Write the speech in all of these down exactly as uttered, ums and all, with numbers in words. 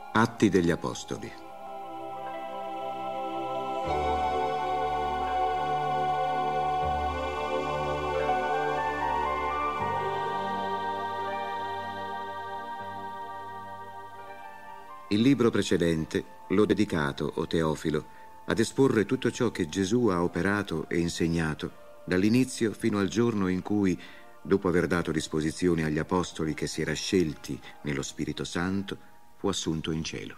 Atti degli Apostoli. Il libro precedente l'ho dedicato, o Teofilo, ad esporre tutto ciò che Gesù ha operato e insegnato dall'inizio fino al giorno in cui, dopo aver dato disposizione agli apostoli che si era scelti nello Spirito Santo, fu assunto in cielo.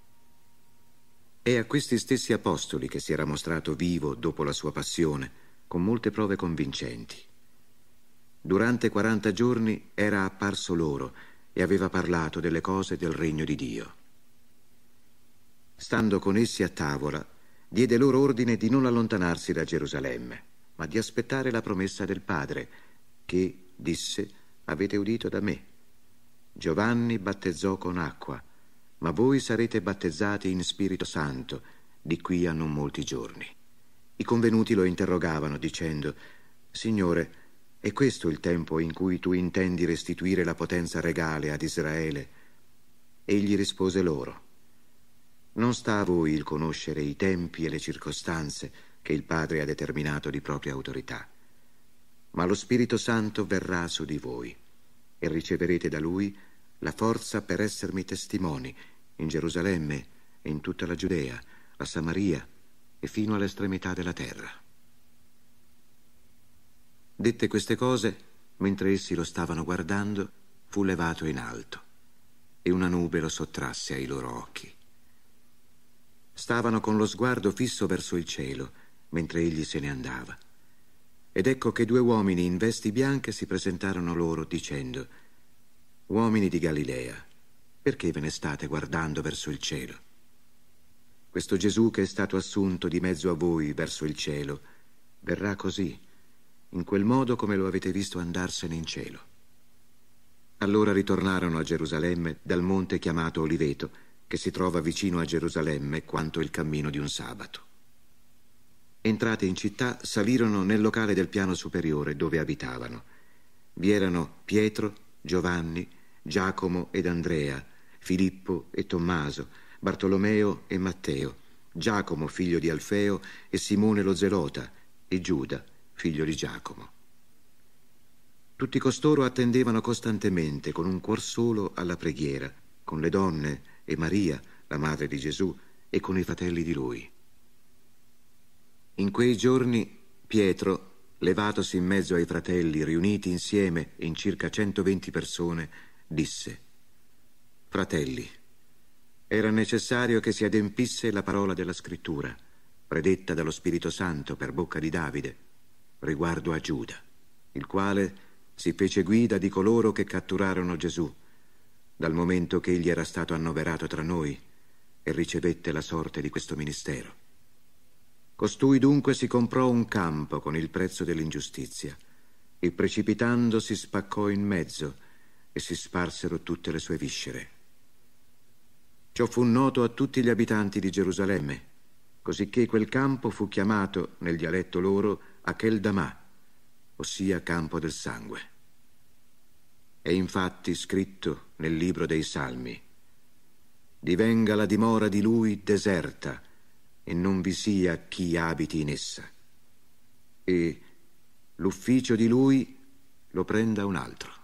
È a questi stessi apostoli che si era mostrato vivo dopo la sua passione, con molte prove convincenti. Durante quaranta giorni era apparso loro e aveva parlato delle cose del regno di Dio. Stando con essi a tavola, diede loro ordine di non allontanarsi da Gerusalemme, ma di aspettare la promessa del Padre, che, disse, avete udito da me. Giovanni battezzò con acqua, ma voi sarete battezzati in Spirito Santo di qui a non molti giorni. I convenuti lo interrogavano dicendo: Signore, è questo il tempo in cui tu intendi restituire la potenza regale ad Israele? Egli rispose loro: Non sta a voi il conoscere i tempi e le circostanze che il Padre ha determinato di propria autorità, ma lo Spirito Santo verrà su di voi e riceverete da Lui la forza per essermi testimoni in Gerusalemme e in tutta la Giudea, la Samaria e fino all'estremità della terra. Dette queste cose, mentre essi lo stavano guardando, fu levato in alto e una nube lo sottrasse ai loro occhi. Stavano con lo sguardo fisso verso il cielo mentre egli se ne andava. Ed ecco che due uomini in vesti bianche si presentarono loro dicendo: Uomini di Galilea, perché ve ne state guardando verso il cielo? Questo Gesù che è stato assunto di mezzo a voi verso il cielo verrà così, in quel modo come lo avete visto andarsene in cielo. Allora ritornarono a Gerusalemme dal monte chiamato Oliveto, che si trova vicino a Gerusalemme quanto il cammino di un sabato. Entrate in città, salirono nel locale del piano superiore dove abitavano. Vi erano Pietro, Giovanni, Giacomo ed Andrea, Filippo e Tommaso, Bartolomeo e Matteo, Giacomo figlio di Alfeo e Simone lo Zelota e Giuda figlio di Giacomo. Tutti costoro attendevano costantemente con un cuor solo alla preghiera, con le donne e Maria, la madre di Gesù, e con i fratelli di lui. In quei giorni Pietro, levatosi in mezzo ai fratelli riuniti insieme in circa centoventi persone, disse: Fratelli, era necessario che si adempisse la parola della Scrittura, predetta dallo Spirito Santo per bocca di Davide, riguardo a Giuda, il quale si fece guida di coloro che catturarono Gesù, dal momento che egli era stato annoverato tra noi e ricevette la sorte di questo ministero. Costui dunque si comprò un campo con il prezzo dell'ingiustizia e precipitando si spaccò in mezzo e si sparsero tutte le sue viscere. Ciò fu noto a tutti gli abitanti di Gerusalemme, cosicché quel campo fu chiamato nel dialetto loro Akeldama, ossia campo del sangue. È infatti scritto nel libro dei Salmi: Divenga la dimora di lui deserta e non vi sia chi abiti in essa, e l'ufficio di lui lo prenda un altro.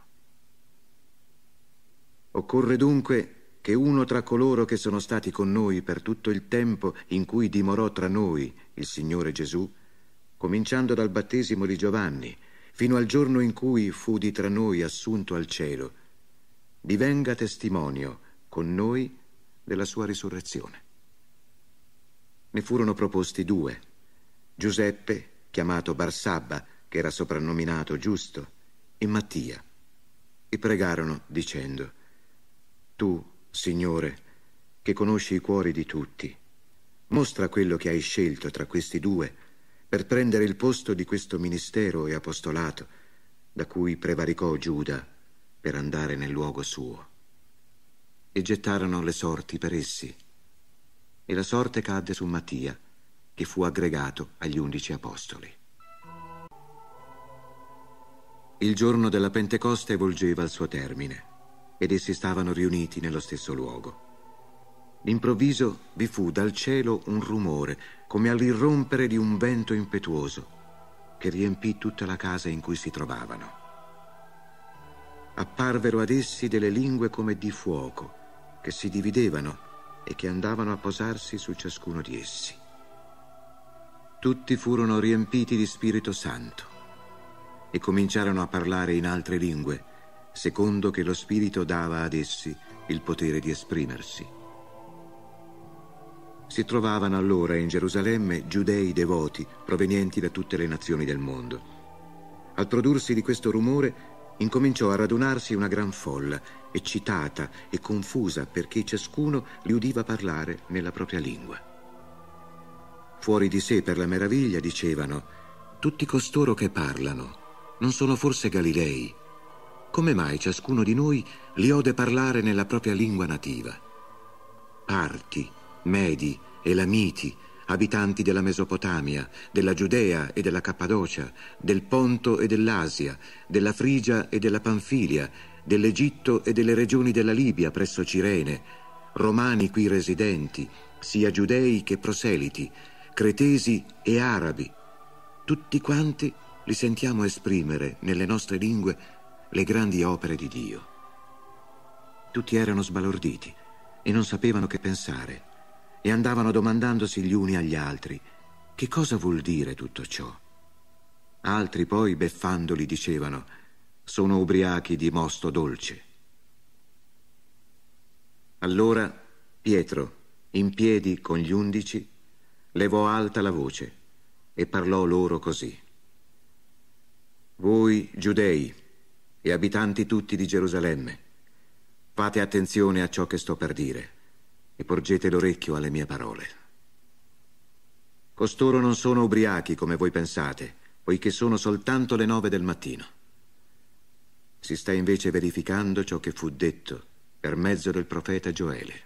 Occorre dunque che uno tra coloro che sono stati con noi per tutto il tempo in cui dimorò tra noi il Signore Gesù, cominciando dal battesimo di Giovanni fino al giorno in cui fu di tra noi assunto al cielo, divenga testimonio con noi della sua risurrezione. Ne furono proposti due: Giuseppe, chiamato Barsabba, che era soprannominato Giusto, e Mattia, e pregarono dicendo: Tu, Signore, che conosci i cuori di tutti, mostra quello che hai scelto tra questi due per prendere il posto di questo ministero e apostolato da cui prevaricò Giuda per andare nel luogo suo. E gettarono le sorti per essi, e la sorte cadde su Mattia, che fu aggregato agli undici apostoli. Il giorno della Pentecoste volgeva al suo termine ed essi stavano riuniti nello stesso luogo. D'improvviso vi fu dal cielo un rumore, come all'irrompere di un vento impetuoso, che riempì tutta la casa in cui si trovavano. Apparvero ad essi delle lingue come di fuoco, che si dividevano e che andavano a posarsi su ciascuno di essi. Tutti furono riempiti di Spirito Santo e cominciarono a parlare in altre lingue, secondo che lo Spirito dava ad essi il potere di esprimersi. Si trovavano allora in Gerusalemme giudei devoti provenienti da tutte le nazioni del mondo. Al prodursi di questo rumore incominciò a radunarsi una gran folla, eccitata e confusa perché ciascuno li udiva parlare nella propria lingua. Fuori di sé per la meraviglia dicevano: tutti costoro che parlano non sono forse Galilei? Come mai ciascuno di noi li ode parlare nella propria lingua nativa? Parti, Medi, Elamiti, abitanti della Mesopotamia, della Giudea e della Cappadocia, del Ponto e dell'Asia, della Frigia e della Panfilia, dell'Egitto e delle regioni della Libia presso Cirene, romani qui residenti, sia giudei che proseliti, cretesi e arabi, tutti quanti li sentiamo esprimere nelle nostre lingue le grandi opere di Dio. Tutti erano sbalorditi e non sapevano che pensare e andavano domandandosi gli uni agli altri: che cosa vuol dire tutto ciò? Altri poi, beffandoli, dicevano: sono ubriachi di mosto dolce. Allora Pietro, in piedi con gli undici, levò alta la voce e parlò loro così: voi giudei e abitanti tutti di Gerusalemme, fate attenzione a ciò che sto per dire e porgete l'orecchio alle mie parole. Costoro non sono ubriachi come voi pensate, poiché sono soltanto le nove del mattino. Si sta invece verificando ciò che fu detto per mezzo del profeta Gioele.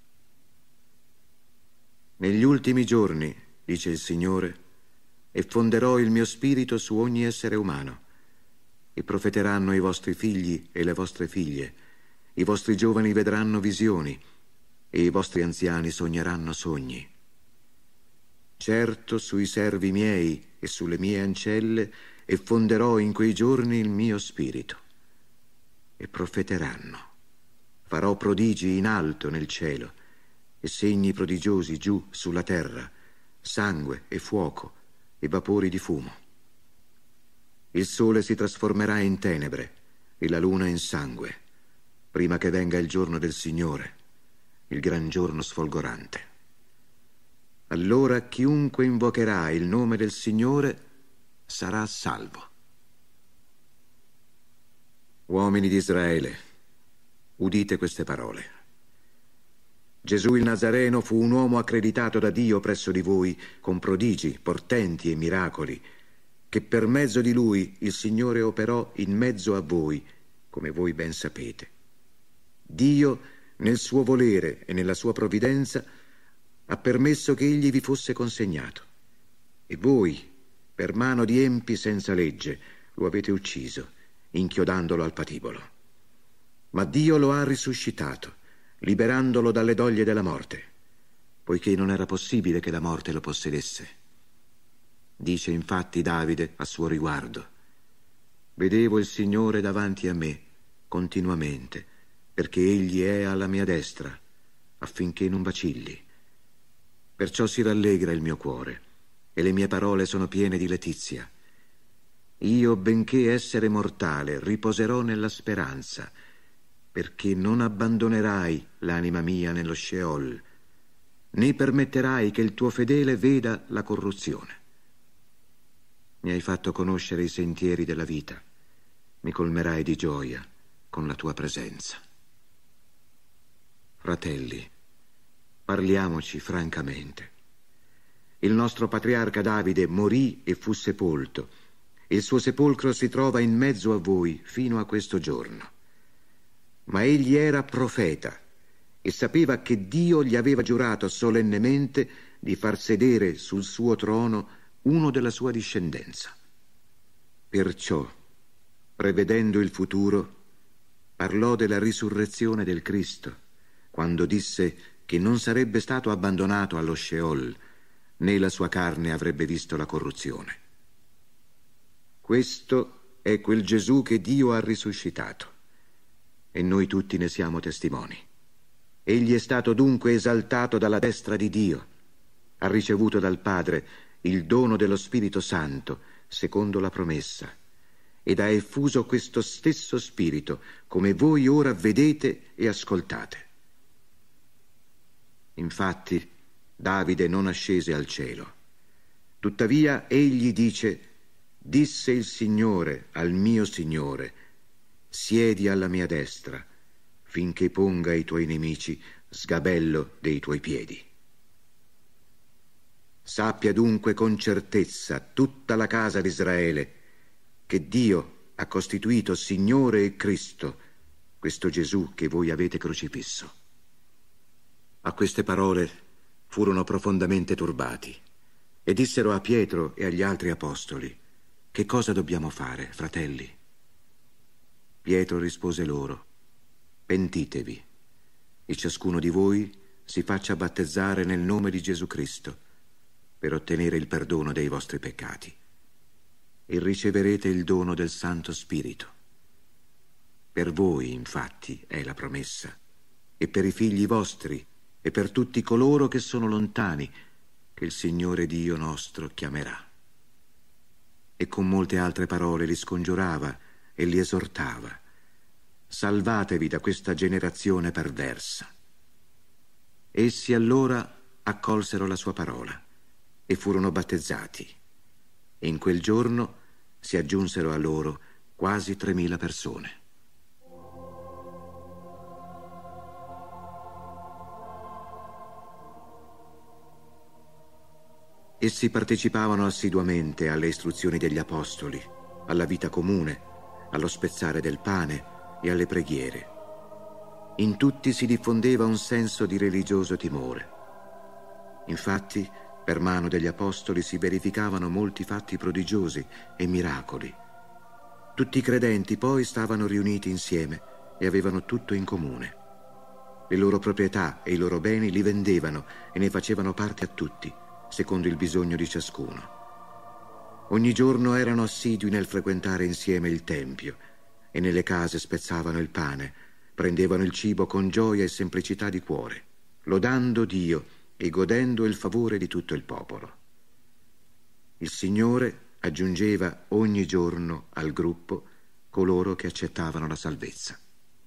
Negli ultimi giorni, dice il Signore, effonderò il mio spirito su ogni essere umano, e profeteranno i vostri figli e le vostre figlie, i vostri giovani vedranno visioni, e i vostri anziani sogneranno sogni. Certo, sui servi miei e sulle mie ancelle effonderò in quei giorni il mio spirito, e profeteranno. Farò prodigi in alto nel cielo e segni prodigiosi giù sulla terra, sangue e fuoco e vapori di fumo. Il sole si trasformerà in tenebre e la luna in sangue, prima che venga il giorno del Signore, il gran giorno sfolgorante. Allora chiunque invocherà il nome del Signore sarà salvo. Uomini di Israele, udite queste parole. Gesù il Nazareno fu un uomo accreditato da Dio presso di voi con prodigi, portenti e miracoli, che per mezzo di lui il Signore operò in mezzo a voi, come voi ben sapete. Dio, nel suo volere e nella sua provvidenza, ha permesso che egli vi fosse consegnato. E voi, per mano di empi senza legge, lo avete ucciso, inchiodandolo al patibolo. Ma Dio lo ha risuscitato, liberandolo dalle doglie della morte, poiché non era possibile che la morte lo possedesse. Dice infatti Davide a suo riguardo: vedevo il Signore davanti a me continuamente, perché egli è alla mia destra, affinché non vacilli. Perciò si rallegra il mio cuore, e le mie parole sono piene di letizia. Io, benché essere mortale, riposerò nella speranza, perché non abbandonerai l'anima mia nello Sheol, né permetterai che il tuo fedele veda la corruzione. Mi hai fatto conoscere i sentieri della vita, mi colmerai di gioia con la tua presenza. Fratelli, parliamoci francamente. Il nostro patriarca Davide morì e fu sepolto, e il suo sepolcro si trova in mezzo a voi fino a questo giorno. Ma egli era profeta e sapeva che Dio gli aveva giurato solennemente di far sedere sul suo trono uno della sua discendenza. Perciò, prevedendo il futuro, parlò della risurrezione del Cristo, quando disse: che non sarebbe stato abbandonato allo Sheol, né la sua carne avrebbe visto la corruzione. Questo è quel Gesù che Dio ha risuscitato, e noi tutti ne siamo testimoni. Egli è stato dunque esaltato dalla destra di Dio, ha ricevuto dal Padre il dono dello Spirito Santo, secondo la promessa, ed ha effuso questo stesso Spirito, come voi ora vedete e ascoltate. Infatti, Davide non ascese al cielo. Tuttavia, egli dice: disse il Signore al mio Signore, siedi alla mia destra, finché ponga i tuoi nemici sgabello dei tuoi piedi. Sappia dunque con certezza tutta la casa di Israele che Dio ha costituito Signore e Cristo questo Gesù che voi avete crocifisso. A queste parole furono profondamente turbati e dissero a Pietro e agli altri apostoli: che cosa dobbiamo fare, fratelli? Pietro rispose loro: pentitevi e ciascuno di voi si faccia battezzare nel nome di Gesù Cristo per ottenere il perdono dei vostri peccati, e riceverete il dono del Santo Spirito. Per voi, infatti, è la promessa, e per i figli vostri, e per tutti coloro che sono lontani, che il Signore Dio nostro chiamerà. E con molte altre parole li scongiurava e li esortava: salvatevi da questa generazione perversa. Essi allora accolsero la sua parola e furono battezzati, e in quel giorno si aggiunsero a loro quasi tremila persone. Essi partecipavano assiduamente alle istruzioni degli apostoli, alla vita comune, allo spezzare del pane e alle preghiere. In tutti si diffondeva un senso di religioso timore. Infatti, per mano degli apostoli si verificavano molti fatti prodigiosi e miracoli. Tutti i credenti poi stavano riuniti insieme e avevano tutto in comune. Le loro proprietà e i loro beni li vendevano e ne facevano parte a tutti, secondo il bisogno di ciascuno. Ogni giorno erano assidui nel frequentare insieme il Tempio e nelle case spezzavano il pane, prendevano il cibo con gioia e semplicità di cuore, lodando Dio e godendo il favore di tutto il popolo. Il Signore aggiungeva ogni giorno al gruppo coloro che accettavano la salvezza.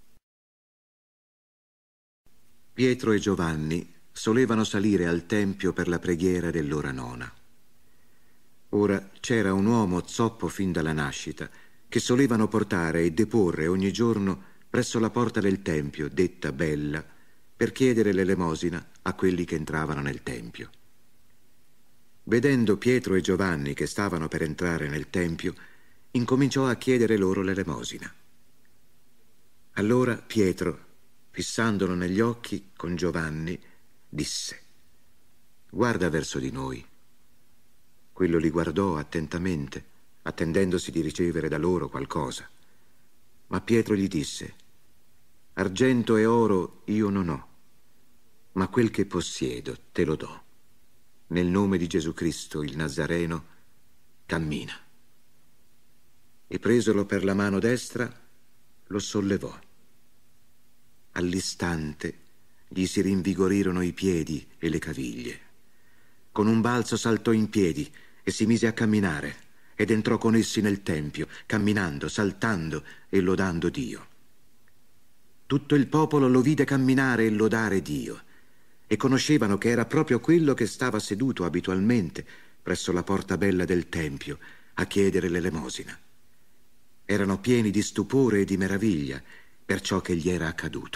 Pietro e Giovanni solevano salire al Tempio per la preghiera dell'ora nona. Ora c'era un uomo zoppo fin dalla nascita che solevano portare e deporre ogni giorno presso la porta del Tempio, detta Bella, per chiedere l'elemosina a quelli che entravano nel Tempio. Vedendo Pietro e Giovanni che stavano per entrare nel Tempio, incominciò a chiedere loro l'elemosina. Allora Pietro, fissandolo negli occhi con Giovanni, disse: guarda verso di noi. Quello li guardò attentamente, attendendosi di ricevere da loro qualcosa. Ma Pietro gli disse: argento e oro io non ho, ma quel che possiedo te lo do. Nel nome di Gesù Cristo il Nazareno, cammina. E presolo per la mano destra, lo sollevò. All'istante gli si rinvigorirono i piedi e le caviglie. Con un balzo saltò in piedi e si mise a camminare, ed entrò con essi nel Tempio, camminando, saltando e lodando Dio. Tutto il popolo lo vide camminare e lodare Dio, e conoscevano che era proprio quello che stava seduto abitualmente presso la porta bella del Tempio a chiedere l'elemosina. Erano pieni di stupore e di meraviglia per ciò che gli era accaduto.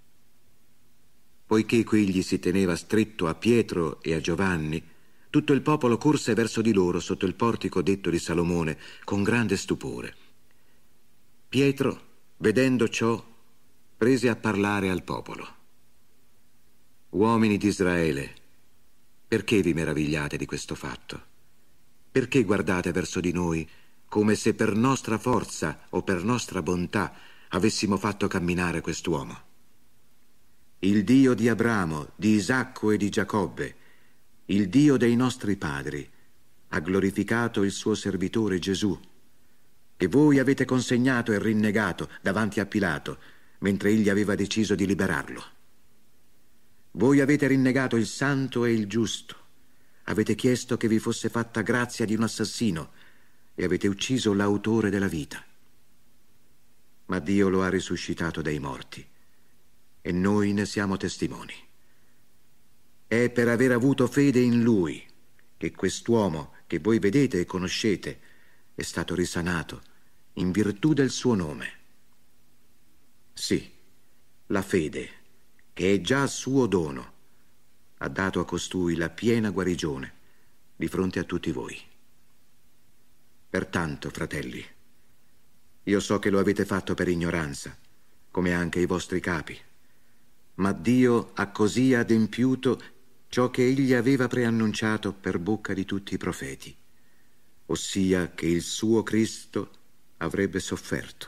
Poiché quegli si teneva stretto a Pietro e a Giovanni, tutto il popolo corse verso di loro sotto il portico detto di Salomone con grande stupore. Pietro, vedendo ciò, prese a parlare al popolo: uomini di Israele, perché vi meravigliate di questo fatto? Perché guardate verso di noi come se per nostra forza o per nostra bontà avessimo fatto camminare quest'uomo? il Dio di Abramo, di Isacco e di Giacobbe, il Dio dei nostri padri, ha glorificato il suo servitore Gesù, che voi avete consegnato e rinnegato davanti a Pilato, mentre egli aveva deciso di liberarlo. Voi avete rinnegato il santo e il giusto, avete chiesto che vi fosse fatta grazia di un assassino e avete ucciso l'autore della vita. Ma Dio lo ha risuscitato dai morti e noi ne siamo testimoni. È per aver avuto fede in Lui che quest'uomo che voi vedete e conoscete è stato risanato in virtù del suo nome. Sì, la fede, che è già suo dono, ha dato a costui la piena guarigione di fronte a tutti voi. Pertanto, fratelli, io so che lo avete fatto per ignoranza, come anche i vostri capi, ma Dio ha così adempiuto ciò che egli aveva preannunciato per bocca di tutti i profeti, ossia che il suo Cristo avrebbe sofferto.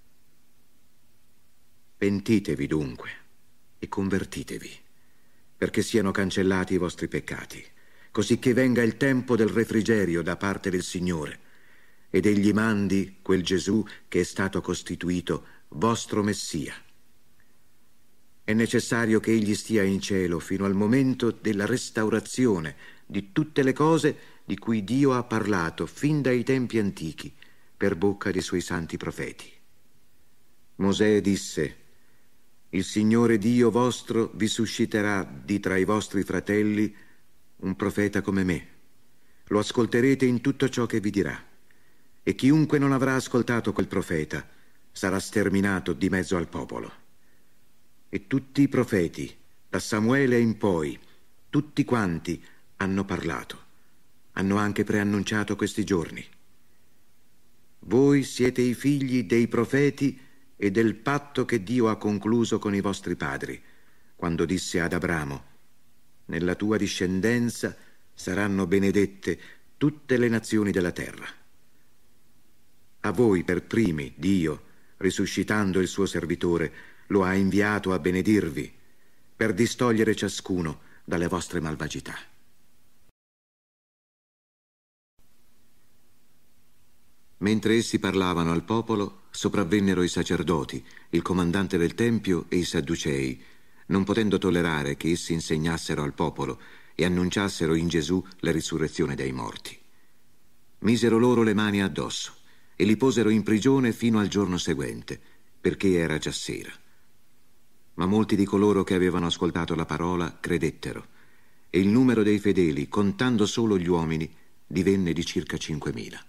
Pentitevi dunque e convertitevi, perché siano cancellati i vostri peccati, così che venga il tempo del refrigerio da parte del Signore, ed egli mandi quel Gesù che è stato costituito vostro Messia. È necessario che egli stia in cielo fino al momento della restaurazione di tutte le cose di cui Dio ha parlato fin dai tempi antichi per bocca dei suoi santi profeti. Mosè disse: il Signore Dio vostro vi susciterà di tra i vostri fratelli un profeta come me. Lo ascolterete in tutto ciò che vi dirà. E chiunque non avrà ascoltato quel profeta sarà sterminato di mezzo al popolo. E tutti i profeti, da Samuele in poi, tutti quanti hanno parlato, hanno anche preannunciato questi giorni. Voi siete i figli dei profeti e del patto che Dio ha concluso con i vostri padri, quando disse ad Abramo: nella tua discendenza saranno benedette tutte le nazioni della terra. A voi per primi Dio, risuscitando il suo servitore, lo ha inviato a benedirvi, per distogliere ciascuno dalle vostre malvagità. Mentre essi parlavano al popolo, sopravvennero i sacerdoti, il comandante del tempio e i sadducei, non potendo tollerare che essi insegnassero al popolo e annunciassero in Gesù la risurrezione dei morti. Misero loro le mani addosso e li posero in prigione fino al giorno seguente, perché era già sera. Ma molti di coloro che avevano ascoltato la parola credettero, e il numero dei fedeli, contando solo gli uomini, divenne di circa cinquemila.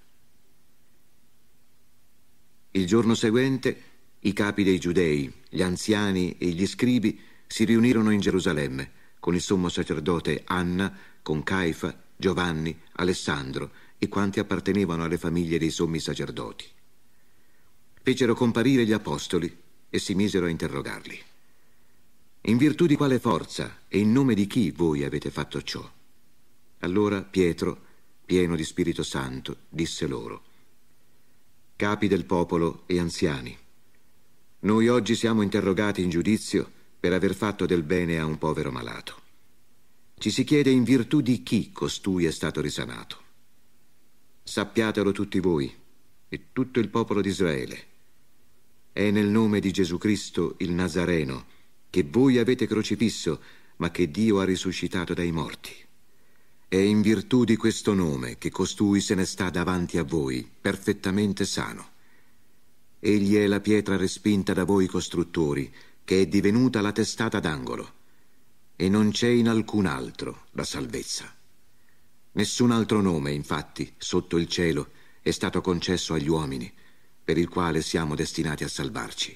Il giorno seguente i capi dei giudei, gli anziani e gli scribi si riunirono in Gerusalemme con il sommo sacerdote Anna, con Caifa, Giovanni, Alessandro e quanti appartenevano alle famiglie dei sommi sacerdoti. Fecero comparire gli apostoli e si misero a interrogarli. In virtù di quale forza e in nome di chi voi avete fatto ciò? Allora Pietro, pieno di Spirito Santo, disse loro: capi del popolo e anziani, noi oggi siamo interrogati in giudizio per aver fatto del bene a un povero malato. Ci si chiede in virtù di chi costui è stato risanato. Sappiatelo tutti voi e tutto il popolo di Israele. È nel nome di Gesù Cristo il Nazareno, che voi avete crocifisso, ma che Dio ha risuscitato dai morti. È in virtù di questo nome che costui se ne sta davanti a voi, perfettamente sano. Egli è la pietra respinta da voi costruttori, che è divenuta la testata d'angolo. E non c'è in alcun altro la salvezza. Nessun altro nome, infatti, sotto il cielo è stato concesso agli uomini, per il quale siamo destinati a salvarci.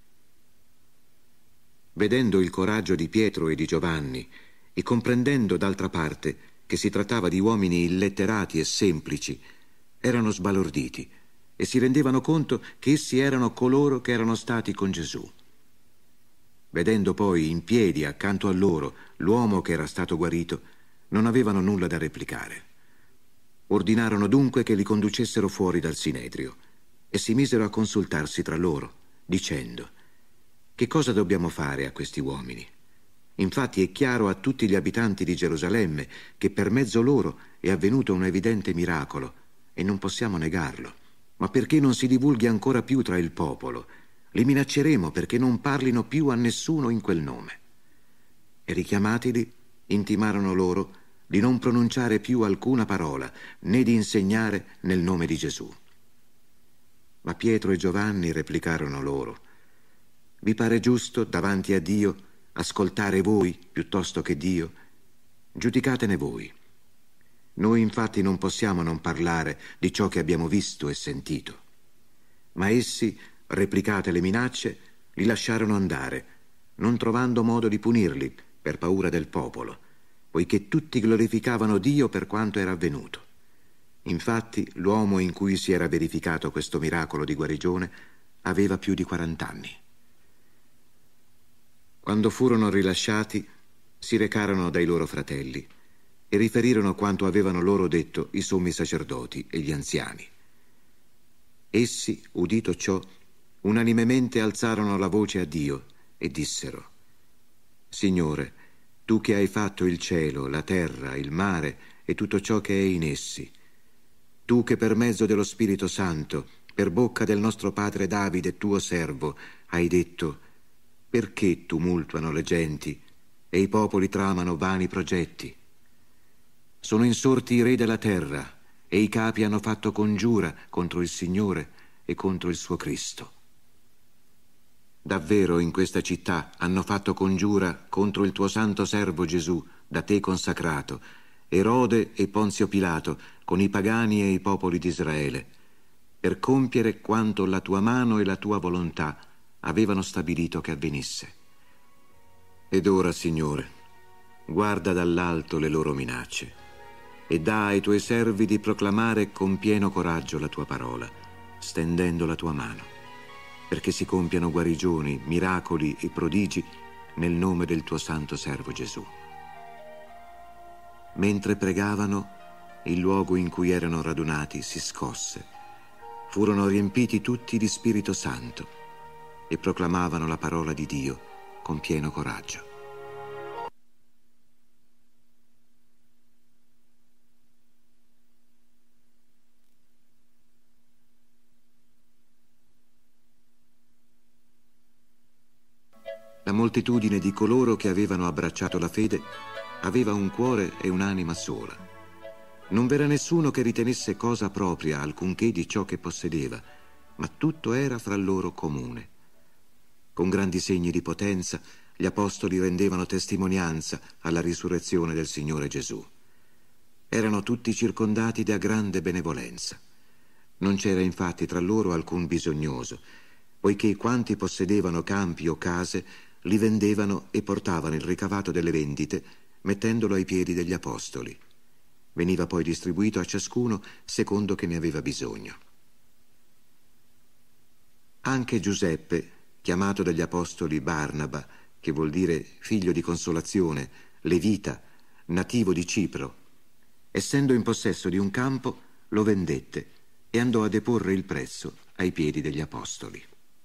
Vedendo il coraggio di Pietro e di Giovanni e comprendendo d'altra parte che si trattava di uomini illetterati e semplici, erano sbalorditi e si rendevano conto che essi erano coloro che erano stati con Gesù. Vedendo poi in piedi accanto a loro l'uomo che era stato guarito, non avevano nulla da replicare. Ordinarono dunque che li conducessero fuori dal Sinedrio e si misero a consultarsi tra loro, dicendo: che cosa dobbiamo fare a questi uomini? Infatti è chiaro a tutti gli abitanti di Gerusalemme che per mezzo loro è avvenuto un evidente miracolo e non possiamo negarlo. Ma perché non si divulghi ancora più tra il popolo, li minacceremo perché non parlino più a nessuno in quel nome. E richiamatili, intimarono loro di non pronunciare più alcuna parola, né di insegnare nel nome di Gesù. Ma Pietro e Giovanni replicarono loro: vi pare giusto davanti a Dio ascoltare voi piuttosto che Dio? Giudicatene voi. Noi infatti non possiamo non parlare di ciò che abbiamo visto e sentito. Ma essi, replicate le minacce, li lasciarono andare, non trovando modo di punirli per paura del popolo, poiché tutti glorificavano Dio per quanto era avvenuto. Infatti l'uomo in cui si era verificato questo miracolo di guarigione aveva più di quarant'anni. Quando furono rilasciati, si recarono dai loro fratelli e riferirono quanto avevano loro detto i sommi sacerdoti e gli anziani. Essi, udito ciò, unanimemente alzarono la voce a Dio e dissero: Signore, tu che hai fatto il cielo, la terra, il mare e tutto ciò che è in essi, tu che per mezzo dello Spirito Santo, per bocca del nostro padre Davide, tuo servo, hai detto: perché tumultuano le genti e i popoli tramano vani progetti? Sono insorti i re della terra e i capi hanno fatto congiura contro il Signore e contro il suo Cristo. Davvero in questa città hanno fatto congiura contro il tuo santo servo Gesù, da te consacrato, Erode e Ponzio Pilato, con i pagani e i popoli di Israele, per compiere quanto la tua mano e la tua volontà avevano stabilito che avvenisse. Ed ora, Signore, guarda dall'alto le loro minacce e dà ai tuoi servi di proclamare con pieno coraggio la tua parola, stendendo la tua mano, perché si compiano guarigioni, miracoli e prodigi nel nome del tuo santo servo Gesù. Mentre pregavano, il luogo in cui erano radunati si scosse. Furono riempiti tutti di Spirito Santo e proclamavano la parola di Dio con pieno coraggio. La moltitudine di coloro che avevano abbracciato la fede aveva un cuore e un'anima sola. Non v'era nessuno che ritenesse cosa propria alcunché di ciò che possedeva, ma tutto era fra loro comune. Con grandi segni di potenza gli apostoli rendevano testimonianza alla risurrezione del Signore Gesù. Erano tutti circondati da grande benevolenza. Non c'era infatti tra loro alcun bisognoso, poiché quanti possedevano campi o case li vendevano e portavano il ricavato delle vendite mettendolo ai piedi degli apostoli. Veniva poi distribuito a ciascuno secondo che ne aveva bisogno. Anche Giuseppe, chiamato dagli apostoli Barnaba, che vuol dire figlio di consolazione, levita, nativo di Cipro, essendo in possesso di un campo, lo vendette e andò a deporre il prezzo ai piedi degli apostoli.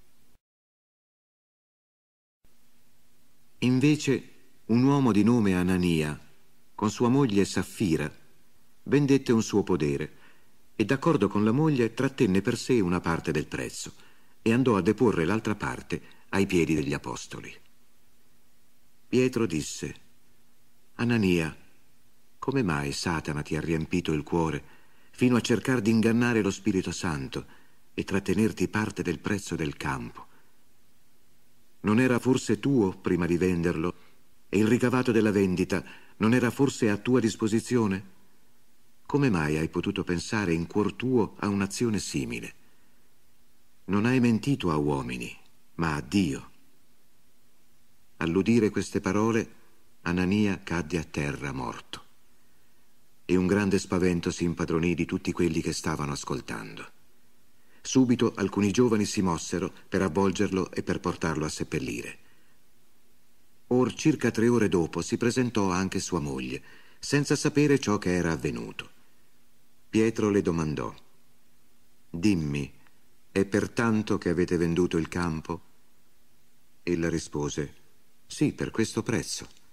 Invece un uomo di nome Anania, con sua moglie Saffira, vendette un suo podere e d'accordo con la moglie trattenne per sé una parte del prezzo e andò a deporre l'altra parte ai piedi degli apostoli. Pietro disse: Anania, come mai Satana ti ha riempito il cuore fino a cercare di ingannare lo Spirito Santo e trattenerti parte del prezzo del campo? Non era forse tuo prima di venderlo e il ricavato della vendita non era forse a tua disposizione? Come mai hai potuto pensare in cuor tuo a un'azione simile? Non hai mentito a uomini, ma a Dio. All'udire queste parole, Anania cadde a terra morto e un grande spavento si impadronì di tutti quelli che stavano ascoltando. Subito alcuni giovani si mossero per avvolgerlo e per portarlo a seppellire. Or circa tre ore dopo si presentò anche sua moglie, senza sapere ciò che era avvenuto. Pietro le domandò: dimmi, è per tanto che avete venduto il campo? Ella rispose: sì, per questo prezzo.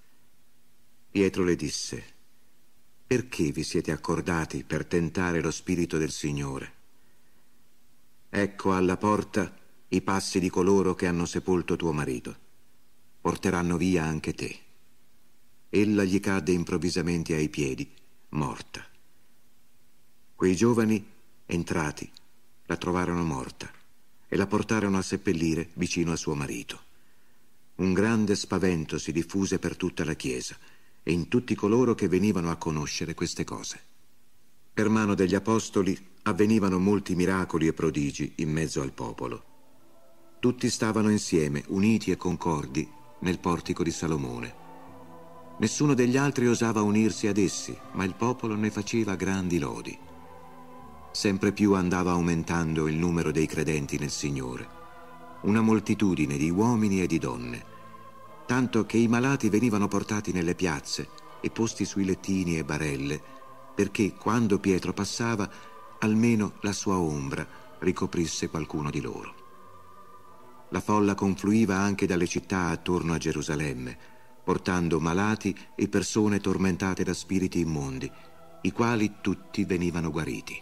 Pietro le disse: perché vi siete accordati per tentare lo Spirito del Signore? Ecco alla porta i passi di coloro che hanno sepolto tuo marito. Porteranno via anche te. Ella gli cadde improvvisamente ai piedi, morta. Quei giovani, entrati, la trovarono morta e la portarono a seppellire vicino a suo marito. Un grande spavento si diffuse per tutta la chiesa e in tutti coloro che venivano a conoscere queste cose. Per mano degli apostoli avvenivano molti miracoli e prodigi in mezzo al popolo. Tutti stavano insieme, uniti e concordi, nel portico di Salomone. Nessuno degli altri osava unirsi ad essi, ma il popolo ne faceva grandi lodi. Sempre più andava aumentando il numero dei credenti nel Signore, una moltitudine di uomini e di donne, tanto che i malati venivano portati nelle piazze e posti sui lettini e barelle, perché quando Pietro passava, almeno la sua ombra ricoprisse qualcuno di loro. La folla confluiva anche dalle città attorno a Gerusalemme, portando malati e persone tormentate da spiriti immondi, i quali tutti venivano guariti.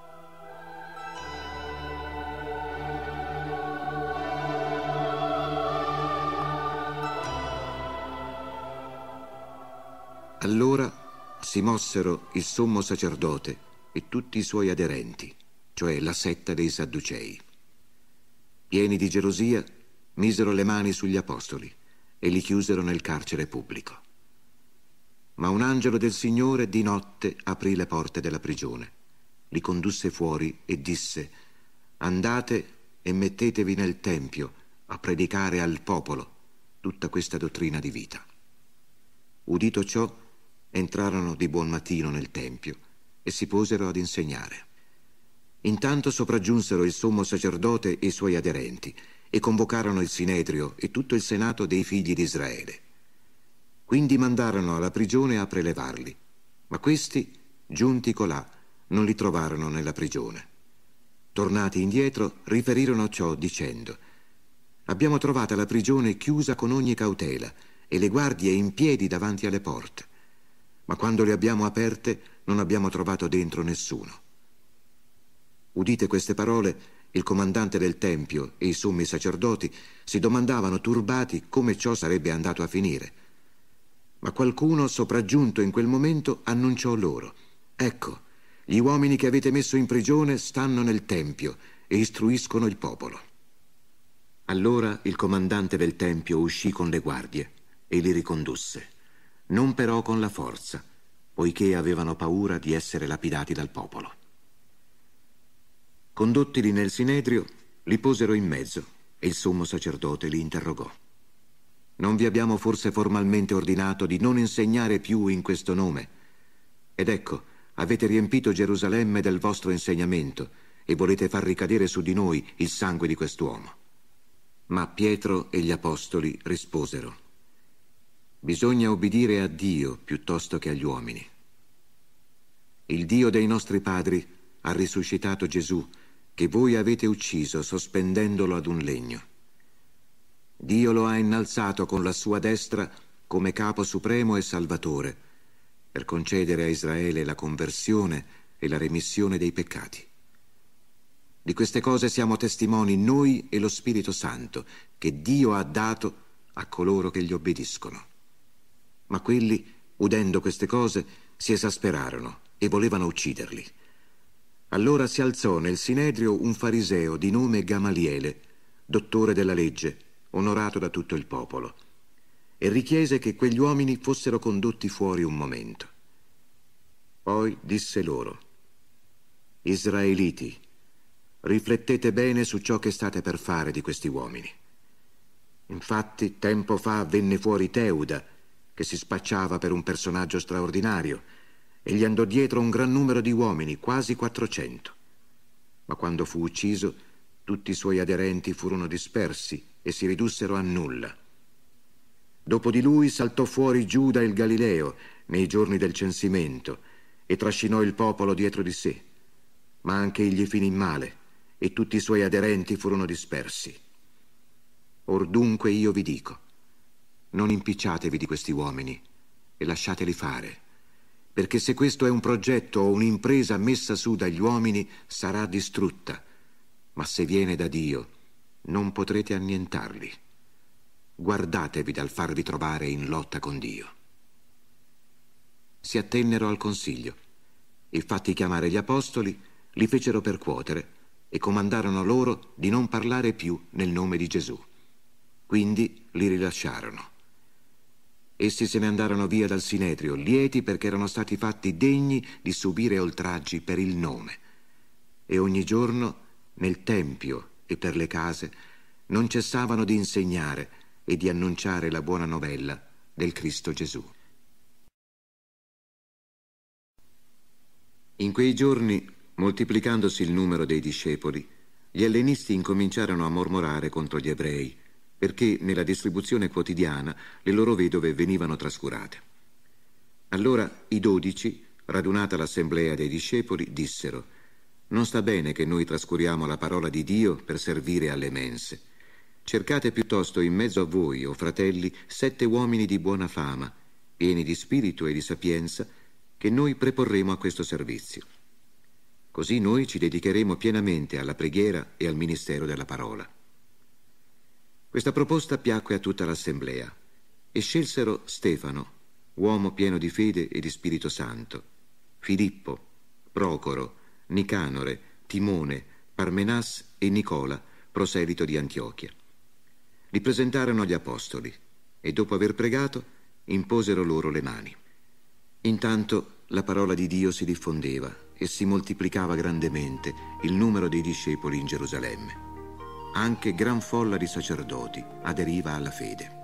Allora si mossero il sommo sacerdote e tutti i suoi aderenti, cioè la setta dei Sadducei. Pieni di gelosia, misero le mani sugli apostoli e li chiusero nel carcere pubblico. Ma un angelo del Signore di notte aprì le porte della prigione, li condusse fuori e disse: andate e mettetevi nel tempio a predicare al popolo tutta questa dottrina di vita. Udito ciò, entrarono di buon mattino nel tempio e si posero ad insegnare. Intanto sopraggiunsero il sommo sacerdote e i suoi aderenti e convocarono il Sinedrio e tutto il senato dei figli di Israele. Quindi mandarono alla prigione a prelevarli, ma questi, giunti colà, non li trovarono nella prigione. Tornati indietro, riferirono ciò dicendo: abbiamo trovata la prigione chiusa con ogni cautela e le guardie in piedi davanti alle porte, ma quando le abbiamo aperte non abbiamo trovato dentro nessuno. Udite queste parole, il comandante del tempio e i sommi sacerdoti si domandavano turbati come ciò sarebbe andato a finire. Ma qualcuno sopraggiunto in quel momento annunciò loro: ecco, gli uomini che avete messo in prigione stanno nel tempio e istruiscono il popolo. Allora il comandante del tempio uscì con le guardie e li ricondusse, non però con la forza, poiché avevano paura di essere lapidati dal popolo. Condottili nel Sinedrio, li posero in mezzo e il sommo sacerdote li interrogò: non vi abbiamo forse formalmente ordinato di non insegnare più in questo nome? Ed ecco, avete riempito Gerusalemme del vostro insegnamento e volete far ricadere su di noi il sangue di quest'uomo. Ma Pietro e gli apostoli risposero: bisogna obbedire a Dio piuttosto che agli uomini. Il Dio dei nostri padri ha risuscitato Gesù, che voi avete ucciso sospendendolo ad un legno. Dio lo ha innalzato con la sua destra come capo supremo e salvatore, per concedere a Israele la conversione e la remissione dei peccati. Di queste cose siamo testimoni noi e lo Spirito Santo, che Dio ha dato a coloro che gli obbediscono. Ma quelli, udendo queste cose, si esasperarono e volevano ucciderli. Allora si alzò nel Sinedrio un fariseo di nome Gamaliele, dottore della legge, onorato da tutto il popolo, e richiese che quegli uomini fossero condotti fuori un momento. Poi disse loro: Israeliti, riflettete bene su ciò che state per fare di questi uomini. Infatti, tempo fa venne fuori Teuda, che si spacciava per un personaggio straordinario, e gli andò dietro un gran numero di uomini, quasi quattrocento. Ma quando fu ucciso, tutti i suoi aderenti furono dispersi e si ridussero a nulla. Dopo di lui saltò fuori Giuda il Galileo nei giorni del censimento e trascinò il popolo dietro di sé, ma anche egli finì male e tutti i suoi aderenti furono dispersi. Or dunque io vi dico: non impicciatevi di questi uomini e lasciateli fare, perché se questo è un progetto o un'impresa messa su dagli uomini sarà distrutta, ma se viene da Dio non potrete annientarli. Guardatevi dal farvi trovare in lotta con Dio. Si attennero al consiglio e, fatti chiamare gli apostoli, li fecero percuotere e comandarono loro di non parlare più nel nome di Gesù. Quindi li rilasciarono. Essi se ne andarono via dal Sinedrio, lieti perché erano stati fatti degni di subire oltraggi per il nome. E ogni giorno nel Tempio e per le case non cessavano di insegnare e di annunciare la buona novella del Cristo Gesù. In quei giorni, moltiplicandosi il numero dei discepoli, gli ellenisti incominciarono a mormorare contro gli ebrei, perché nella distribuzione quotidiana le loro vedove venivano trascurate. Allora i dodici, radunata l'assemblea dei discepoli, dissero: «Non sta bene che noi trascuriamo la parola di Dio per servire alle mense. Cercate piuttosto in mezzo a voi, o fratelli, sette uomini di buona fama, pieni di spirito e di sapienza, che noi preporremo a questo servizio. Così noi ci dedicheremo pienamente alla preghiera e al ministero della parola». Questa proposta piacque a tutta l'assemblea e scelsero Stefano, uomo pieno di fede e di Spirito Santo, Filippo, Procoro, Nicanore, Timone, Parmenas e Nicola, proselito di Antiochia. Li presentarono agli apostoli e, dopo aver pregato, imposero loro le mani. Intanto la parola di Dio si diffondeva e si moltiplicava grandemente il numero dei discepoli in Gerusalemme. Anche gran folla di sacerdoti aderiva alla fede.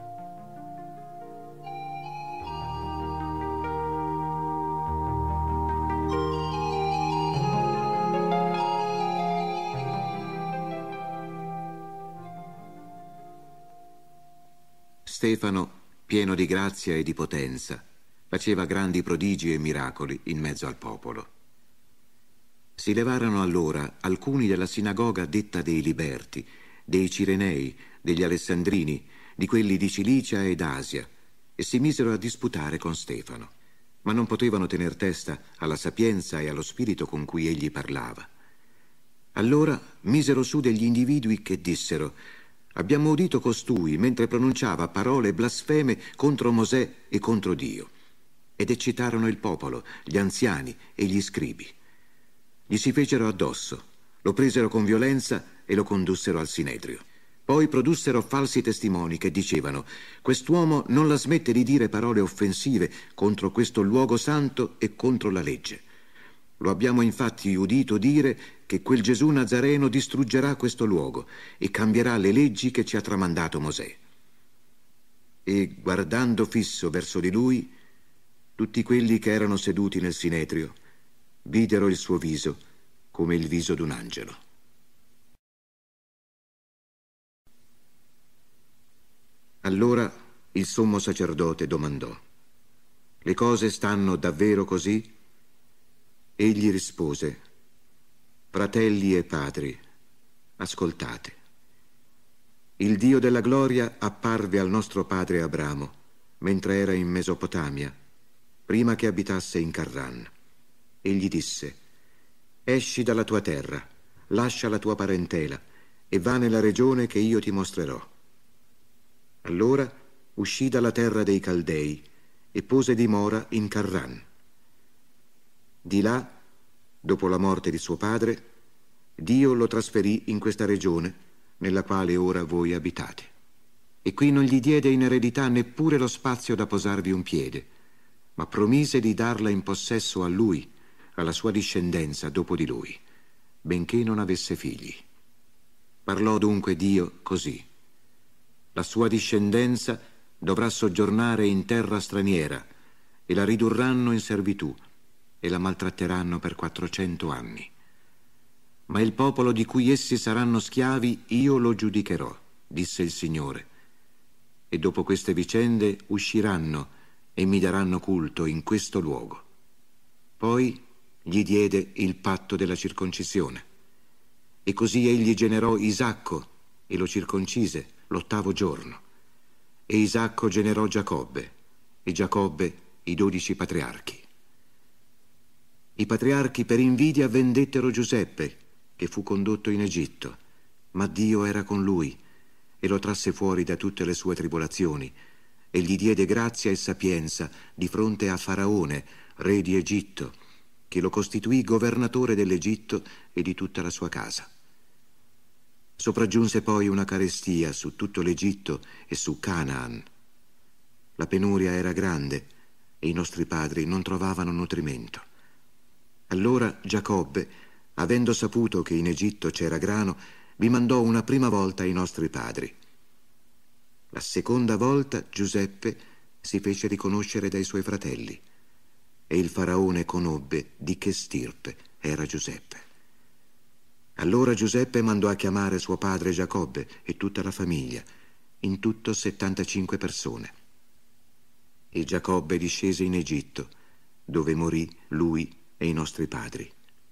Stefano, pieno di grazia e di potenza, faceva grandi prodigi e miracoli in mezzo al popolo. Si levarono allora alcuni della sinagoga detta dei Liberti, dei Cirenei, degli Alessandrini, di quelli di Cilicia ed Asia, e si misero a disputare con Stefano, ma non potevano tener testa alla sapienza e allo spirito con cui egli parlava. Allora misero su degli individui che dissero: «Abbiamo udito costui mentre pronunciava parole blasfeme contro Mosè e contro Dio». Ed eccitarono il popolo, gli anziani e gli scribi. Gli si fecero addosso, lo presero con violenza e lo condussero al Sinedrio. Poi produssero falsi testimoni che dicevano: «Quest'uomo non la smette di dire parole offensive contro questo luogo santo e contro la legge. Lo abbiamo infatti udito dire che quel Gesù Nazareno distruggerà questo luogo e cambierà le leggi che ci ha tramandato Mosè». E guardando fisso verso di lui, tutti quelli che erano seduti nel Sinedrio videro il suo viso come il viso d'un angelo. Allora il sommo sacerdote domandò: «Le cose stanno davvero così?» Egli rispose: «Fratelli e padri, ascoltate. Il Dio della gloria apparve al nostro padre Abramo mentre era in Mesopotamia, prima che abitasse in Carran. E gli disse: esci dalla tua terra, lascia la tua parentela e va nella regione che io ti mostrerò. Allora uscì dalla terra dei Caldei e pose dimora in Carran. Di là, dopo la morte di suo padre, Dio lo trasferì in questa regione nella quale ora voi abitate. E qui non gli diede in eredità neppure lo spazio da posarvi un piede, ma promise di darla in possesso a lui, alla sua discendenza dopo di lui, benché non avesse figli. Parlò dunque Dio così: la sua discendenza dovrà soggiornare in terra straniera e la ridurranno in servitù e la maltratteranno per quattrocento anni. Ma il popolo di cui essi saranno schiavi io lo giudicherò, disse il Signore, e dopo queste vicende usciranno e mi daranno culto in questo luogo. Poi gli diede il patto della circoncisione, e così egli generò Isacco e lo circoncise l'ottavo giorno, e Isacco generò Giacobbe, e Giacobbe i dodici patriarchi. I patriarchi per invidia vendettero Giuseppe, che fu condotto in Egitto, ma Dio era con lui e lo trasse fuori da tutte le sue tribolazioni e gli diede grazia e sapienza di fronte a Faraone, re di Egitto, che lo costituì governatore dell'Egitto e di tutta la sua casa. Sopraggiunse poi una carestia su tutto l'Egitto e su Canaan. La penuria era grande e i nostri padri non trovavano nutrimento. Allora Giacobbe, avendo saputo che in Egitto c'era grano, vi mandò una prima volta ai nostri padri. La seconda volta Giuseppe si fece riconoscere dai suoi fratelli e il faraone conobbe di che stirpe era Giuseppe. Allora Giuseppe mandò a chiamare suo padre Giacobbe e tutta la famiglia, in tutto settantacinque persone. E Giacobbe discese in Egitto, dove morì lui e i nostri padri.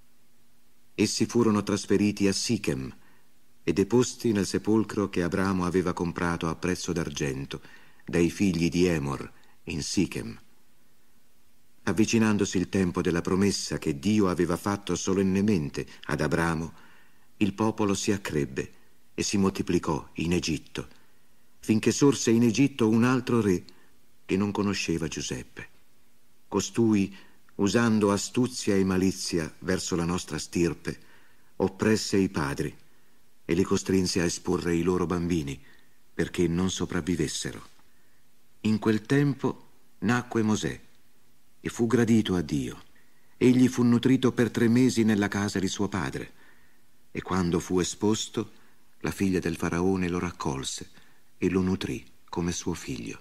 Essi furono trasferiti a Sichem e deposti nel sepolcro che Abramo aveva comprato a prezzo d'argento dai figli di Emor in Sichem. Avvicinandosi il tempo della promessa che Dio aveva fatto solennemente ad Abramo, il popolo si accrebbe e si moltiplicò in Egitto, finché sorse in Egitto un altro re che non conosceva Giuseppe. Costui, usando astuzia e malizia verso la nostra stirpe, oppresse i padri e li costrinse a esporre i loro bambini perché non sopravvivessero. In quel tempo nacque Mosè e fu gradito a Dio. Egli fu nutrito per tre mesi nella casa di suo padre e quando fu esposto la figlia del faraone lo raccolse e lo nutrì come suo figlio.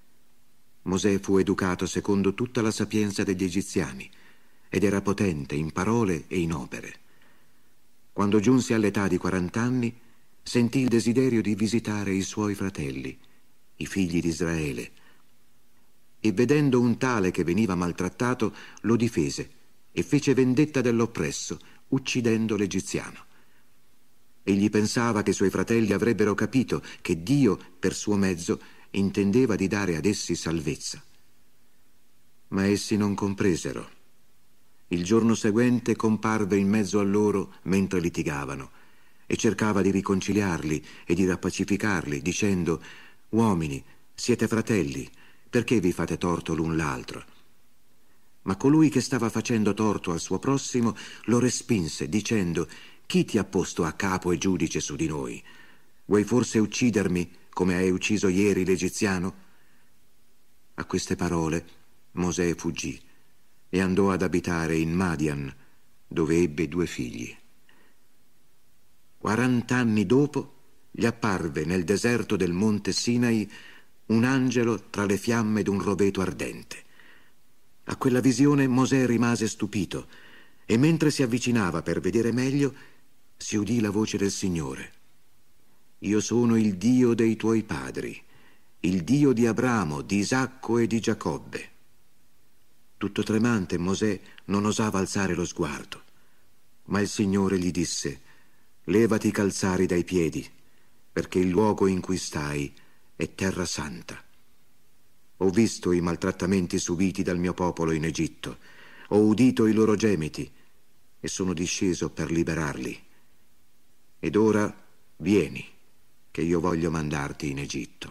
Mosè fu educato secondo tutta la sapienza degli egiziani ed era potente in parole e in opere. Quando giunse all'età di quarant'anni sentì il desiderio di visitare i suoi fratelli, i figli di Israele, e vedendo un tale che veniva maltrattato lo difese e fece vendetta dell'oppresso uccidendo l'egiziano. Egli pensava che i suoi fratelli avrebbero capito che Dio per suo mezzo intendeva di dare ad essi salvezza. Ma essi non compresero. Il giorno seguente comparve in mezzo a loro mentre litigavano e cercava di riconciliarli e di rappacificarli dicendo: «Uomini, siete fratelli, perché vi fate torto l'un l'altro?» Ma colui che stava facendo torto al suo prossimo lo respinse dicendo: «Chi ti ha posto a capo e giudice su di noi? Vuoi forse uccidermi come hai ucciso ieri l'egiziano?» A queste parole Mosè fuggì e andò ad abitare in Madian, dove ebbe due figli. Quarant'anni dopo gli apparve nel deserto del monte Sinai un angelo tra le fiamme d'un roveto ardente. A quella visione Mosè rimase stupito e mentre si avvicinava per vedere meglio si udì la voce del Signore: «Io sono il Dio dei tuoi padri, il Dio di Abramo, di Isacco e di Giacobbe». Tutto tremante Mosè non osava alzare lo sguardo, ma il Signore gli disse: «Levati i calzari dai piedi, perché il luogo in cui stai è terra santa. Ho visto i maltrattamenti subiti dal mio popolo in Egitto, ho udito i loro gemiti e sono disceso per liberarli. Ed ora vieni, che io voglio mandarti in Egitto».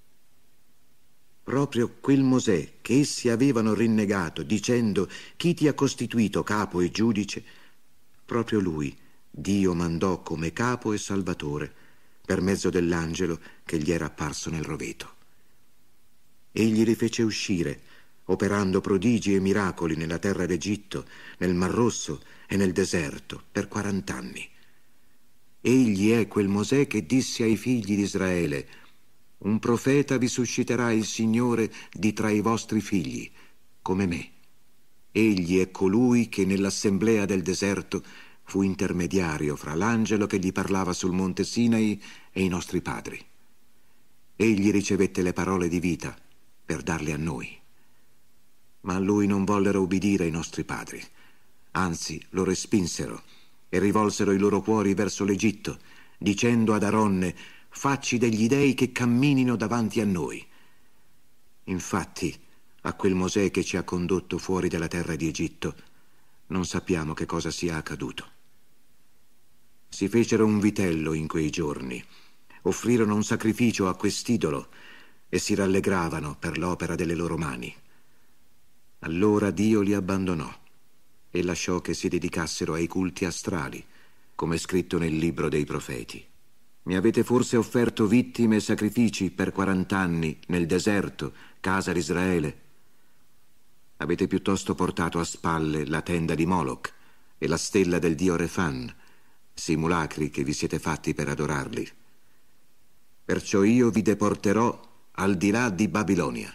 Proprio quel Mosè che essi avevano rinnegato dicendo: «Chi ti ha costituito capo e giudice?», proprio lui Dio mandò come capo e salvatore per mezzo dell'angelo che gli era apparso nel roveto. Egli li fece uscire, operando prodigi e miracoli nella terra d'Egitto, nel Mar Rosso e nel deserto per quarant'anni. Egli è quel Mosè che disse ai figli di Israele: «Un profeta vi susciterà il Signore di tra i vostri figli, come me». Egli è colui che nell'assemblea del deserto fu intermediario fra l'angelo che gli parlava sul monte Sinai e i nostri padri. Egli ricevette le parole di vita per darle a noi. Ma a lui non vollero ubbidire i nostri padri, anzi lo respinsero e rivolsero i loro cuori verso l'Egitto, dicendo ad Aronne: «Facci degli dei che camminino davanti a noi». Infatti a quel Mosè che ci ha condotto fuori dalla terra di Egitto, non sappiamo che cosa sia accaduto. Si fecero un vitello in quei giorni, offrirono un sacrificio a quest'idolo e si rallegravano per l'opera delle loro mani. Allora Dio li abbandonò e lasciò che si dedicassero ai culti astrali, come è scritto nel libro dei profeti. Mi avete forse offerto vittime e sacrifici per quarant'anni nel deserto, casa di Israele? Avete piuttosto portato a spalle la tenda di Moloch e la stella del dio Refan, simulacri che vi siete fatti per adorarli. Perciò io vi deporterò al di là di Babilonia.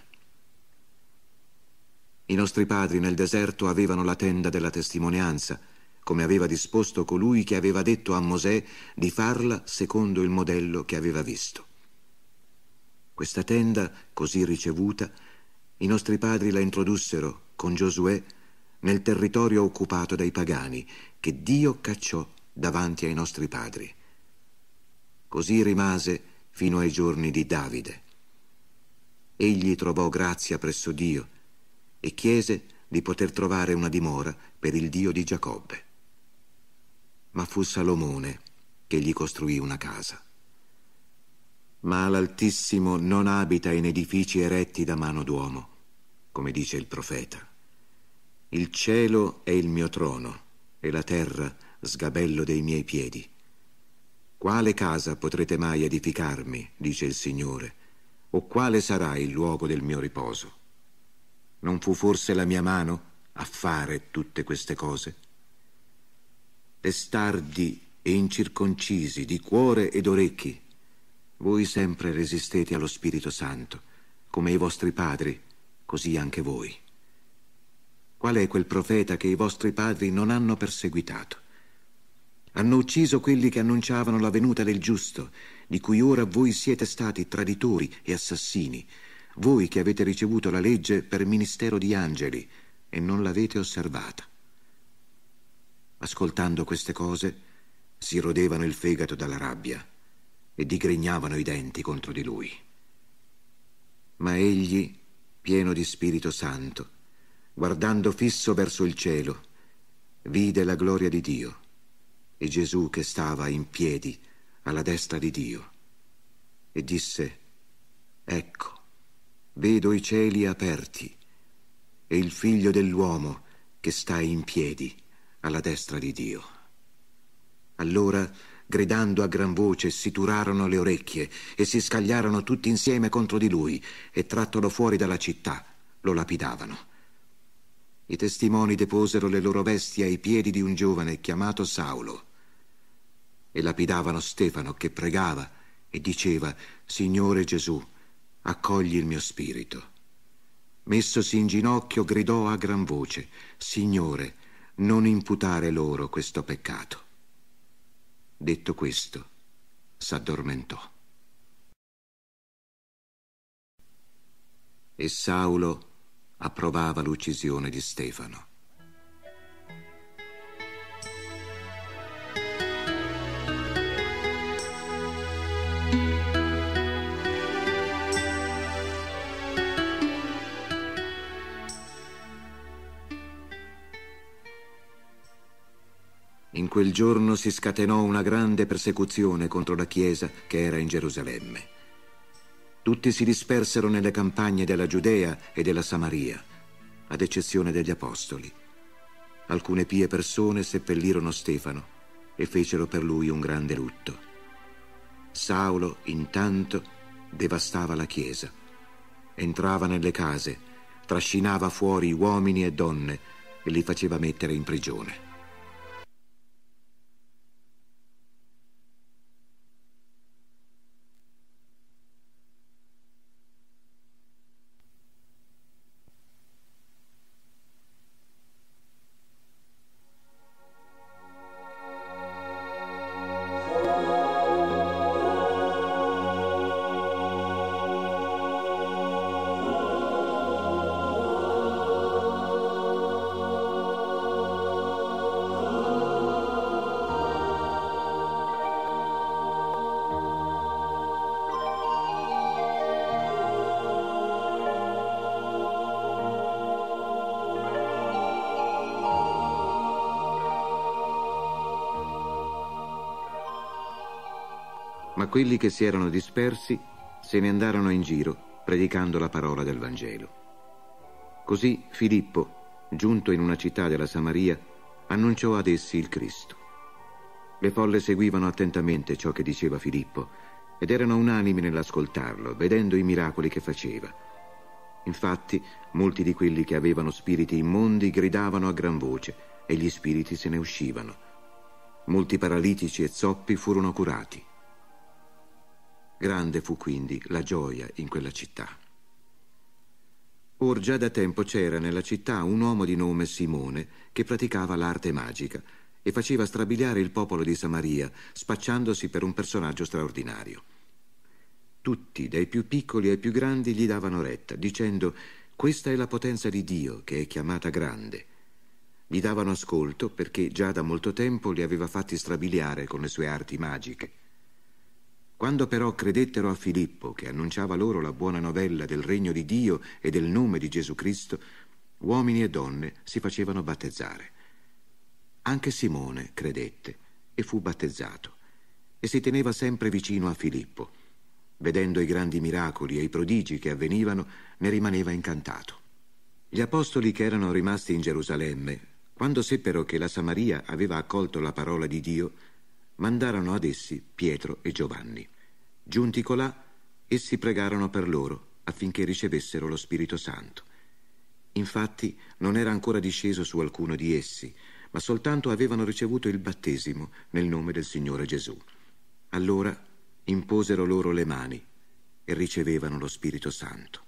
I nostri padri nel deserto avevano la tenda della testimonianza, come aveva disposto colui che aveva detto a Mosè di farla secondo il modello che aveva visto. Questa tenda, così ricevuta, i nostri padri la introdussero con Giosuè nel territorio occupato dai pagani, che Dio cacciò davanti ai nostri padri. Così rimase fino ai giorni di Davide. Egli trovò grazia presso Dio e chiese di poter trovare una dimora per il Dio di Giacobbe. Ma fu Salomone che gli costruì una casa. Ma l'Altissimo non abita in edifici eretti da mano d'uomo, come dice il profeta. Il cielo è il mio trono e la terra sgabello dei miei piedi. Quale casa potrete mai edificarmi, dice il Signore, o quale sarà il luogo del mio riposo? Non fu forse la mia mano a fare tutte queste cose? Testardi e incirconcisi di cuore ed orecchi, voi sempre resistete allo Spirito Santo, come i vostri padri, così anche voi. Qual è quel profeta che i vostri padri non hanno perseguitato? Hanno ucciso quelli che annunciavano la venuta del giusto, di cui ora voi siete stati traditori e assassini, voi che avete ricevuto la legge per ministero di angeli e non l'avete osservata. Ascoltando queste cose, si rodevano il fegato dalla rabbia e digrignavano i denti contro di lui. Ma egli, pieno di Spirito Santo, guardando fisso verso il cielo, vide la gloria di Dio e Gesù che stava in piedi alla destra di Dio, e disse: ecco, vedo i cieli aperti e il Figlio dell'uomo che sta in piedi alla destra di Dio. Allora, gridando a gran voce, si turarono le orecchie e si scagliarono tutti insieme contro di lui e, trattolo fuori dalla città, lo lapidavano. I testimoni deposero le loro vesti ai piedi di un giovane chiamato Saulo e lapidavano Stefano, che pregava e diceva: Signore Gesù, accogli il mio spirito. Messosi in ginocchio, gridò a gran voce: Signore, non imputare loro questo peccato. Detto questo, s'addormentò. E Saulo approvava l'uccisione di Stefano. In quel giorno si scatenò una grande persecuzione contro la Chiesa che era in Gerusalemme. Tutti si dispersero nelle campagne della Giudea e della Samaria, ad eccezione degli apostoli. Alcune pie persone seppellirono Stefano e fecero per lui un grande lutto. Saulo, intanto, devastava la Chiesa. Entrava nelle case, trascinava fuori uomini e donne e li faceva mettere in prigione. Ma quelli che si erano dispersi se ne andarono in giro predicando la parola del Vangelo. Così Filippo, giunto in una città della Samaria, annunciò ad essi il Cristo. Le folle seguivano attentamente ciò che diceva Filippo ed erano unanimi nell'ascoltarlo, vedendo i miracoli che faceva. Infatti, molti di quelli che avevano spiriti immondi gridavano a gran voce e gli spiriti se ne uscivano. Molti paralitici e zoppi furono curati. Grande fu quindi la gioia in quella città. Or già da tempo c'era nella città un uomo di nome Simone che praticava l'arte magica e faceva strabiliare il popolo di Samaria, spacciandosi per un personaggio straordinario. Tutti, dai più piccoli ai più grandi, gli davano retta, dicendo: «Questa è la potenza di Dio, che è chiamata grande». Gli davano ascolto perché già da molto tempo li aveva fatti strabiliare con le sue arti magiche. Quando però credettero a Filippo, che annunciava loro la buona novella del regno di Dio e del nome di Gesù Cristo, uomini e donne si facevano battezzare. Anche Simone credette e fu battezzato e si teneva sempre vicino a Filippo. Vedendo i grandi miracoli e i prodigi che avvenivano, ne rimaneva incantato. Gli apostoli che erano rimasti in Gerusalemme, quando seppero che la Samaria aveva accolto la parola di Dio, mandarono ad essi Pietro e Giovanni. Giunti colà, essi pregarono per loro affinché ricevessero lo Spirito Santo. Infatti non era ancora disceso su alcuno di essi, ma soltanto avevano ricevuto il battesimo nel nome del Signore Gesù. Allora imposero loro le mani e ricevevano lo Spirito Santo.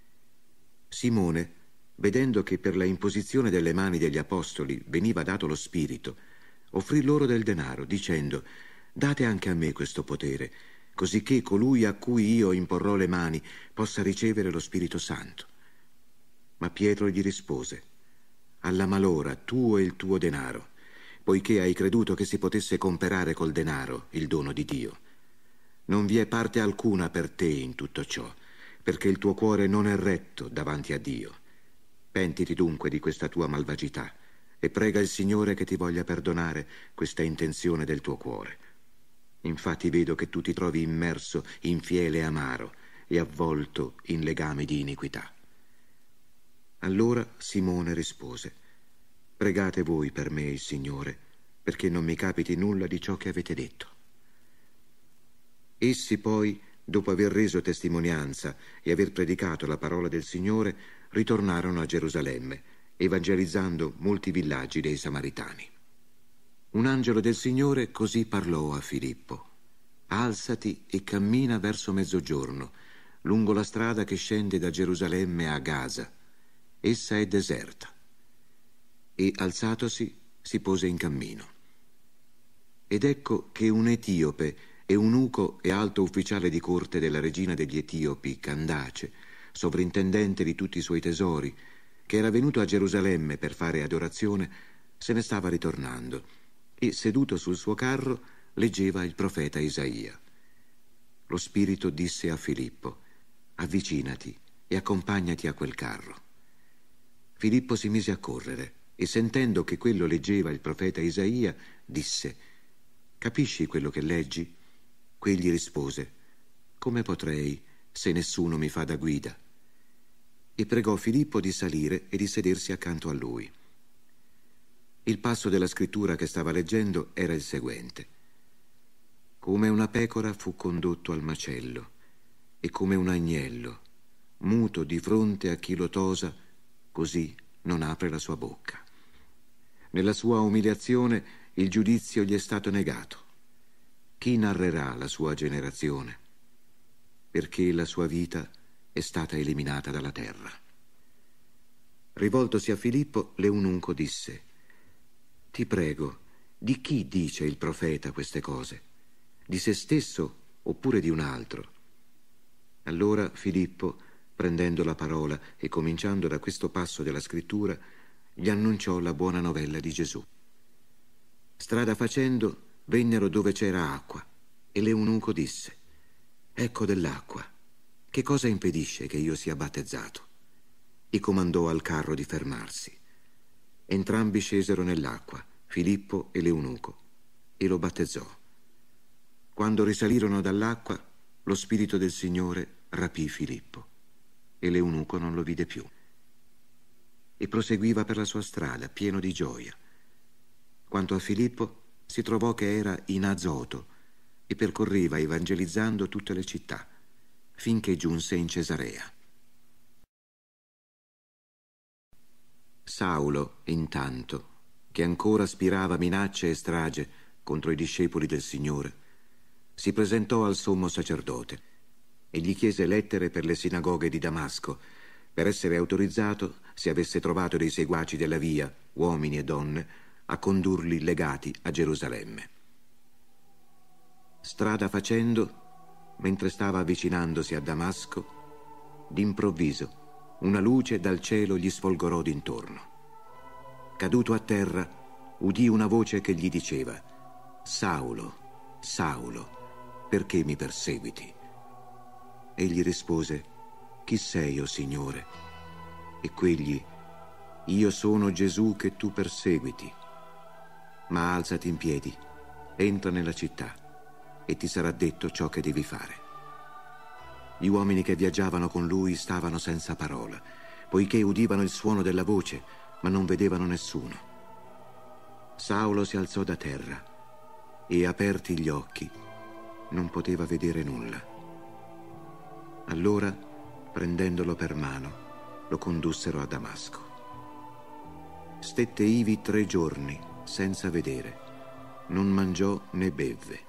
Simone, vedendo che per la imposizione delle mani degli apostoli veniva dato lo Spirito, offrì loro del denaro, dicendo: «Date anche a me questo potere, cosicché colui a cui io imporrò le mani possa ricevere lo Spirito Santo». Ma Pietro gli rispose: «Alla malora tu e il tuo denaro, poiché hai creduto che si potesse comperare col denaro il dono di Dio. Non vi è parte alcuna per te in tutto ciò, perché il tuo cuore non è retto davanti a Dio. Pentiti dunque di questa tua malvagità e prega il Signore che ti voglia perdonare questa intenzione del tuo cuore. Infatti vedo che tu ti trovi immerso in fiele amaro e avvolto in legami di iniquità». Allora Simone rispose: «Pregate voi per me il Signore, perché non mi capiti nulla di ciò che avete detto». Essi poi, dopo aver reso testimonianza e aver predicato la parola del Signore, ritornarono a Gerusalemme, evangelizzando molti villaggi dei Samaritani. Un angelo del Signore così parlò a Filippo: «Alzati e cammina verso mezzogiorno, lungo la strada che scende da Gerusalemme a Gaza. Essa è deserta». E alzatosi si pose in cammino. Ed ecco che un etiope, eunuco e alto ufficiale di corte della regina degli Etiopi, Candace, sovrintendente di tutti i suoi tesori, che era venuto a Gerusalemme per fare adorazione, se ne stava ritornando e, seduto sul suo carro, leggeva il profeta Isaia. Lo Spirito disse a Filippo: «Avvicinati e accompagnati a quel carro». Filippo si mise a correre e, sentendo che quello leggeva il profeta Isaia, disse: «Capisci quello che leggi?» Quegli rispose: «Come potrei, se nessuno mi fa da guida?» E pregò Filippo di salire e di sedersi accanto a lui. Il passo della scrittura che stava leggendo era il seguente: «Come una pecora fu condotto al macello, e come un agnello, muto di fronte a chi lo tosa, così non apre la sua bocca. Nella sua umiliazione il giudizio gli è stato negato. Chi narrerà la sua generazione? Perché la sua vita è stata eliminata dalla terra». Rivoltosi a Filippo, l'eunuco disse: «Ti prego, di chi dice il profeta queste cose? Di se stesso oppure di un altro?» Allora Filippo, prendendo la parola e cominciando da questo passo della scrittura, gli annunciò la buona novella di Gesù. Strada facendo, vennero dove c'era acqua, e l'eunuco disse: «Ecco dell'acqua, che cosa impedisce che io sia battezzato?» E comandò al carro di fermarsi. Entrambi scesero nell'acqua, Filippo e l'eunuco, e lo battezzò. Quando risalirono dall'acqua, lo spirito del Signore rapì Filippo e l'eunuco non lo vide più. E proseguiva per la sua strada, pieno di gioia. Quanto a Filippo, si trovò che era in Azoto e percorreva evangelizzando tutte le città, finché giunse in Cesarea. Saulo, intanto, che ancora spirava minacce e strage contro i discepoli del Signore, si presentò al sommo sacerdote e gli chiese lettere per le sinagoghe di Damasco, per essere autorizzato, se avesse trovato dei seguaci della via, uomini e donne, a condurli legati a Gerusalemme. Strada facendo, mentre stava avvicinandosi a Damasco, d'improvviso una luce dal cielo gli sfolgorò d'intorno. Caduto a terra, udì una voce che gli diceva: «Saulo, Saulo, perché mi perseguiti?» Egli rispose: «Chi sei, o Signore?» E quegli: «Io sono Gesù che tu perseguiti. Ma alzati in piedi, entra nella città e ti sarà detto ciò che devi fare». Gli uomini che viaggiavano con lui stavano senza parola, poiché udivano il suono della voce, ma non vedevano nessuno. Saulo si alzò da terra e, aperti gli occhi, non poteva vedere nulla. Allora, prendendolo per mano, lo condussero a Damasco. Stette ivi tre giorni senza vedere, non mangiò né bevve.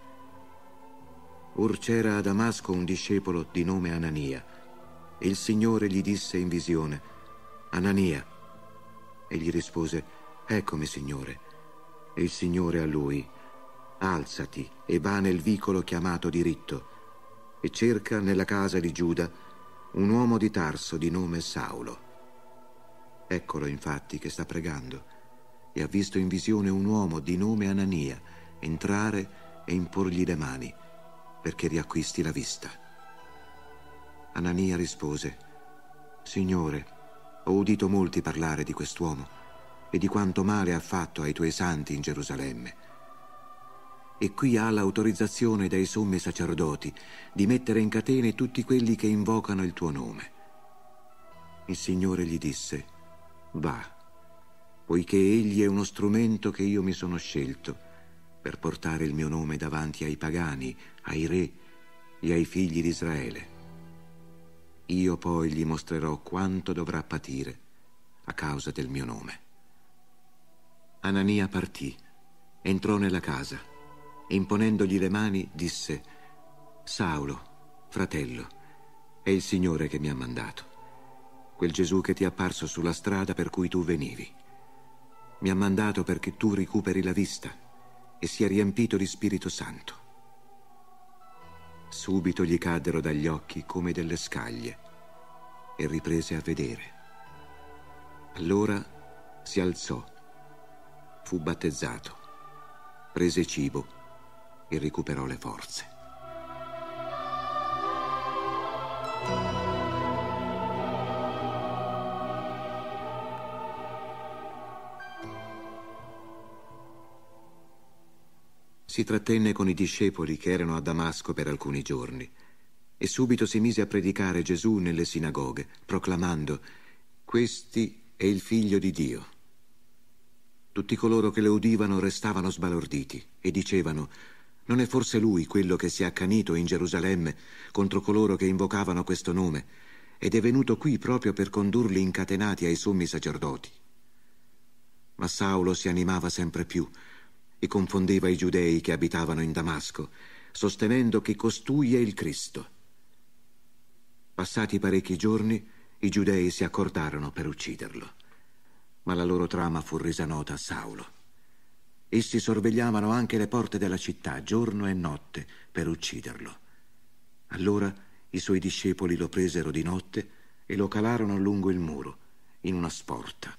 Or c'era a Damasco un discepolo di nome Anania, e il Signore gli disse in visione: «Anania». Egli rispose: «Eccomi, Signore». E il Signore a lui: «Alzati e va nel vicolo chiamato Diritto, e cerca nella casa di Giuda un uomo di Tarso di nome Saulo». Eccolo infatti che sta pregando, e ha visto in visione un uomo di nome Anania entrare e imporgli le mani, perché riacquisti la vista. Anania rispose: «Signore, ho udito molti parlare di quest'uomo e di quanto male ha fatto ai tuoi santi in Gerusalemme. E qui ha l'autorizzazione dai sommi sacerdoti di mettere in catene tutti quelli che invocano il tuo nome». Il Signore gli disse: «Va, poiché egli è uno strumento che io mi sono scelto per portare il mio nome davanti ai pagani, ai re e ai figli di Israele. Io poi gli mostrerò quanto dovrà patire a causa del mio nome». Anania partì, entrò nella casa e, imponendogli le mani, disse: «Saulo, fratello, è il Signore che mi ha mandato, quel Gesù che ti è apparso sulla strada per cui tu venivi. Mi ha mandato perché tu recuperi la vista e sia riempito di Spirito Santo». Subito gli caddero dagli occhi come delle scaglie e riprese a vedere. Allora si alzò, fu battezzato, prese cibo e recuperò le forze. Si trattenne con i discepoli che erano a Damasco per alcuni giorni e subito si mise a predicare Gesù nelle sinagoghe, proclamando: «Questi è il Figlio di Dio». Tutti coloro che lo udivano restavano sbalorditi e dicevano: «Non è forse lui quello che si è accanito in Gerusalemme contro coloro che invocavano questo nome ed è venuto qui proprio per condurli incatenati ai sommi sacerdoti?» Ma Saulo si animava sempre più e confondeva i giudei che abitavano in Damasco, sostenendo che costui è il Cristo. Passati parecchi giorni, i giudei si accordarono per ucciderlo, ma la loro trama fu resa nota a Saulo. Essi sorvegliavano anche le porte della città, giorno e notte, per ucciderlo. Allora i suoi discepoli lo presero di notte e lo calarono lungo il muro, in una sporta.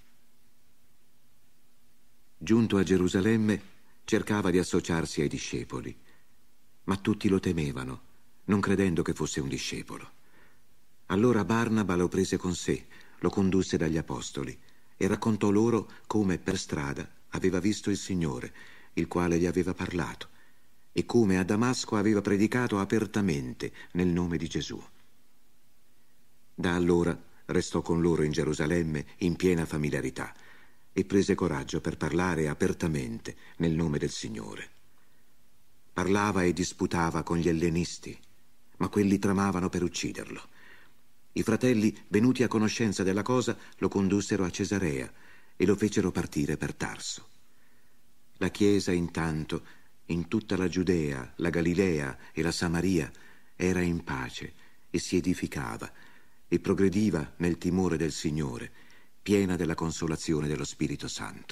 Giunto a Gerusalemme, cercava di associarsi ai discepoli, ma tutti lo temevano, non credendo che fosse un discepolo. Allora Barnaba lo prese con sé, lo condusse dagli apostoli e raccontò loro come per strada aveva visto il Signore, il quale gli aveva parlato, e come a Damasco aveva predicato apertamente nel nome di Gesù. Da allora restò con loro in Gerusalemme in piena familiarità e prese coraggio per parlare apertamente nel nome del Signore. Parlava e disputava con gli ellenisti, ma quelli tramavano per ucciderlo. I fratelli, venuti a conoscenza della cosa, lo condussero a Cesarea e lo fecero partire per Tarso. La Chiesa, intanto, in tutta la Giudea, la Galilea e la Samaria, era in pace e si edificava e progrediva nel timore del Signore, piena della consolazione dello Spirito Santo.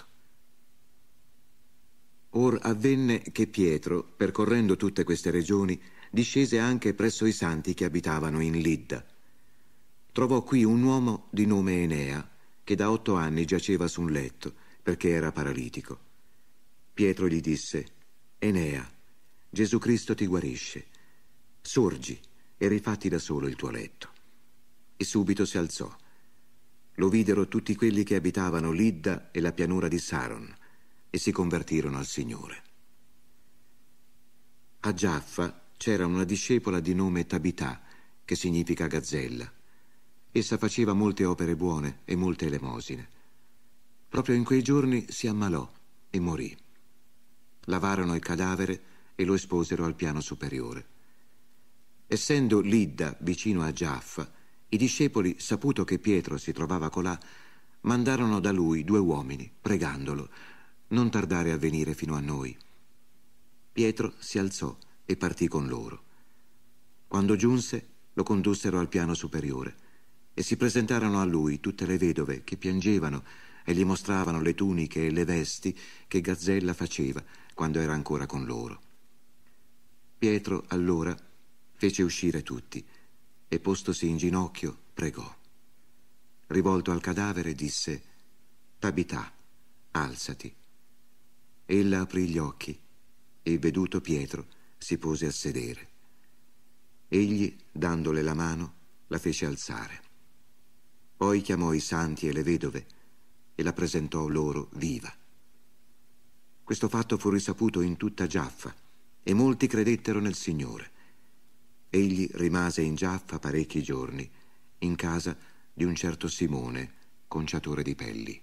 Or avvenne che Pietro, percorrendo tutte queste regioni, discese anche presso i santi che abitavano in Lidda. Trovò qui un uomo di nome Enea, che da otto anni giaceva su un letto, perché era paralitico. Pietro gli disse: Enea, Gesù Cristo ti guarisce. Sorgi e rifatti da solo il tuo letto. E subito si alzò. Lo videro tutti quelli che abitavano Lidda e la pianura di Saron, e si convertirono al Signore. A Giaffa c'era una discepola di nome Tabità, che significa gazzella. Essa faceva molte opere buone e molte elemosine. Proprio in quei giorni si ammalò e morì. Lavarono il cadavere e lo esposero al piano superiore. Essendo Lidda vicino a Giaffa, i discepoli, saputo che Pietro si trovava colà, mandarono da lui due uomini, pregandolo: non tardare a venire fino a noi. Pietro si alzò e partì con loro. Quando giunse, lo condussero al piano superiore e si presentarono a lui tutte le vedove che piangevano e gli mostravano le tuniche e le vesti che Gazzella faceva quando era ancora con loro. Pietro allora fece uscire tutti e, postosi in ginocchio, pregò. Rivolto al cadavere disse: Tabità, alzati. Ella aprì gli occhi e, veduto Pietro, si pose a sedere. Egli, dandole la mano, la fece alzare. Poi chiamò i santi e le vedove e la presentò loro viva. Questo fatto fu risaputo in tutta Giaffa e molti credettero nel Signore. Egli rimase in Giaffa parecchi giorni, in casa di un certo Simone, conciatore di pelli.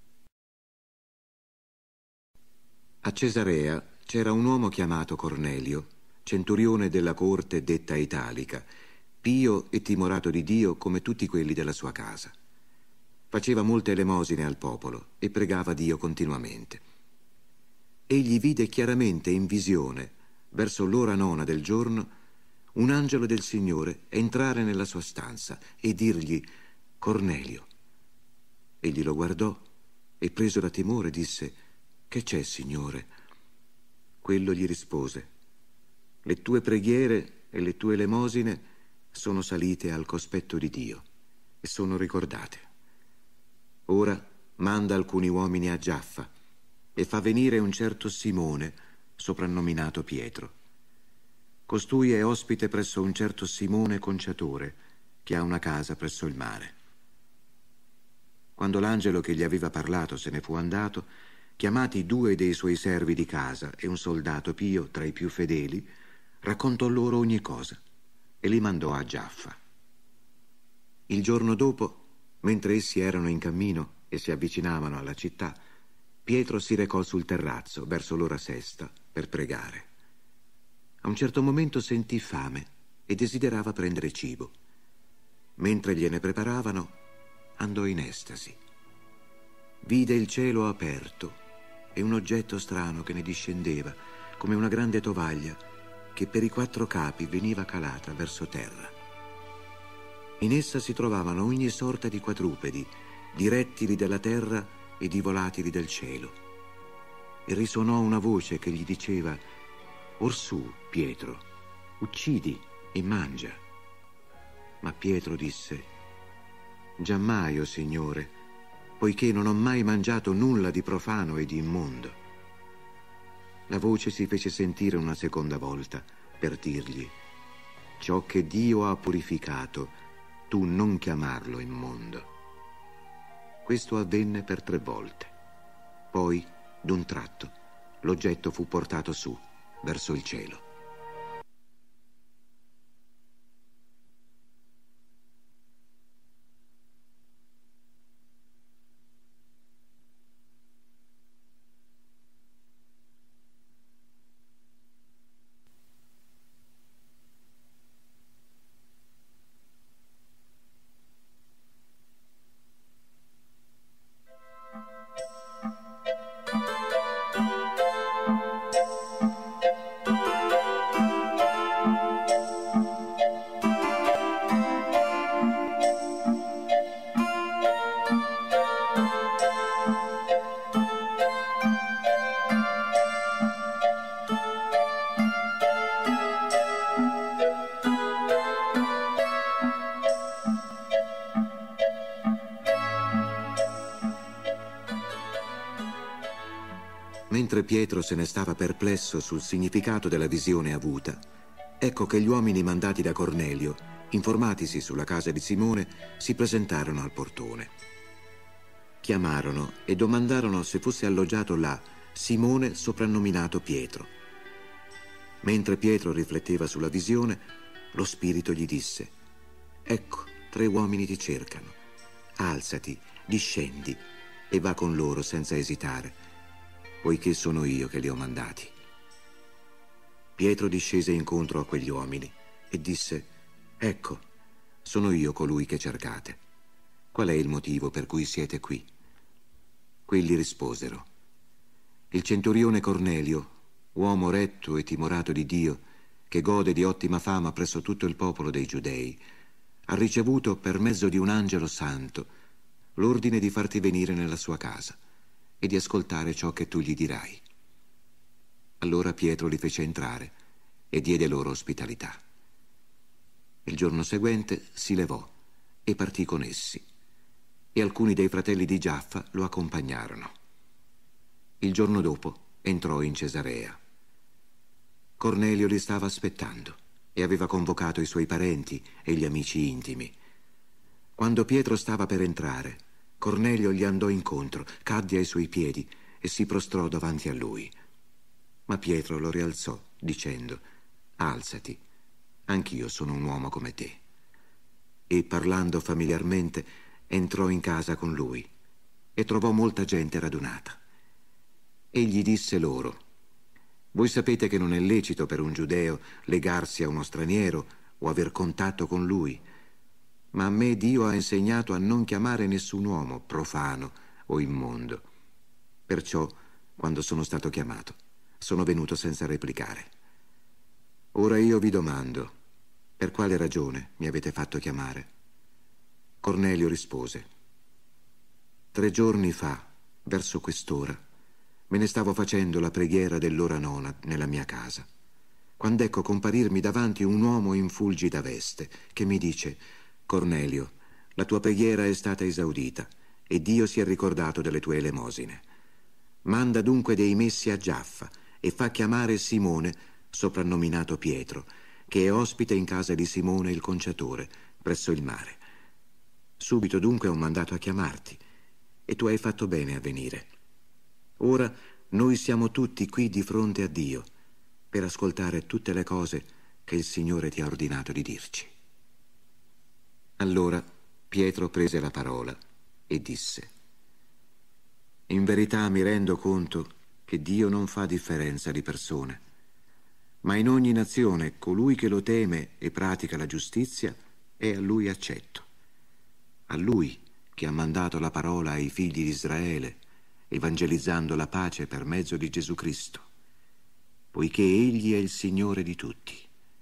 A Cesarea c'era un uomo chiamato Cornelio, centurione della corte detta italica, pio e timorato di Dio come tutti quelli della sua casa. Faceva molte elemosine al popolo e pregava Dio continuamente. Egli vide chiaramente in visione, verso l'ora nona del giorno, un angelo del Signore entrare nella sua stanza e dirgli: Cornelio. Egli lo guardò e, preso da timore, disse: Che c'è, Signore? Quello gli rispose: Le tue preghiere e le tue elemosine sono salite al cospetto di Dio e sono ricordate. Ora manda alcuni uomini a Giaffa e fa venire un certo Simone, soprannominato Pietro. Costui è ospite presso un certo Simone conciatore, che ha una casa presso il mare. Quando l'angelo che gli aveva parlato se ne fu andato, chiamati due dei suoi servi di casa e un soldato pio tra i più fedeli, raccontò loro ogni cosa e li mandò a Giaffa. Il giorno dopo, mentre essi erano in cammino e si avvicinavano alla città, Pietro si recò sul terrazzo verso l'ora sesta per pregare. A un certo momento sentì fame e desiderava prendere cibo. Mentre gliene preparavano, andò in estasi. Vide il cielo aperto e un oggetto strano che ne discendeva, come una grande tovaglia che per i quattro capi veniva calata verso terra. In essa si trovavano ogni sorta di quadrupedi, di rettili della terra e di volatili del cielo. E risuonò una voce che gli diceva: Orsù, Pietro, uccidi e mangia. Ma Pietro disse: Giammai, o Signore, poiché non ho mai mangiato nulla di profano e di immondo. La voce si fece sentire una seconda volta per dirgli: ciò che Dio ha purificato, tu non chiamarlo immondo. Questo avvenne per tre volte. Poi, d'un tratto, l'oggetto fu portato su verso il cielo. Mentre Pietro se ne stava perplesso sul significato della visione avuta, ecco che gli uomini mandati da Cornelio, informatisi sulla casa di Simone, si presentarono al portone. Chiamarono e domandarono se fosse alloggiato là Simone, soprannominato Pietro. Mentre Pietro rifletteva sulla visione, lo spirito gli disse: «Ecco, tre uomini ti cercano. Alzati, discendi e va con loro senza esitare, poiché sono io che li ho mandati». Pietro discese incontro a quegli uomini e disse: «Ecco, sono io colui che cercate. Qual è il motivo per cui siete qui?» Quelli risposero: «Il centurione Cornelio, uomo retto e timorato di Dio, che gode di ottima fama presso tutto il popolo dei Giudei, ha ricevuto per mezzo di un angelo santo l'ordine di farti venire nella sua casa e di ascoltare ciò che tu gli dirai». Allora Pietro li fece entrare e diede loro ospitalità. Il giorno seguente si levò e partì con essi, e alcuni dei fratelli di Giaffa lo accompagnarono. Il giorno dopo entrò in Cesarea. Cornelio li stava aspettando e aveva convocato i suoi parenti e gli amici intimi. Quando Pietro stava per entrare, Cornelio gli andò incontro, cadde ai suoi piedi e si prostrò davanti a lui. Ma Pietro lo rialzò, dicendo: «Alzati, anch'io sono un uomo come te». E parlando familiarmente, entrò in casa con lui e trovò molta gente radunata. Egli disse loro: «Voi sapete che non è lecito per un giudeo legarsi a uno straniero o aver contatto con lui, ma a me Dio ha insegnato a non chiamare nessun uomo profano o immondo. Perciò, quando sono stato chiamato, sono venuto senza replicare. Ora io vi domando, per quale ragione mi avete fatto chiamare?» Cornelio rispose: «Tre giorni fa, verso quest'ora, me ne stavo facendo la preghiera dell'ora nona nella mia casa, quando ecco comparirmi davanti un uomo in fulgida veste, che mi dice: Cornelio, la tua preghiera è stata esaudita e Dio si è ricordato delle tue elemosine. Manda dunque dei messi a Giaffa e fa chiamare Simone, soprannominato Pietro, che è ospite in casa di Simone il conciatore, presso il mare. Subito dunque ho mandato a chiamarti, e tu hai fatto bene a venire. Ora noi siamo tutti qui di fronte a Dio, per ascoltare tutte le cose che il Signore ti ha ordinato di dirci». Allora Pietro prese la parola e disse: «In verità mi rendo conto che Dio non fa differenza di persone, ma in ogni nazione colui che lo teme e pratica la giustizia è a lui accetto. A lui che ha mandato la parola ai figli di Israele, evangelizzando la pace per mezzo di Gesù Cristo, poiché Egli è il Signore di tutti.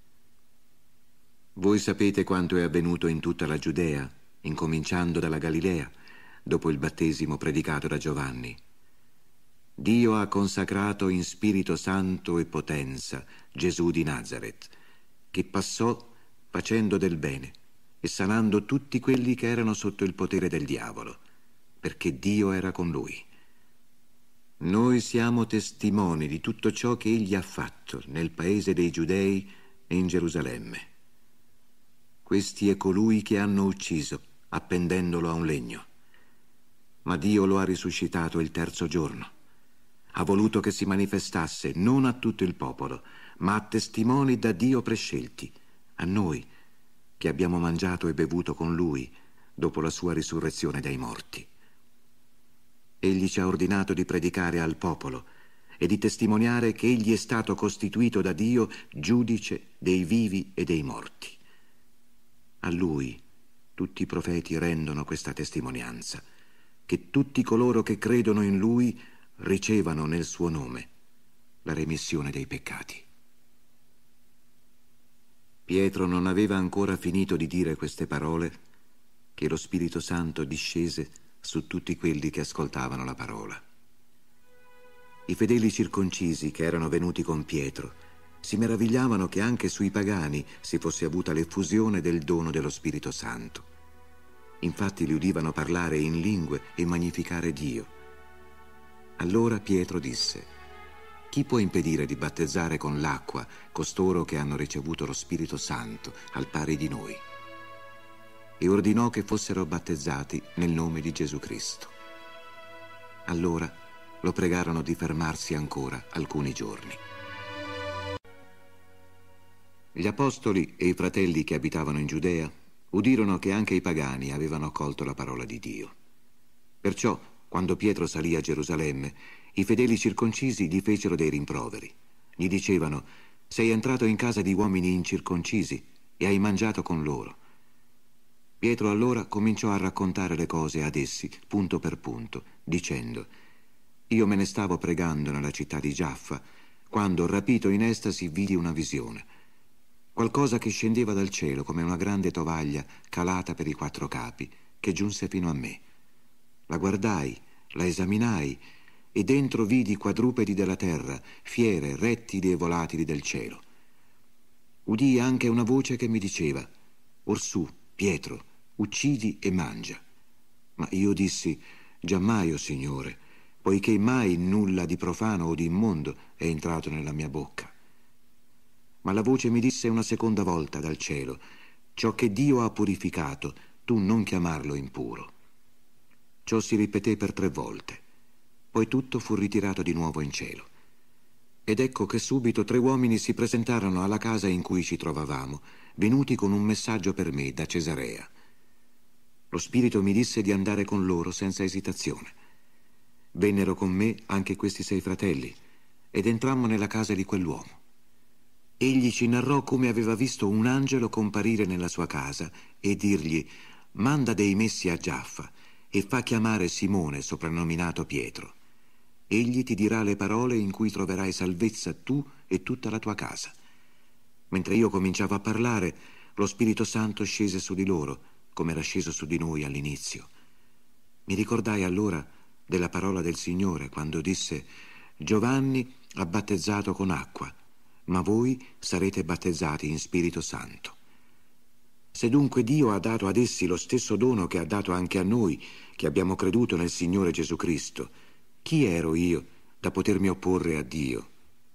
Voi sapete quanto è avvenuto in tutta la Giudea, incominciando dalla Galilea, dopo il battesimo predicato da Giovanni. Dio ha consacrato in Spirito Santo e potenza Gesù di Nazaret, che passò facendo del bene e sanando tutti quelli che erano sotto il potere del diavolo, perché Dio era con lui. Noi siamo testimoni di tutto ciò che egli ha fatto nel paese dei Giudei e in Gerusalemme. Questi è colui che hanno ucciso, appendendolo a un legno. Ma Dio lo ha risuscitato il terzo giorno, ha voluto che si manifestasse non a tutto il popolo, ma a testimoni da Dio prescelti, a noi che abbiamo mangiato e bevuto con Lui dopo la sua risurrezione dai morti. Egli ci ha ordinato di predicare al popolo e di testimoniare che Egli è stato costituito da Dio giudice dei vivi e dei morti. A Lui tutti i profeti rendono questa testimonianza, che tutti coloro che credono in Lui ricevano nel suo nome la remissione dei peccati. Pietro non aveva ancora finito di dire queste parole che lo Spirito Santo discese su tutti quelli che ascoltavano la parola. I fedeli circoncisi che erano venuti con Pietro si meravigliavano che anche sui pagani si fosse avuta l'effusione del dono dello Spirito Santo. Infatti li udivano parlare in lingue e magnificare Dio. Allora Pietro disse: chi può impedire di battezzare con l'acqua costoro che hanno ricevuto lo Spirito Santo al pari di noi? E ordinò che fossero battezzati nel nome di Gesù Cristo. Allora lo pregarono di fermarsi ancora alcuni giorni. Gli apostoli e i fratelli che abitavano in Giudea udirono che anche i pagani avevano accolto la parola di Dio. Perciò, quando Pietro salì a Gerusalemme, i fedeli circoncisi gli fecero dei rimproveri. Gli dicevano: sei entrato in casa di uomini incirconcisi e hai mangiato con loro. Pietro allora cominciò a raccontare le cose ad essi, punto per punto, dicendo: io me ne stavo pregando nella città di Giaffa, quando, rapito in estasi, vidi una visione. Qualcosa che scendeva dal cielo come una grande tovaglia calata per i quattro capi, che giunse fino a me. La guardai, la esaminai, e dentro vidi quadrupedi della terra, fiere, rettili e volatili del cielo. Udii anche una voce che mi diceva: orsù, Pietro, uccidi e mangia. Ma io dissi: giammai, o Signore, poiché mai nulla di profano o di immondo è entrato nella mia bocca. Ma la voce mi disse una seconda volta dal cielo: ciò che Dio ha purificato, tu non chiamarlo impuro. Ciò si ripeté per tre volte. Poi tutto fu ritirato di nuovo in cielo. Ed ecco che subito tre uomini si presentarono alla casa in cui ci trovavamo, venuti con un messaggio per me da Cesarea. Lo Spirito mi disse di andare con loro senza esitazione. Vennero con me anche questi sei fratelli, ed entrammo nella casa di quell'uomo. Egli ci narrò come aveva visto un angelo comparire nella sua casa e dirgli: manda dei messi a Giaffa e fa chiamare Simone, soprannominato Pietro. Egli ti dirà le parole in cui troverai salvezza tu e tutta la tua casa. Mentre io cominciavo a parlare, lo Spirito Santo scese su di loro, come era sceso su di noi all'inizio. Mi ricordai allora della parola del Signore, quando disse: Giovanni ha battezzato con acqua, ma voi sarete battezzati in Spirito Santo. Se dunque Dio ha dato ad essi lo stesso dono che ha dato anche a noi, che abbiamo creduto nel Signore Gesù Cristo, chi ero io da potermi opporre a Dio?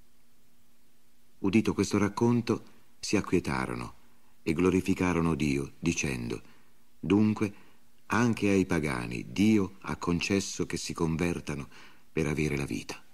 Udito questo racconto, si acquietarono e glorificarono Dio, dicendo: dunque, anche ai pagani Dio ha concesso che si convertano per avere la vita.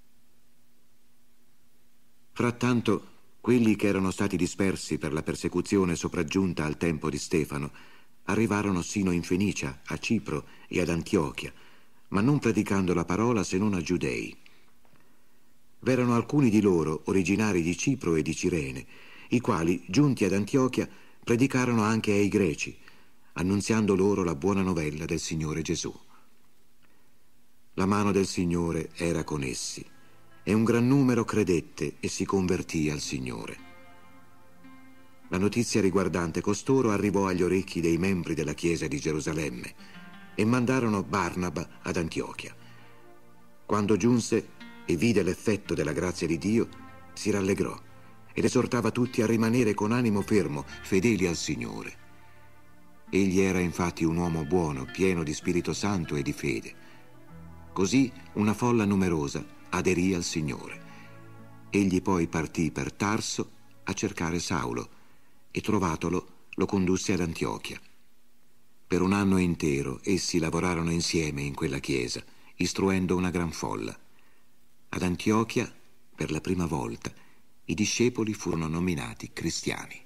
Frattanto, quelli che erano stati dispersi per la persecuzione sopraggiunta al tempo di Stefano arrivarono sino in Fenicia, a Cipro e ad Antiochia, ma non predicando la parola se non a giudei. V'erano alcuni di loro, originari di Cipro e di Cirene, i quali, giunti ad Antiochia, predicarono anche ai greci, annunziando loro la buona novella del Signore Gesù. La mano del Signore era con essi, e un gran numero credette e si convertì al Signore. La notizia riguardante costoro arrivò agli orecchi dei membri della Chiesa di Gerusalemme, e mandarono Barnaba ad Antiochia. Quando giunse e vide l'effetto della grazia di Dio, si rallegrò ed esortava tutti a rimanere con animo fermo, fedeli al Signore. Egli era infatti un uomo buono, pieno di Spirito Santo e di fede. Così una folla numerosa aderì al Signore. Egli poi partì per Tarso a cercare Saulo e, trovatolo, lo condusse ad Antiochia. Per un anno intero essi lavorarono insieme in quella chiesa, istruendo una gran folla. Ad Antiochia, per la prima volta, i discepoli furono nominati cristiani.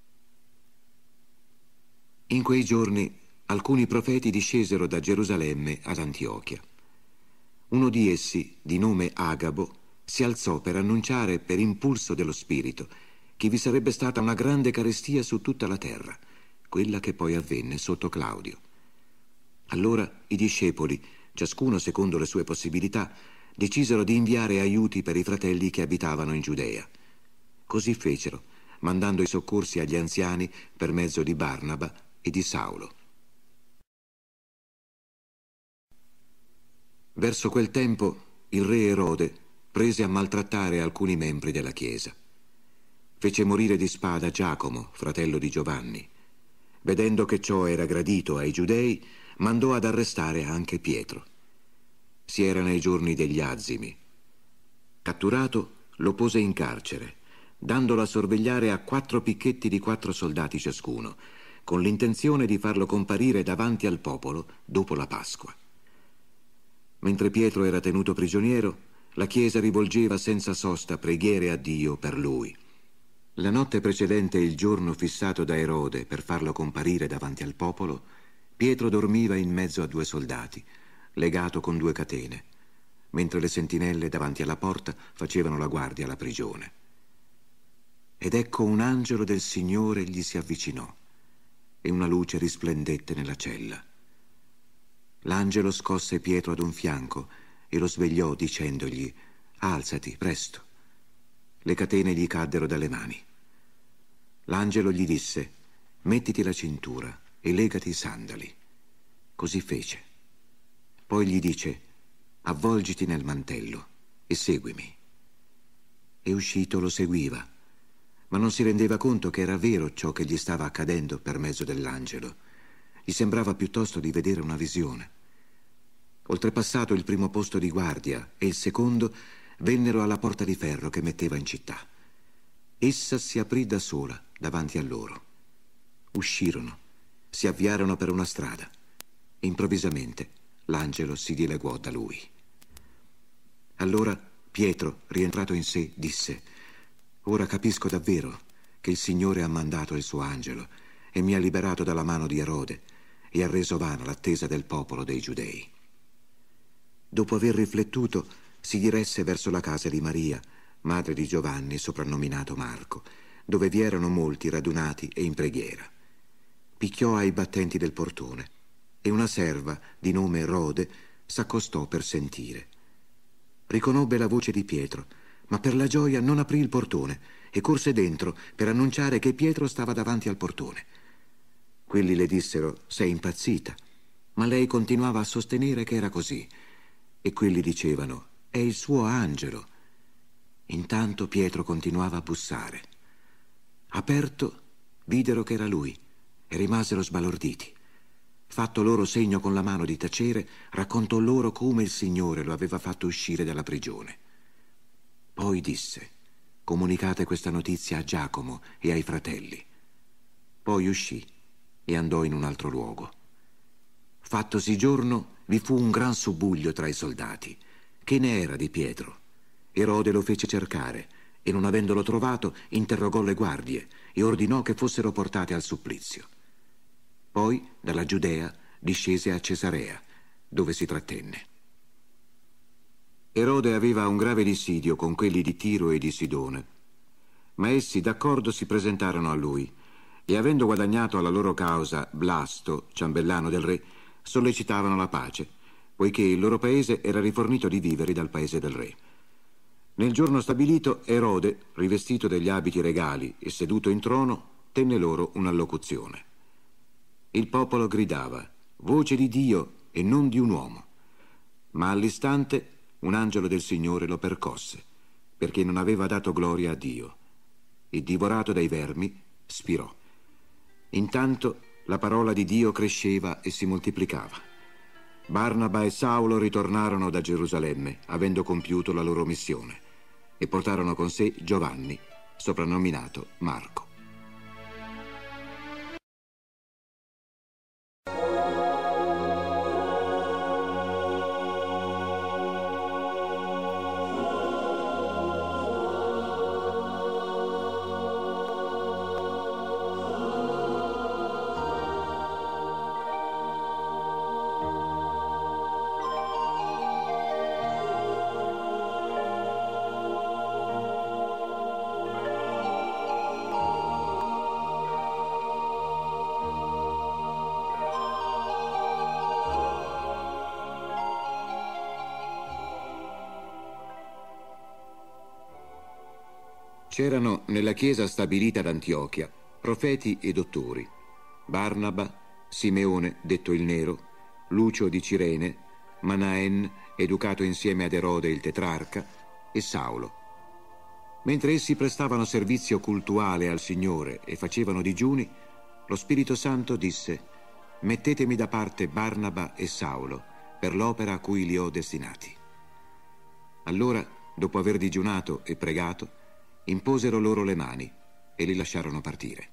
In quei giorni alcuni profeti discesero da Gerusalemme ad Antiochia. Uno di essi, di nome Agabo, si alzò per annunciare per impulso dello Spirito che vi sarebbe stata una grande carestia su tutta la terra, quella che poi avvenne sotto Claudio. Allora i discepoli, ciascuno secondo le sue possibilità, decisero di inviare aiuti per i fratelli che abitavano in Giudea. Così fecero, mandando i soccorsi agli anziani per mezzo di Barnaba e di Saulo. Verso quel tempo il re Erode prese a maltrattare alcuni membri della Chiesa. Fece morire di spada Giacomo, fratello di Giovanni. Vedendo che ciò era gradito ai giudei, mandò ad arrestare anche Pietro. Si era nei giorni degli azimi. Catturato, lo pose in carcere, dandolo a sorvegliare a quattro picchetti di quattro soldati ciascuno, con l'intenzione di farlo comparire davanti al popolo dopo la Pasqua. Mentre Pietro era tenuto prigioniero, la Chiesa rivolgeva senza sosta preghiere a Dio per lui. La notte precedente il giorno fissato da Erode per farlo comparire davanti al popolo, Pietro dormiva in mezzo a due soldati, legato con due catene, mentre le sentinelle davanti alla porta facevano la guardia alla prigione. Ed ecco un angelo del Signore gli si avvicinò e una luce risplendette nella cella. L'angelo scosse Pietro ad un fianco e lo svegliò dicendogli: «Alzati, presto». Le catene gli caddero dalle mani. L'angelo gli disse: «Mettiti la cintura e legati i sandali». Così fece. Poi gli dice: «Avvolgiti nel mantello e seguimi». E uscito lo seguiva, ma non si rendeva conto che era vero ciò che gli stava accadendo per mezzo dell'angelo. Gli sembrava piuttosto di vedere una visione. Oltrepassato il primo posto di guardia e il secondo, vennero alla porta di ferro che metteva in città. Essa si aprì da sola davanti a loro. Uscirono, si avviarono per una strada. Improvvisamente l'angelo si dileguò da lui. Allora Pietro, rientrato in sé, disse: «Ora capisco davvero che il Signore ha mandato il suo angelo e mi ha liberato dalla mano di Erode e ha reso vana l'attesa del popolo dei Giudei». Dopo aver riflettuto, si diresse verso la casa di Maria, madre di Giovanni, soprannominato Marco, dove vi erano molti radunati e in preghiera. Picchiò ai battenti del portone e una serva di nome Rode s'accostò per sentire. Riconobbe la voce di Pietro, ma per la gioia non aprì il portone e corse dentro per annunciare che Pietro stava davanti al portone. Quelli le dissero: «Sei impazzita», ma lei continuava a sostenere che era così, e quelli dicevano: «È il suo angelo». Intanto Pietro continuava a bussare. Aperto, videro che era lui e rimasero sbalorditi. Fatto loro segno con la mano di tacere, raccontò loro come il Signore lo aveva fatto uscire dalla prigione. Poi disse: «Comunicate questa notizia a Giacomo e ai fratelli». Poi uscì e andò in un altro luogo. Fattosi giorno, vi fu un gran subbuglio tra i soldati. Che ne era di Pietro? Erode lo fece cercare e, non avendolo trovato, interrogò le guardie e ordinò che fossero portate al supplizio. Poi, dalla Giudea, discese a Cesarea, dove si trattenne. Erode aveva un grave dissidio con quelli di Tiro e di Sidone, ma essi d'accordo si presentarono a lui e, avendo guadagnato alla loro causa Blasto, ciambellano del re, sollecitavano la pace, poiché il loro paese era rifornito di viveri dal paese del re. Nel giorno stabilito, Erode, rivestito degli abiti regali e seduto in trono, tenne loro un'allocuzione. Il popolo gridava: «Voce di Dio e non di un uomo». Ma all'istante un angelo del Signore lo percosse, perché non aveva dato gloria a Dio, e divorato dai vermi spirò. Intanto la parola di Dio cresceva e si moltiplicava. Barnaba e Saulo ritornarono da Gerusalemme, avendo compiuto la loro missione, e portarono con sé Giovanni, soprannominato Marco. C'erano nella chiesa stabilita ad Antiochia profeti e dottori: Barnaba, Simeone detto il Nero, Lucio di Cirene, Manaen, educato insieme ad Erode il tetrarca, e Saulo. Mentre essi prestavano servizio cultuale al Signore e facevano digiuni, lo Spirito Santo disse: mettetemi da parte Barnaba e Saulo per l'opera a cui li ho destinati. Allora, dopo aver digiunato e pregato, imposero loro le mani e li lasciarono partire.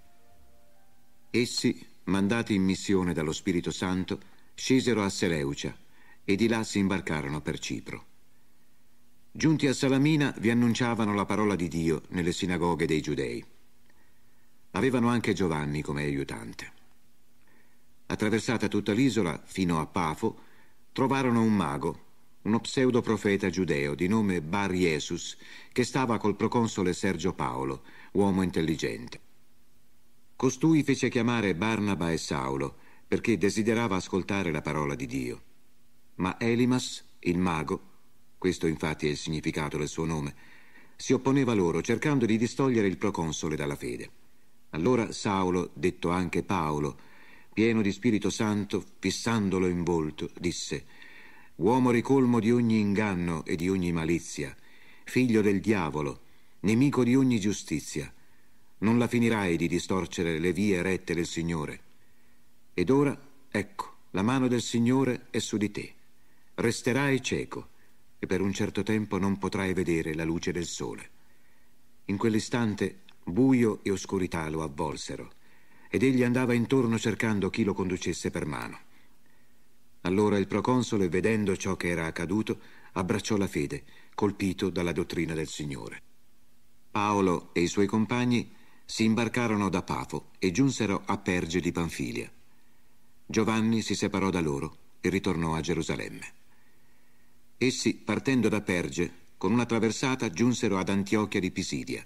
Essi, mandati in missione dallo Spirito Santo, scesero a Seleucia e di là si imbarcarono per Cipro. Giunti a Salamina vi annunciavano la parola di Dio nelle sinagoghe dei Giudei. Avevano anche Giovanni come aiutante. Attraversata tutta l'isola fino a Pafo, trovarono un mago, uno pseudoprofeta giudeo di nome Bar Jesus, che stava col proconsole Sergio Paolo, uomo intelligente. Costui fece chiamare Barnaba e Saulo perché desiderava ascoltare la parola di Dio. Ma Elimas, il mago, questo infatti è il significato del suo nome, si opponeva loro, cercando di distogliere il proconsole dalla fede. Allora Saulo, detto anche Paolo, pieno di Spirito Santo, fissandolo in volto, disse: uomo ricolmo di ogni inganno e di ogni malizia, figlio del diavolo, nemico di ogni giustizia, non la finirai di distorcere le vie rette del Signore. Ed ora, ecco, la mano del Signore è su di te. Resterai cieco e per un certo tempo non potrai vedere la luce del sole. In quell'istante buio e oscurità lo avvolsero ed egli andava intorno cercando chi lo conducesse per mano. Allora il proconsole, vedendo ciò che era accaduto, abbracciò la fede, colpito dalla dottrina del Signore. Paolo e i suoi compagni si imbarcarono da Pafo e giunsero a Perge di Panfilia. Giovanni si separò da loro e ritornò a Gerusalemme. Essi, partendo da Perge, con una traversata giunsero ad Antiochia di Pisidia.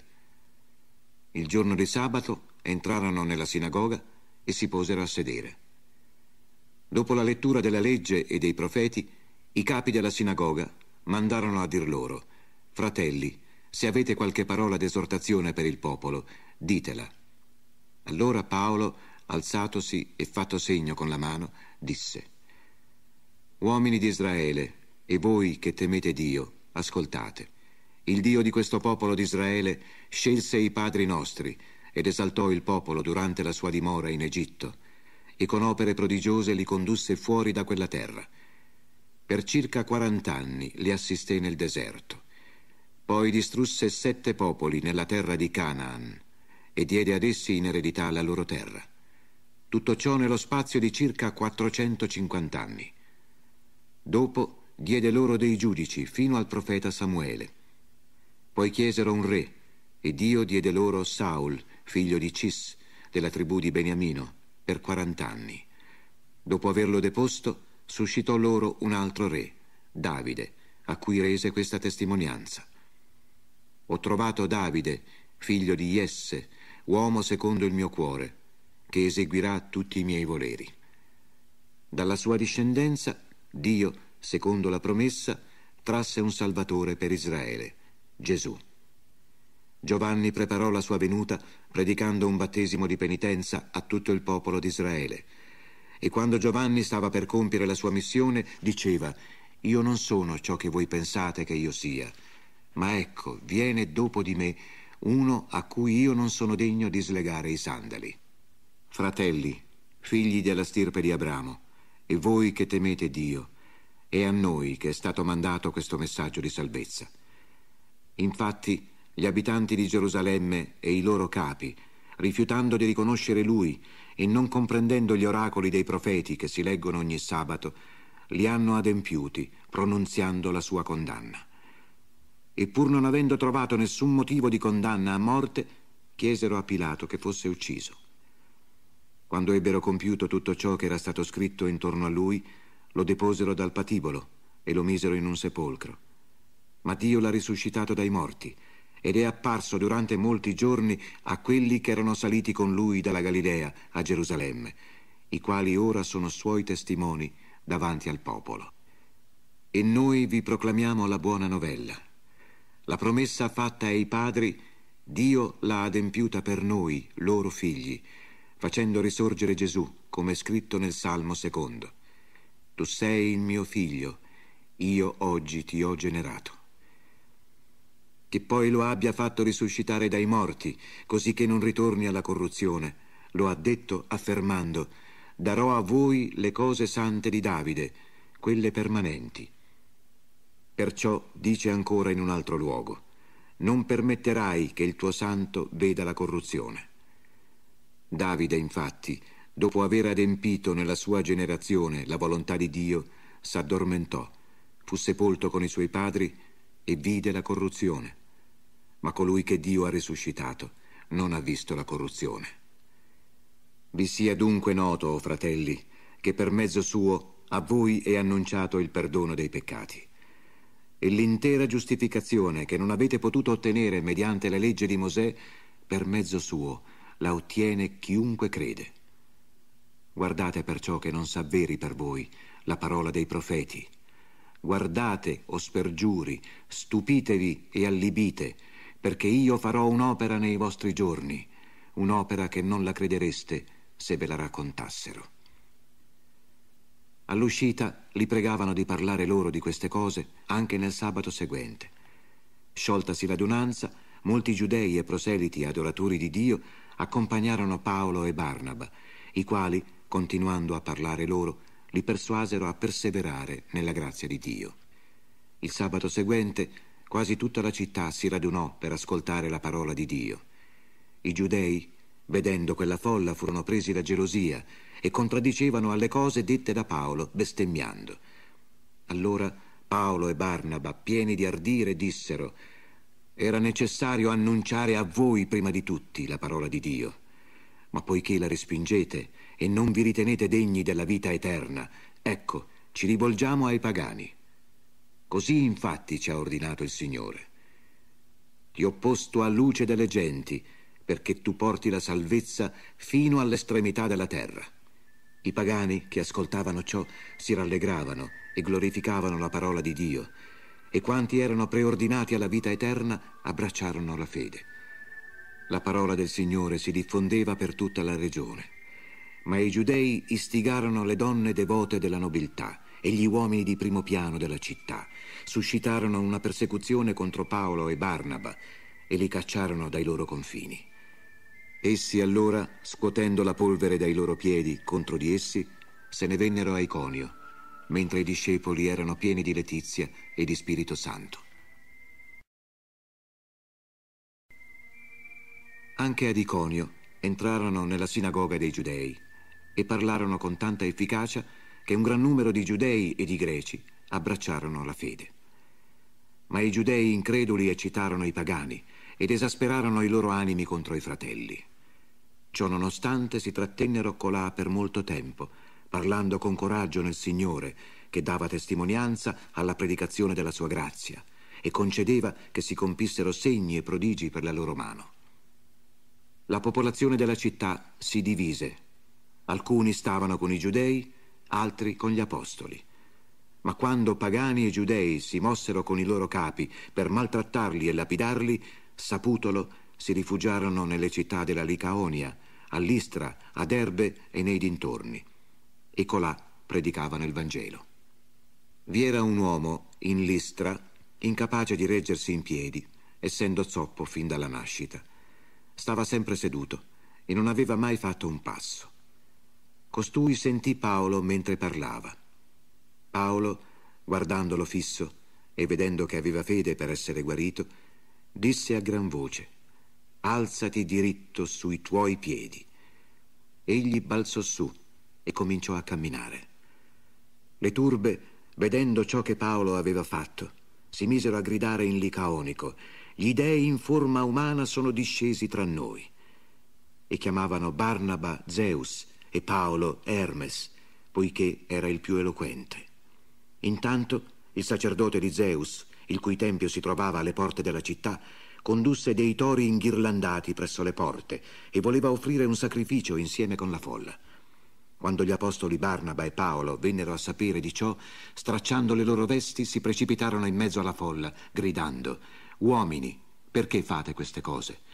Il giorno di sabato entrarono nella sinagoga e si posero a sedere. Dopo la lettura della legge e dei profeti, i capi della sinagoga mandarono a dir loro: fratelli, se avete qualche parola d'esortazione per il popolo, ditela. Allora Paolo, alzatosi e fatto segno con la mano, disse: uomini di Israele, e voi che temete Dio, ascoltate. Il Dio di questo popolo di Israele scelse i padri nostri ed esaltò il popolo durante la sua dimora in Egitto, e con opere prodigiose li condusse fuori da quella terra. Per circa quarant'anni li assisté nel deserto. Poi distrusse sette popoli nella terra di Canaan e diede ad essi in eredità la loro terra. Tutto ciò nello spazio di circa quattrocentocinquanta anni. Dopo diede loro dei giudici fino al profeta Samuele. Poi chiesero un re e Dio diede loro Saul, figlio di Cis, della tribù di Beniamino, per quarant'anni. Dopo averlo deposto, suscitò loro un altro re, Davide, a cui rese questa testimonianza: ho trovato Davide, figlio di Jesse, uomo secondo il mio cuore, che eseguirà tutti i miei voleri. Dalla sua discendenza, Dio, secondo la promessa, trasse un Salvatore per Israele, Gesù. Giovanni preparò la sua venuta predicando un battesimo di penitenza a tutto il popolo di Israele. E quando Giovanni stava per compiere la sua missione, diceva: io non sono ciò che voi pensate che io sia, ma ecco, viene dopo di me uno a cui io non sono degno di slegare i sandali. Fratelli, figli della stirpe di Abramo, e voi che temete Dio, è a noi che è stato mandato questo messaggio di salvezza. Infatti, gli abitanti di Gerusalemme e i loro capi, rifiutando di riconoscere lui e non comprendendo gli oracoli dei profeti che si leggono ogni sabato, li hanno adempiuti, pronunziando la sua condanna. E pur non avendo trovato nessun motivo di condanna a morte, chiesero a Pilato che fosse ucciso. Quando ebbero compiuto tutto ciò che era stato scritto intorno a lui, lo deposero dal patibolo e lo misero in un sepolcro. Ma Dio l'ha risuscitato dai morti ed è apparso durante molti giorni a quelli che erano saliti con lui dalla Galilea a Gerusalemme, i quali ora sono suoi testimoni davanti al popolo. E noi vi proclamiamo la buona novella. La promessa fatta ai padri Dio l'ha adempiuta per noi, loro figli, facendo risorgere Gesù, come è scritto nel Salmo secondo. Tu sei il mio figlio, io oggi ti ho generato. Che poi lo abbia fatto risuscitare dai morti, così che non ritorni alla corruzione, lo ha detto affermando: darò a voi le cose sante di Davide, quelle permanenti. Perciò dice ancora in un altro luogo: non permetterai che il tuo santo veda la corruzione. Davide, infatti, dopo aver adempito nella sua generazione la volontà di Dio, s'addormentò, fu sepolto con i suoi padri e vide la corruzione. Ma colui che Dio ha risuscitato non ha visto la corruzione. Vi sia dunque noto, o fratelli, che per mezzo suo a voi è annunciato il perdono dei peccati. E l'intera giustificazione che non avete potuto ottenere mediante la legge di Mosè, per mezzo suo la ottiene chiunque crede. Guardate perciò che non s'avveri per voi la parola dei profeti. Guardate, o spergiuri, stupitevi e allibite, perché io farò un'opera nei vostri giorni, un'opera che non la credereste se ve la raccontassero. All'uscita li pregavano di parlare loro di queste cose anche nel sabato seguente. Scioltasi l'adunanza, molti giudei e proseliti adoratori di Dio accompagnarono Paolo e Barnaba, i quali, continuando a parlare loro, li persuasero a perseverare nella grazia di Dio. Il sabato seguente quasi tutta la città si radunò per ascoltare la parola di Dio. I giudei, vedendo quella folla, furono presi da gelosia e contraddicevano alle cose dette da Paolo, bestemmiando. Allora Paolo e Barnaba, pieni di ardire, dissero: era necessario annunciare a voi prima di tutti la parola di Dio, ma poiché la respingete e non vi ritenete degni della vita eterna, ecco, ci rivolgiamo ai pagani. Così infatti ci ha ordinato il Signore. Ti ho posto a luce delle genti, perché tu porti la salvezza fino all'estremità della terra. I pagani che ascoltavano ciò si rallegravano e glorificavano la parola di Dio, e quanti erano preordinati alla vita eterna abbracciarono la fede. La parola del Signore si diffondeva per tutta la regione, ma i giudei istigarono le donne devote della nobiltà e gli uomini di primo piano della città, suscitarono una persecuzione contro Paolo e Barnaba e li cacciarono dai loro confini. Essi allora, scuotendo la polvere dai loro piedi contro di essi, se ne vennero a Iconio, mentre i discepoli erano pieni di letizia e di Spirito Santo. Anche ad Iconio entrarono nella sinagoga dei Giudei e parlarono con tanta efficacia che un gran numero di giudei e di greci abbracciarono la fede. Ma i giudei increduli eccitarono i pagani ed esasperarono i loro animi contro i fratelli. Ciò nonostante si trattennero colà per molto tempo, parlando con coraggio nel Signore, che dava testimonianza alla predicazione della sua grazia e concedeva che si compissero segni e prodigi per la loro mano. La popolazione della città si divise. Alcuni stavano con i giudei, altri con gli apostoli. Ma quando pagani e giudei si mossero con i loro capi per maltrattarli e lapidarli, saputolo, si rifugiarono nelle città della Licaonia, a Listra, ad Erbe e nei dintorni, e colà predicavano il Vangelo. Vi era un uomo in Listra incapace di reggersi in piedi, essendo zoppo fin dalla nascita. Stava sempre seduto e non aveva mai fatto un passo. Costui sentì Paolo mentre parlava. Paolo, guardandolo fisso e vedendo che aveva fede per essere guarito, disse a gran voce: alzati diritto sui tuoi piedi. Egli balzò su e cominciò a camminare. Le turbe, vedendo ciò che Paolo aveva fatto, si misero a gridare in licaonico: gli dei in forma umana sono discesi tra noi. E chiamavano Barnaba Zeus e Paolo Hermes, poiché era il più eloquente. Intanto il sacerdote di Zeus, il cui tempio si trovava alle porte della città, condusse dei tori inghirlandati presso le porte e voleva offrire un sacrificio insieme con la folla. Quando gli apostoli Barnaba e Paolo vennero a sapere di ciò, stracciando le loro vesti, si precipitarono in mezzo alla folla, gridando: uomini, perché fate queste cose?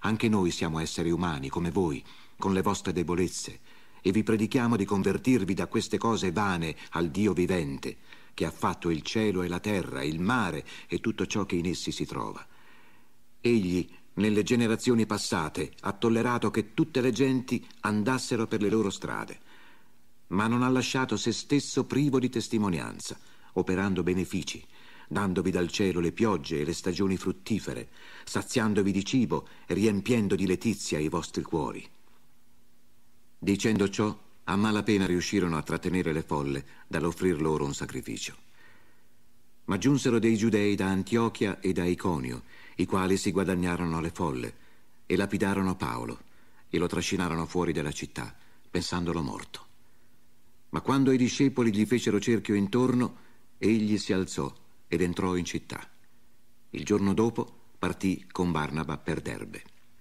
Anche noi siamo esseri umani, come voi, con le vostre debolezze, e vi predichiamo di convertirvi da queste cose vane al Dio vivente, che ha fatto il cielo e la terra, il mare e tutto ciò che in essi si trova. Egli, nelle generazioni passate, ha tollerato che tutte le genti andassero per le loro strade, ma non ha lasciato se stesso privo di testimonianza, operando benefici, dandovi dal cielo le piogge e le stagioni fruttifere, saziandovi di cibo e riempiendo di letizia i vostri cuori. Dicendo ciò, a malapena riuscirono a trattenere le folle dall'offrir loro un sacrificio. Ma giunsero dei giudei da Antiochia e da Iconio, i quali si guadagnarono le folle e lapidarono Paolo e lo trascinarono fuori della città, pensandolo morto. Ma quando i discepoli gli fecero cerchio intorno, egli si alzò ed entrò in città. Il giorno dopo partì con Barnaba per Derbe.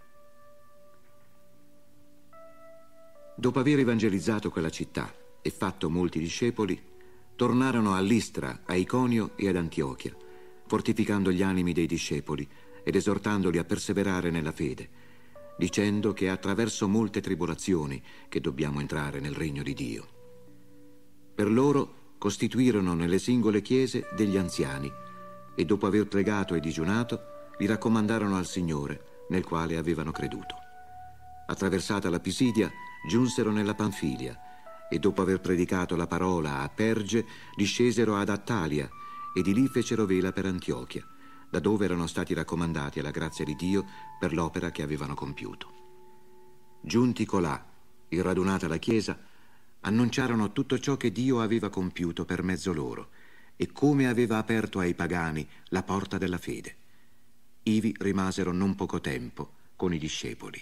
Dopo aver evangelizzato quella città e fatto molti discepoli, tornarono a Listra, a Iconio e ad Antiochia, fortificando gli animi dei discepoli ed esortandoli a perseverare nella fede, dicendo che è attraverso molte tribolazioni che dobbiamo entrare nel regno di Dio. Per loro costituirono nelle singole chiese degli anziani e dopo aver pregato e digiunato li raccomandarono al Signore, nel quale avevano creduto. Attraversata la Pisidia, giunsero nella Panfilia e dopo aver predicato la parola a Perge discesero ad Attalia e di lì fecero vela per Antiochia, da dove erano stati raccomandati alla grazia di Dio per l'opera che avevano compiuto. Giunti colà e radunata la Chiesa, annunciarono tutto ciò che Dio aveva compiuto per mezzo loro e come aveva aperto ai pagani la porta della fede. Ivi rimasero non poco tempo con i discepoli.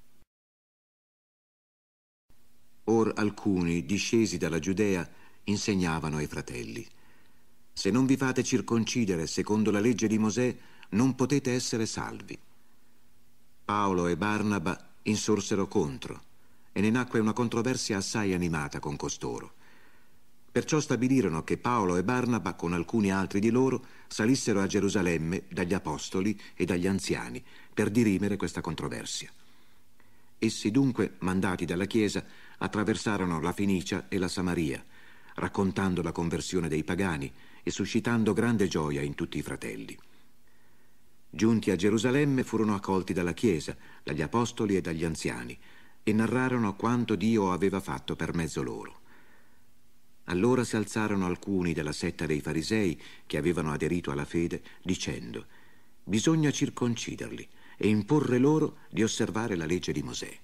Or alcuni, discesi dalla Giudea, insegnavano ai fratelli: se non vi fate circoncidere secondo la legge di Mosè, non potete essere salvi. Paolo e Barnaba insorsero contro, e ne nacque una controversia assai animata con costoro. Perciò stabilirono che Paolo e Barnaba, con alcuni altri di loro, salissero a Gerusalemme dagli apostoli e dagli anziani per dirimere questa controversia. Essi dunque, mandati dalla Chiesa, attraversarono la Fenicia e la Samaria, raccontando la conversione dei pagani e suscitando grande gioia in tutti i fratelli. Giunti a Gerusalemme furono accolti dalla Chiesa, dagli apostoli e dagli anziani, e narrarono quanto Dio aveva fatto per mezzo loro. Allora si alzarono alcuni della setta dei farisei che avevano aderito alla fede, dicendo: bisogna circonciderli e imporre loro di osservare la legge di Mosè.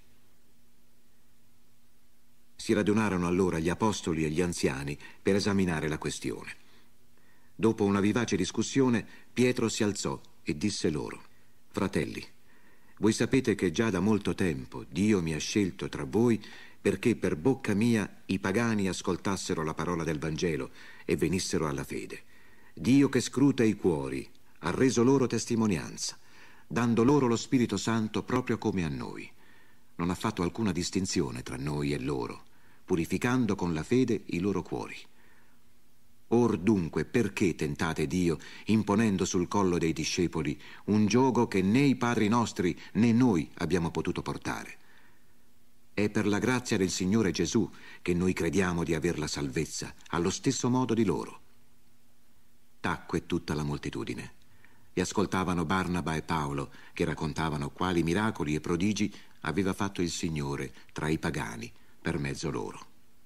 Si radunarono allora gli apostoli e gli anziani per esaminare la questione. Dopo una vivace discussione, Pietro si alzò e disse loro: fratelli, voi sapete che già da molto tempo Dio mi ha scelto tra voi perché per bocca mia i pagani ascoltassero la parola del Vangelo e venissero alla fede. Dio che scruta i cuori ha reso loro testimonianza, dando loro lo Spirito Santo proprio come a noi. Non ha fatto alcuna distinzione tra noi e loro, purificando con la fede i loro cuori. Or dunque perché tentate Dio, imponendo sul collo dei discepoli un giogo che né i padri nostri né noi abbiamo potuto portare? È per la grazia del Signore Gesù che noi crediamo di aver la salvezza, allo stesso modo di loro. Tacque tutta la moltitudine e ascoltavano Barnaba e Paolo, che raccontavano quali miracoli e prodigi aveva fatto il Signore tra i pagani per mezzo loro.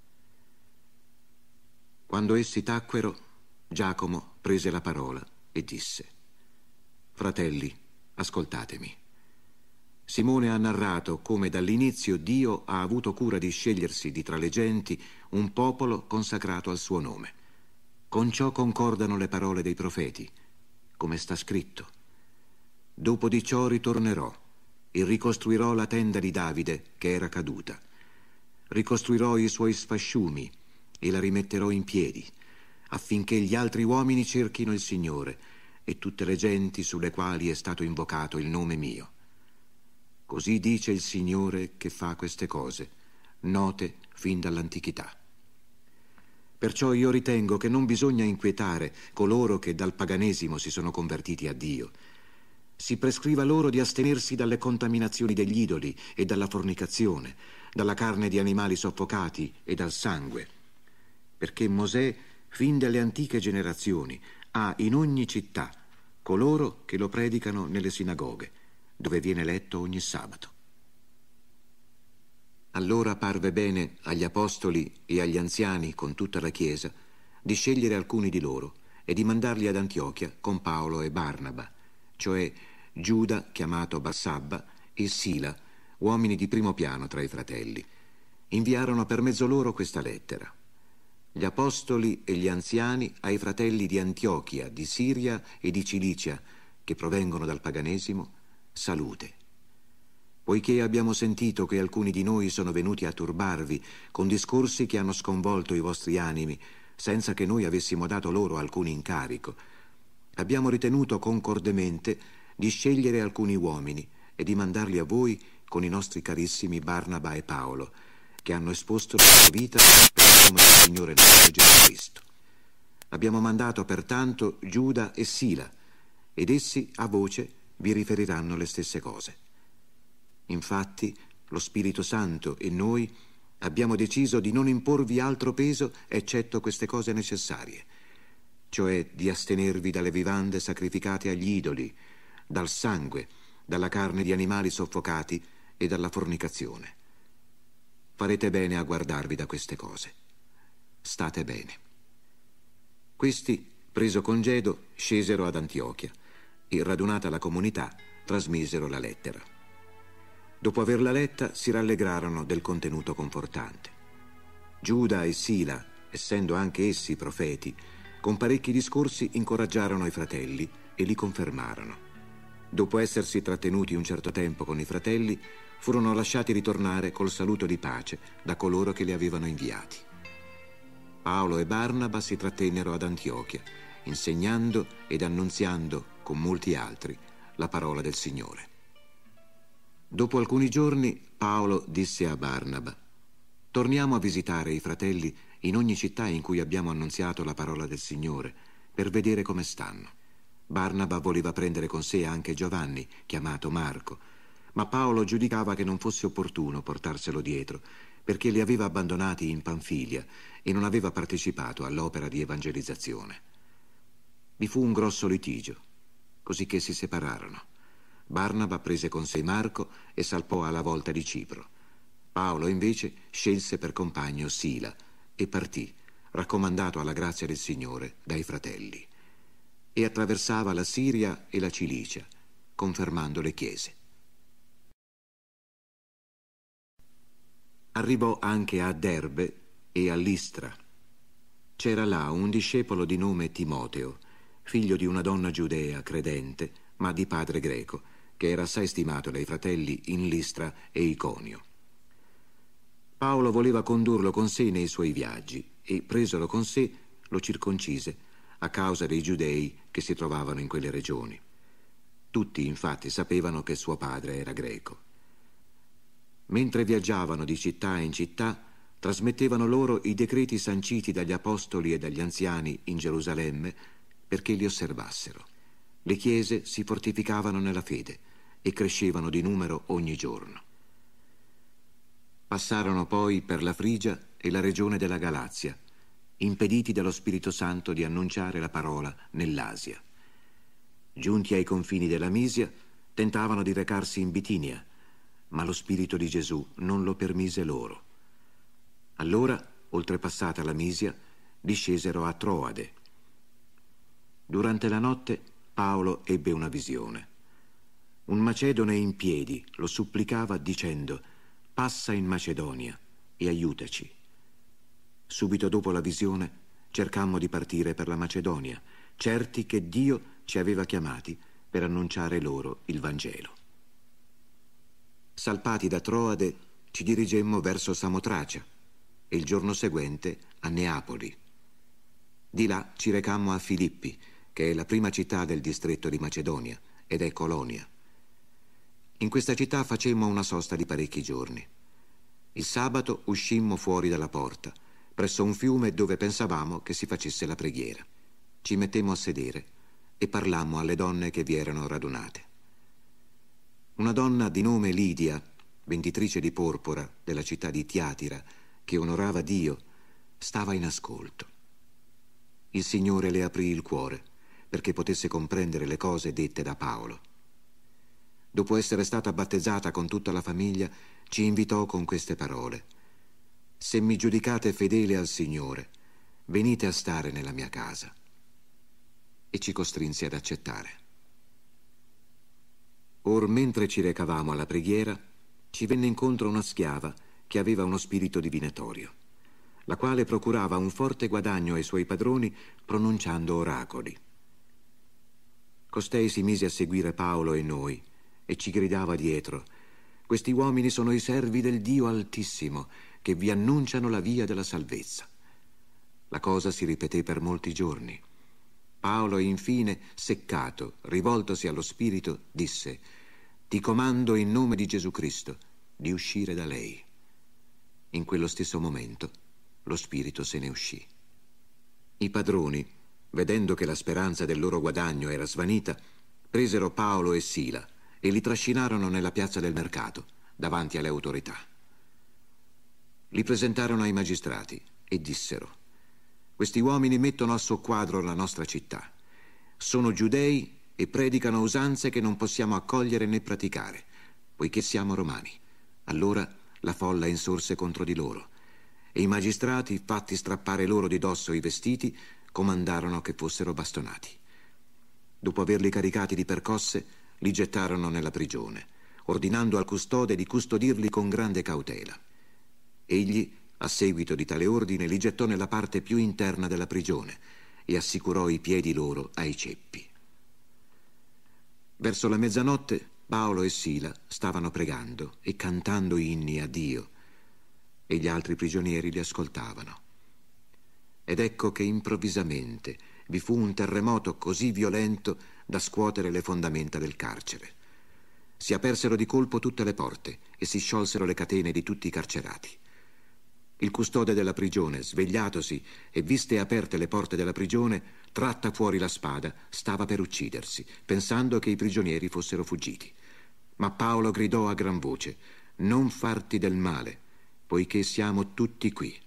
Quando essi tacquero, Giacomo prese la parola e disse: fratelli, ascoltatemi. Simone ha narrato come dall'inizio Dio ha avuto cura di scegliersi di tra le genti un popolo consacrato al suo nome. Con ciò concordano le parole dei profeti, come sta scritto: dopo di ciò ritornerò e ricostruirò la tenda di Davide che era caduta. Ricostruirò i suoi sfasciumi e la rimetterò in piedi, affinché gli altri uomini cerchino il Signore e tutte le genti sulle quali è stato invocato il nome mio. Così dice il Signore che fa queste cose, note fin dall'antichità. Perciò io ritengo che non bisogna inquietare coloro che dal paganesimo si sono convertiti a Dio, si prescriva loro di astenersi dalle contaminazioni degli idoli e dalla fornicazione, dalla carne di animali soffocati e dal sangue, perché Mosè, fin dalle antiche generazioni, ha in ogni città coloro che lo predicano nelle sinagoghe, dove viene letto ogni sabato. Allora parve bene agli apostoli e agli anziani con tutta la Chiesa di scegliere alcuni di loro e di mandarli ad Antiochia con Paolo e Barnaba, cioè Giuda, chiamato Barsabba, e Sila, uomini di primo piano tra i fratelli. Inviarono per mezzo loro questa lettera. Gli apostoli e gli anziani ai fratelli di Antiochia, di Siria e di Cilicia, che provengono dal paganesimo, salute. Poiché abbiamo sentito che alcuni di noi sono venuti a turbarvi con discorsi che hanno sconvolto i vostri animi, senza che noi avessimo dato loro alcun incarico, abbiamo ritenuto concordemente di scegliere alcuni uomini e di mandarli a voi con i nostri carissimi Barnaba e Paolo, che hanno esposto la loro vita per il nome del Signore nostro Gesù Cristo. Abbiamo mandato pertanto Giuda e Sila, ed essi a voce vi riferiranno le stesse cose. Infatti, lo Spirito Santo e noi abbiamo deciso di non imporvi altro peso eccetto queste cose necessarie, cioè di astenervi dalle vivande sacrificate agli idoli, dal sangue, dalla carne di animali soffocati e dalla fornicazione. Farete bene a guardarvi da queste cose. State bene. Questi, preso congedo, scesero ad Antiochia e, radunata la comunità, trasmisero la lettera. Dopo averla letta, si rallegrarono del contenuto confortante. Giuda e Sila, essendo anche essi profeti, con parecchi discorsi incoraggiarono i fratelli e li confermarono. Dopo essersi trattenuti un certo tempo con i fratelli, furono lasciati ritornare col saluto di pace da coloro che li avevano inviati. Paolo e Barnaba si trattennero ad Antiochia, insegnando ed annunziando con molti altri la parola del Signore. Dopo alcuni giorni Paolo disse a Barnaba: «Torniamo a visitare i fratelli in ogni città in cui abbiamo annunziato la parola del Signore, per vedere come stanno». Barnaba voleva prendere con sé anche Giovanni, chiamato Marco, ma Paolo giudicava che non fosse opportuno portarselo dietro, perché li aveva abbandonati in Panfilia e non aveva partecipato all'opera di evangelizzazione. Vi fu un grosso litigio, così che si separarono. Barnaba prese con sé Marco e salpò alla volta di Cipro. Paolo invece scelse per compagno Sila e partì, raccomandato alla grazia del Signore dai fratelli, e attraversava la Siria e la Cilicia, confermando le chiese. Arrivò anche a Derbe e a Listra. C'era là un discepolo di nome Timoteo, figlio di una donna giudea credente, ma di padre greco, che era assai stimato dai fratelli in Listra e Iconio. Paolo voleva condurlo con sé nei suoi viaggi e, presolo con sé, lo circoncise a causa dei giudei che si trovavano in quelle regioni. Tutti, infatti, sapevano che suo padre era greco. Mentre viaggiavano di città in città, trasmettevano loro i decreti sanciti dagli apostoli e dagli anziani in Gerusalemme perché li osservassero. Le chiese si fortificavano nella fede e crescevano di numero ogni giorno. Passarono poi per la Frigia e la regione della Galazia, impediti dallo Spirito Santo di annunciare la parola nell'Asia. Giunti ai confini della Misia, tentavano di recarsi in Bitinia, ma lo Spirito di Gesù non lo permise loro. Allora, oltrepassata la Misia, discesero a Troade. Durante la notte Paolo ebbe una visione. Un macedone in piedi lo supplicava dicendo: «Passa in Macedonia e aiutaci». Subito dopo la visione cercammo di partire per la Macedonia, certi che Dio ci aveva chiamati per annunciare loro il Vangelo. Salpati da Troade ci dirigemmo verso Samotracia e il giorno seguente a Neapoli. Di là ci recammo a Filippi, che è la prima città del distretto di Macedonia ed è colonia. In questa città facemmo una sosta di parecchi giorni. Il sabato uscimmo fuori dalla porta, presso un fiume dove pensavamo che si facesse la preghiera. Ci mettemmo a sedere e parlammo alle donne che vi erano radunate. Una donna di nome Lidia, venditrice di porpora della città di Tiatira, che onorava Dio, stava in ascolto. Il Signore le aprì il cuore perché potesse comprendere le cose dette da Paolo. Dopo essere stata battezzata con tutta la famiglia, ci invitò con queste parole: «Se mi giudicate fedele al Signore, venite a stare nella mia casa». E ci costrinse ad accettare. Or, mentre ci recavamo alla preghiera, ci venne incontro una schiava che aveva uno spirito divinatorio, la quale procurava un forte guadagno ai suoi padroni pronunciando oracoli. Costei si mise a seguire Paolo e noi e ci gridava dietro: «Questi uomini sono i servi del Dio Altissimo, che vi annunciano la via della salvezza». La cosa si ripeté per molti giorni. Paolo, infine, seccato, rivoltosi allo spirito, disse: «Ti comando in nome di Gesù Cristo di uscire da lei». In quello stesso momento lo spirito se ne uscì. I padroni, vedendo che la speranza del loro guadagno era svanita, presero Paolo e Sila e li trascinarono nella piazza del mercato, davanti alle autorità. Li presentarono ai magistrati e dissero: «Questi uomini mettono a soqquadro la nostra città. Sono giudei e predicano usanze che non possiamo accogliere né praticare, poiché siamo romani». Allora la folla insorse contro di loro e i magistrati, fatti strappare loro di dosso i vestiti, comandarono che fossero bastonati. Dopo averli caricati di percosse, li gettarono nella prigione, ordinando al custode di custodirli con grande cautela. Egli, a seguito di tale ordine, li gettò nella parte più interna della prigione e assicurò i piedi loro ai ceppi. Verso la mezzanotte Paolo e Sila stavano pregando e cantando inni a Dio, e gli altri prigionieri li ascoltavano. Ed ecco che improvvisamente vi fu un terremoto così violento da scuotere le fondamenta del carcere. Si apersero di colpo tutte le porte e si sciolsero le catene di tutti i carcerati. Il custode della prigione, svegliatosi e viste aperte le porte della prigione, tratta fuori la spada, stava per uccidersi, pensando che i prigionieri fossero fuggiti. Ma Paolo gridò a gran voce: «Non farti del male, poiché siamo tutti qui».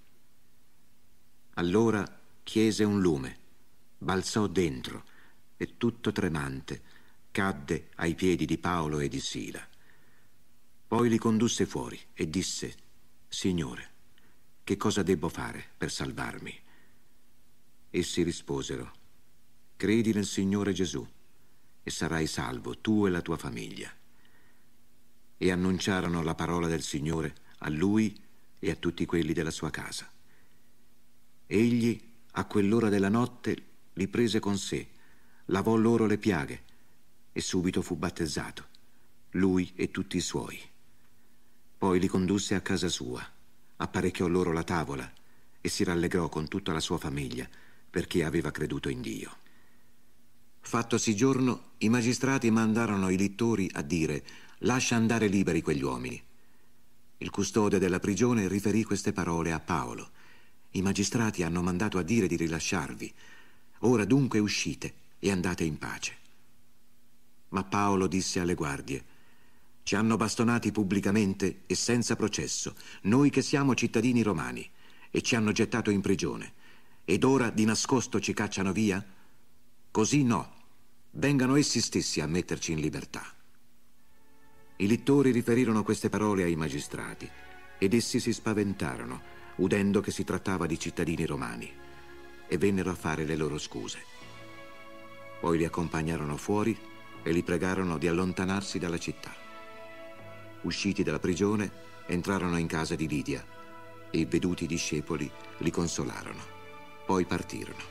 Allora chiese un lume, balzò dentro e, tutto tremante, cadde ai piedi di Paolo e di Sila. Poi li condusse fuori e disse: «Signore, che cosa debbo fare per salvarmi?» Essi risposero: «Credi nel Signore Gesù e sarai salvo, tu e la tua famiglia». E annunciarono la parola del Signore a lui e a tutti quelli della sua casa. Egli, a quell'ora della notte, li prese con sé, lavò loro le piaghe e subito fu battezzato, lui e tutti i suoi. Poi li condusse a casa sua, apparecchiò loro la tavola e si rallegrò con tutta la sua famiglia perché aveva creduto in Dio. Fattosi giorno, i magistrati mandarono i littori a dire: «Lascia andare liberi quegli uomini». Il custode della prigione riferì queste parole a Paolo: «I magistrati hanno mandato a dire di rilasciarvi. Ora dunque uscite e andate in pace». Ma Paolo disse alle guardie: «Ci hanno bastonati pubblicamente e senza processo, noi che siamo cittadini romani, e ci hanno gettato in prigione. Ed ora di nascosto ci cacciano via? Così no, vengano essi stessi a metterci in libertà». I littori riferirono queste parole ai magistrati ed essi si spaventarono, udendo che si trattava di cittadini romani, e vennero a fare le loro scuse. Poi li accompagnarono fuori e li pregarono di allontanarsi dalla città. Usciti dalla prigione, entrarono in casa di Lidia e, veduti i discepoli, li consolarono. Poi partirono.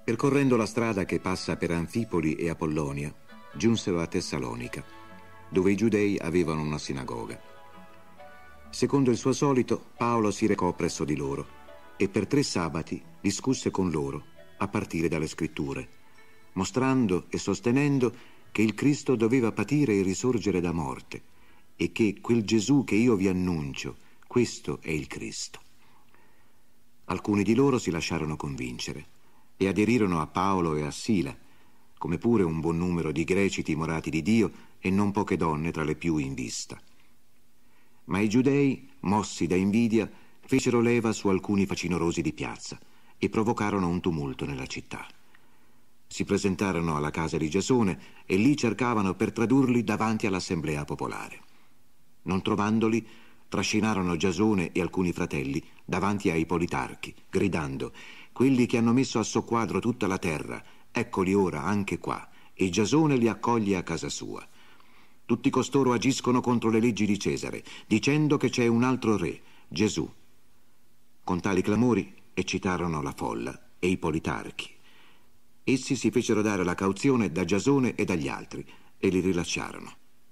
Percorrendo la strada che passa per Anfipoli e Apollonia, giunsero a Tessalonica, dove i giudei avevano una sinagoga. Secondo il suo solito, Paolo si recò presso di loro e per tre sabati discusse con loro a partire dalle scritture, mostrando e sostenendo che il Cristo doveva patire e risorgere da morte e che quel Gesù che io vi annuncio, questo è il Cristo. Alcuni di loro si lasciarono convincere e aderirono a Paolo e a Sila, come pure un buon numero di greci timorati di Dio e non poche donne tra le più in vista. Ma i giudei, mossi da invidia, fecero leva su alcuni facinorosi di piazza e provocarono un tumulto nella città. Si presentarono alla casa di Giasone e lì cercavano per tradurli davanti all'assemblea popolare. Non trovandoli, trascinarono Giasone e alcuni fratelli davanti ai politarchi, gridando: «Quelli che hanno messo a soqquadro tutta la terra, eccoli ora anche qua, e Giasone li accoglie a casa sua. Tutti costoro agiscono contro le leggi di Cesare, dicendo che c'è un altro re, Gesù». Con tali clamori eccitarono la folla e i politarchi. Essi si fecero dare la cauzione da Giasone e dagli altri e li rilasciarono.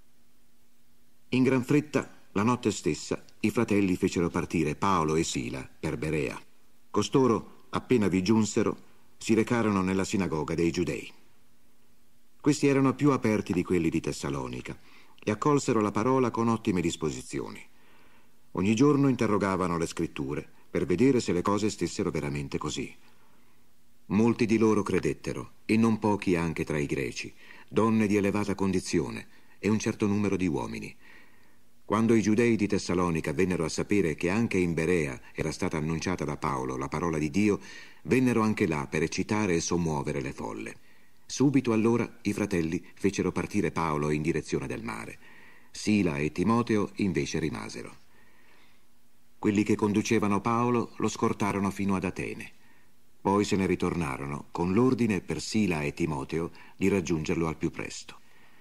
In gran fretta, la notte stessa, i fratelli fecero partire Paolo e Sila per Berea. Costoro, appena vi giunsero, si recarono nella sinagoga dei Giudei. Questi erano più aperti di quelli di Tessalonica e accolsero la parola con ottime disposizioni. Ogni giorno interrogavano le scritture per vedere se le cose stessero veramente così. Molti di loro credettero, e non pochi anche tra i greci, donne di elevata condizione e un certo numero di uomini. Quando i giudei di Tessalonica vennero a sapere che anche in Berea era stata annunciata da Paolo la parola di Dio, vennero anche là per eccitare e sommuovere le folle. Subito allora i fratelli fecero partire Paolo in direzione del mare. Sila e Timoteo invece rimasero. Quelli che conducevano Paolo lo scortarono fino ad Atene. Poi se ne ritornarono con l'ordine per Sila e Timoteo di raggiungerlo al più presto.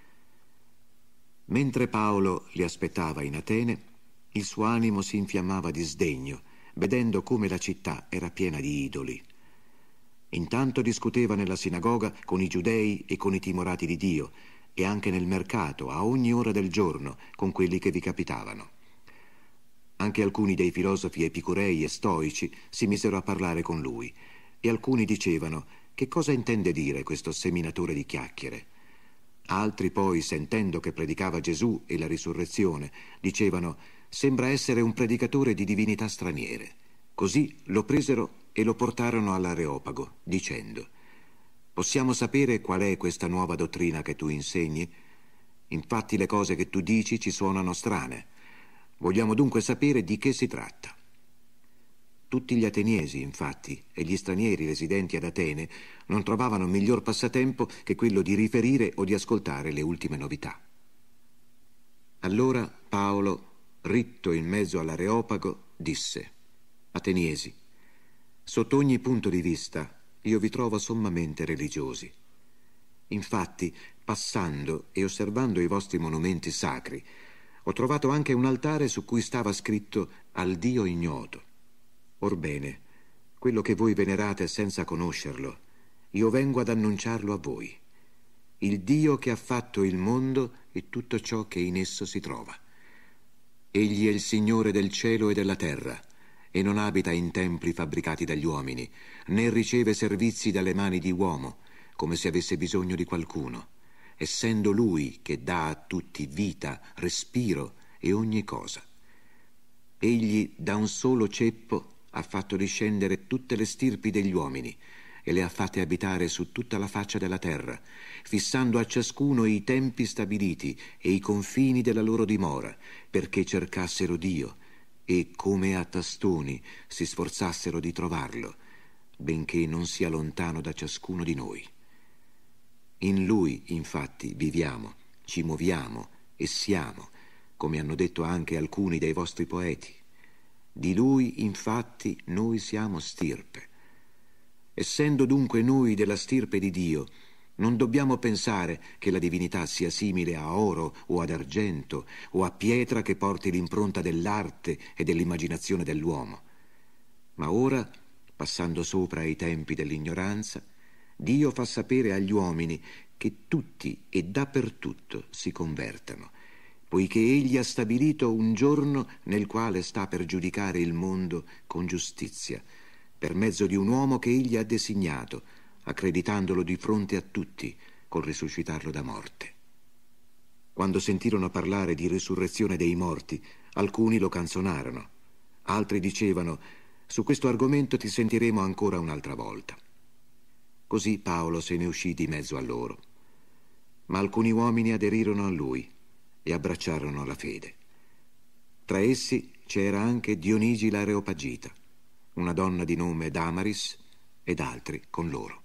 Mentre Paolo li aspettava in Atene, il suo animo si infiammava di sdegno, vedendo come la città era piena di idoli. Intanto discuteva nella sinagoga con i giudei e con i timorati di Dio, e anche nel mercato, a ogni ora del giorno, con quelli che vi capitavano. Anche alcuni dei filosofi epicurei e stoici si misero a parlare con lui, e alcuni dicevano: «Che cosa intende dire questo seminatore di chiacchiere?» Altri poi, sentendo che predicava Gesù e la risurrezione, dicevano: «Sembra essere un predicatore di divinità straniere». Così lo presero e lo portarono all'Areopago, dicendo: «Possiamo sapere qual è questa nuova dottrina che tu insegni? Infatti le cose che tu dici ci suonano strane. Vogliamo dunque sapere di che si tratta». Tutti gli ateniesi, infatti, e gli stranieri residenti ad Atene non trovavano miglior passatempo che quello di riferire o di ascoltare le ultime novità. Allora Paolo, ritto in mezzo all'Areopago, disse: «Ateniesi, sotto ogni punto di vista io vi trovo sommamente religiosi. Infatti, passando e osservando i vostri monumenti sacri, ho trovato anche un altare su cui stava scritto al Dio ignoto. Orbene, quello che voi venerate senza conoscerlo, io vengo ad annunciarlo a voi. Il Dio che ha fatto il mondo e tutto ciò che in esso si trova. Egli è il Signore del cielo e della terra, e non abita in templi fabbricati dagli uomini, né riceve servizi dalle mani di uomo, come se avesse bisogno di qualcuno, essendo Lui che dà a tutti vita, respiro e ogni cosa. Egli da un solo ceppo ha fatto discendere tutte le stirpi degli uomini e le ha fatte abitare su tutta la faccia della terra, fissando a ciascuno i tempi stabiliti e i confini della loro dimora, perché cercassero Dio e, come a tastoni, si sforzassero di trovarlo, benché non sia lontano da ciascuno di noi. In Lui, infatti, viviamo, ci muoviamo e siamo, come hanno detto anche alcuni dei vostri poeti. Di Lui, infatti, noi siamo stirpe. Essendo dunque noi della stirpe di Dio, non dobbiamo pensare che la divinità sia simile a oro o ad argento o a pietra che porti l'impronta dell'arte e dell'immaginazione dell'uomo. Ma ora, passando sopra ai tempi dell'ignoranza, Dio fa sapere agli uomini che tutti e dappertutto si convertano, poiché egli ha stabilito un giorno nel quale sta per giudicare il mondo con giustizia, per mezzo di un uomo che egli ha designato, accreditandolo di fronte a tutti, col risuscitarlo da morte. Quando sentirono parlare di risurrezione dei morti, alcuni lo canzonarono, altri dicevano: su questo argomento ti sentiremo ancora un'altra volta. Così Paolo se ne uscì di mezzo a loro. Ma alcuni uomini aderirono a lui e abbracciarono la fede. Tra essi c'era anche Dionigi l'Areopagita, una donna di nome Damaris ed altri con loro.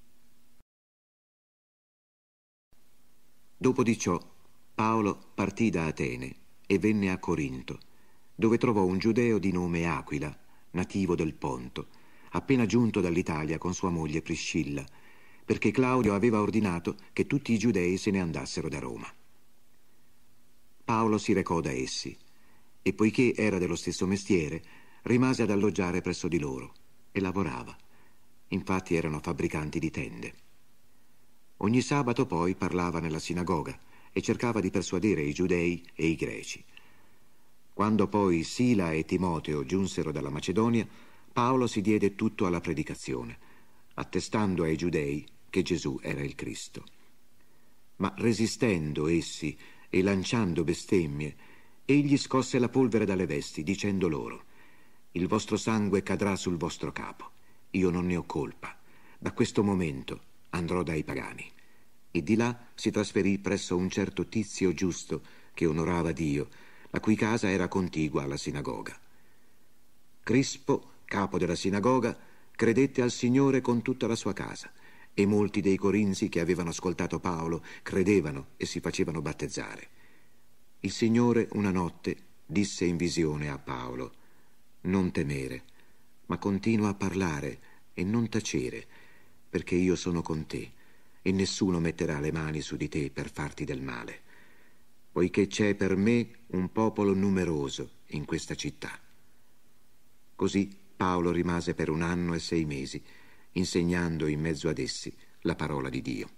Dopo di ciò Paolo partì da Atene e venne a Corinto, dove trovò un giudeo di nome Aquila, nativo del Ponto, appena giunto dall'Italia con sua moglie Priscilla, perché Claudio aveva ordinato che tutti i giudei se ne andassero da Roma. Paolo si recò da essi e, poiché era dello stesso mestiere, rimase ad alloggiare presso di loro e lavorava. Infatti erano fabbricanti di tende. Ogni sabato poi parlava nella sinagoga e cercava di persuadere i giudei e i greci. Quando poi Sila e Timoteo giunsero dalla Macedonia, Paolo si diede tutto alla predicazione, attestando ai giudei che Gesù era il Cristo. Ma resistendo essi e lanciando bestemmie, egli scosse la polvere dalle vesti, dicendo loro: il vostro sangue cadrà sul vostro capo, io non ne ho colpa, da questo momento andrò dai pagani. E di là si trasferì presso un certo tizio giusto che onorava Dio, la cui casa era contigua alla sinagoga. Crispo, capo della sinagoga, credette al Signore con tutta la sua casa, e molti dei corinzi che avevano ascoltato Paolo credevano e si facevano battezzare. Il Signore una notte disse in visione a Paolo: non temere, ma continua a parlare e non tacere, perché io sono con te, e nessuno metterà le mani su di te per farti del male, poiché c'è per me un popolo numeroso in questa città. Così Paolo rimase per un anno e sei mesi, insegnando in mezzo ad essi la parola di Dio.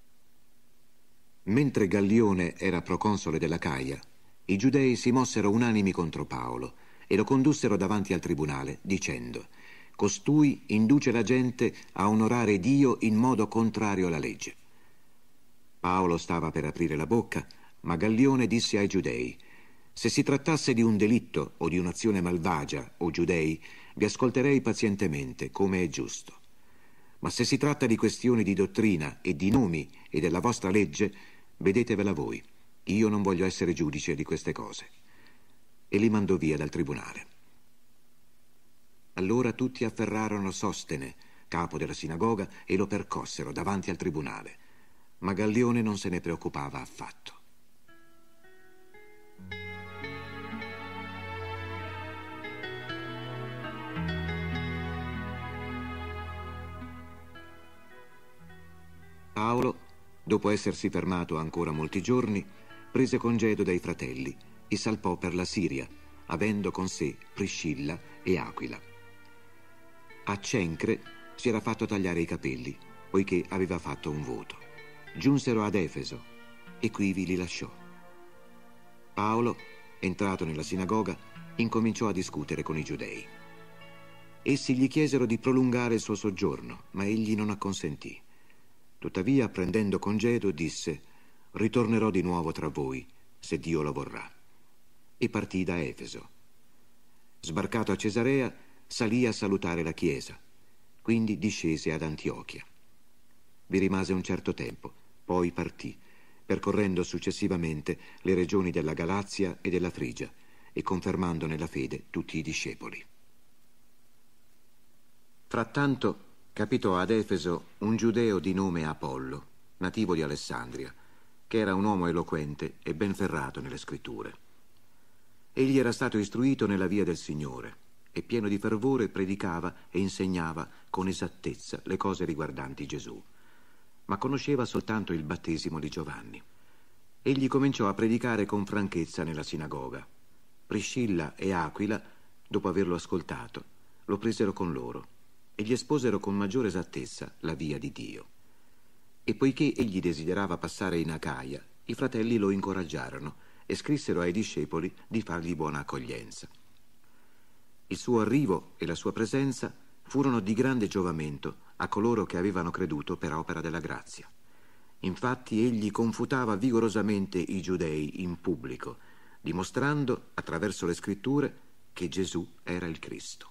Mentre Gallione era proconsole della Caia, i giudei si mossero unanimi contro Paolo e lo condussero davanti al tribunale, dicendo: costui induce la gente a onorare Dio in modo contrario alla legge. Paolo stava per aprire la bocca, ma Gallione disse ai giudei: se si trattasse di un delitto o di un'azione malvagia, o giudei, vi ascolterei pazientemente, come è giusto. Ma se si tratta di questioni di dottrina e di nomi e della vostra legge, vedetevela voi. Io non voglio essere giudice di queste cose. E li mandò via dal tribunale. Allora tutti afferrarono Sostene, capo della sinagoga, e lo percossero davanti al tribunale. Ma Gallione non se ne preoccupava affatto. Paolo, dopo essersi fermato ancora molti giorni, prese congedo dai fratelli e salpò per la Siria, avendo con sé Priscilla e Aquila. A Cencre si era fatto tagliare i capelli, poiché aveva fatto un voto. Giunsero ad Efeso e quivi li lasciò. Paolo, entrato nella sinagoga, incominciò a discutere con i giudei. Essi gli chiesero di prolungare il suo soggiorno, ma egli non acconsentì. Tuttavia, prendendo congedo, disse: ritornerò di nuovo tra voi, se Dio lo vorrà. E partì da Efeso. Sbarcato a Cesarea, salì a salutare la chiesa, quindi discese ad Antiochia. Vi rimase un certo tempo, poi partì, percorrendo successivamente le regioni della Galazia e della Frigia e confermando nella fede tutti i discepoli. Frattanto capitò ad Efeso un giudeo di nome Apollo, nativo di Alessandria, che era un uomo eloquente e ben ferrato nelle scritture. Egli era stato istruito nella via del Signore e pieno di fervore predicava e insegnava con esattezza le cose riguardanti Gesù, ma conosceva soltanto il battesimo di Giovanni. Egli cominciò a predicare con franchezza nella sinagoga. Priscilla e Aquila, dopo averlo ascoltato, lo presero con loro e gli esposero con maggiore esattezza la via di Dio. E poiché egli desiderava passare in Acaia, i fratelli lo incoraggiarono e scrissero ai discepoli di fargli buona accoglienza. Il suo arrivo e la sua presenza furono di grande giovamento a coloro che avevano creduto per opera della grazia. Infatti egli confutava vigorosamente i giudei in pubblico, dimostrando attraverso le scritture che Gesù era il Cristo.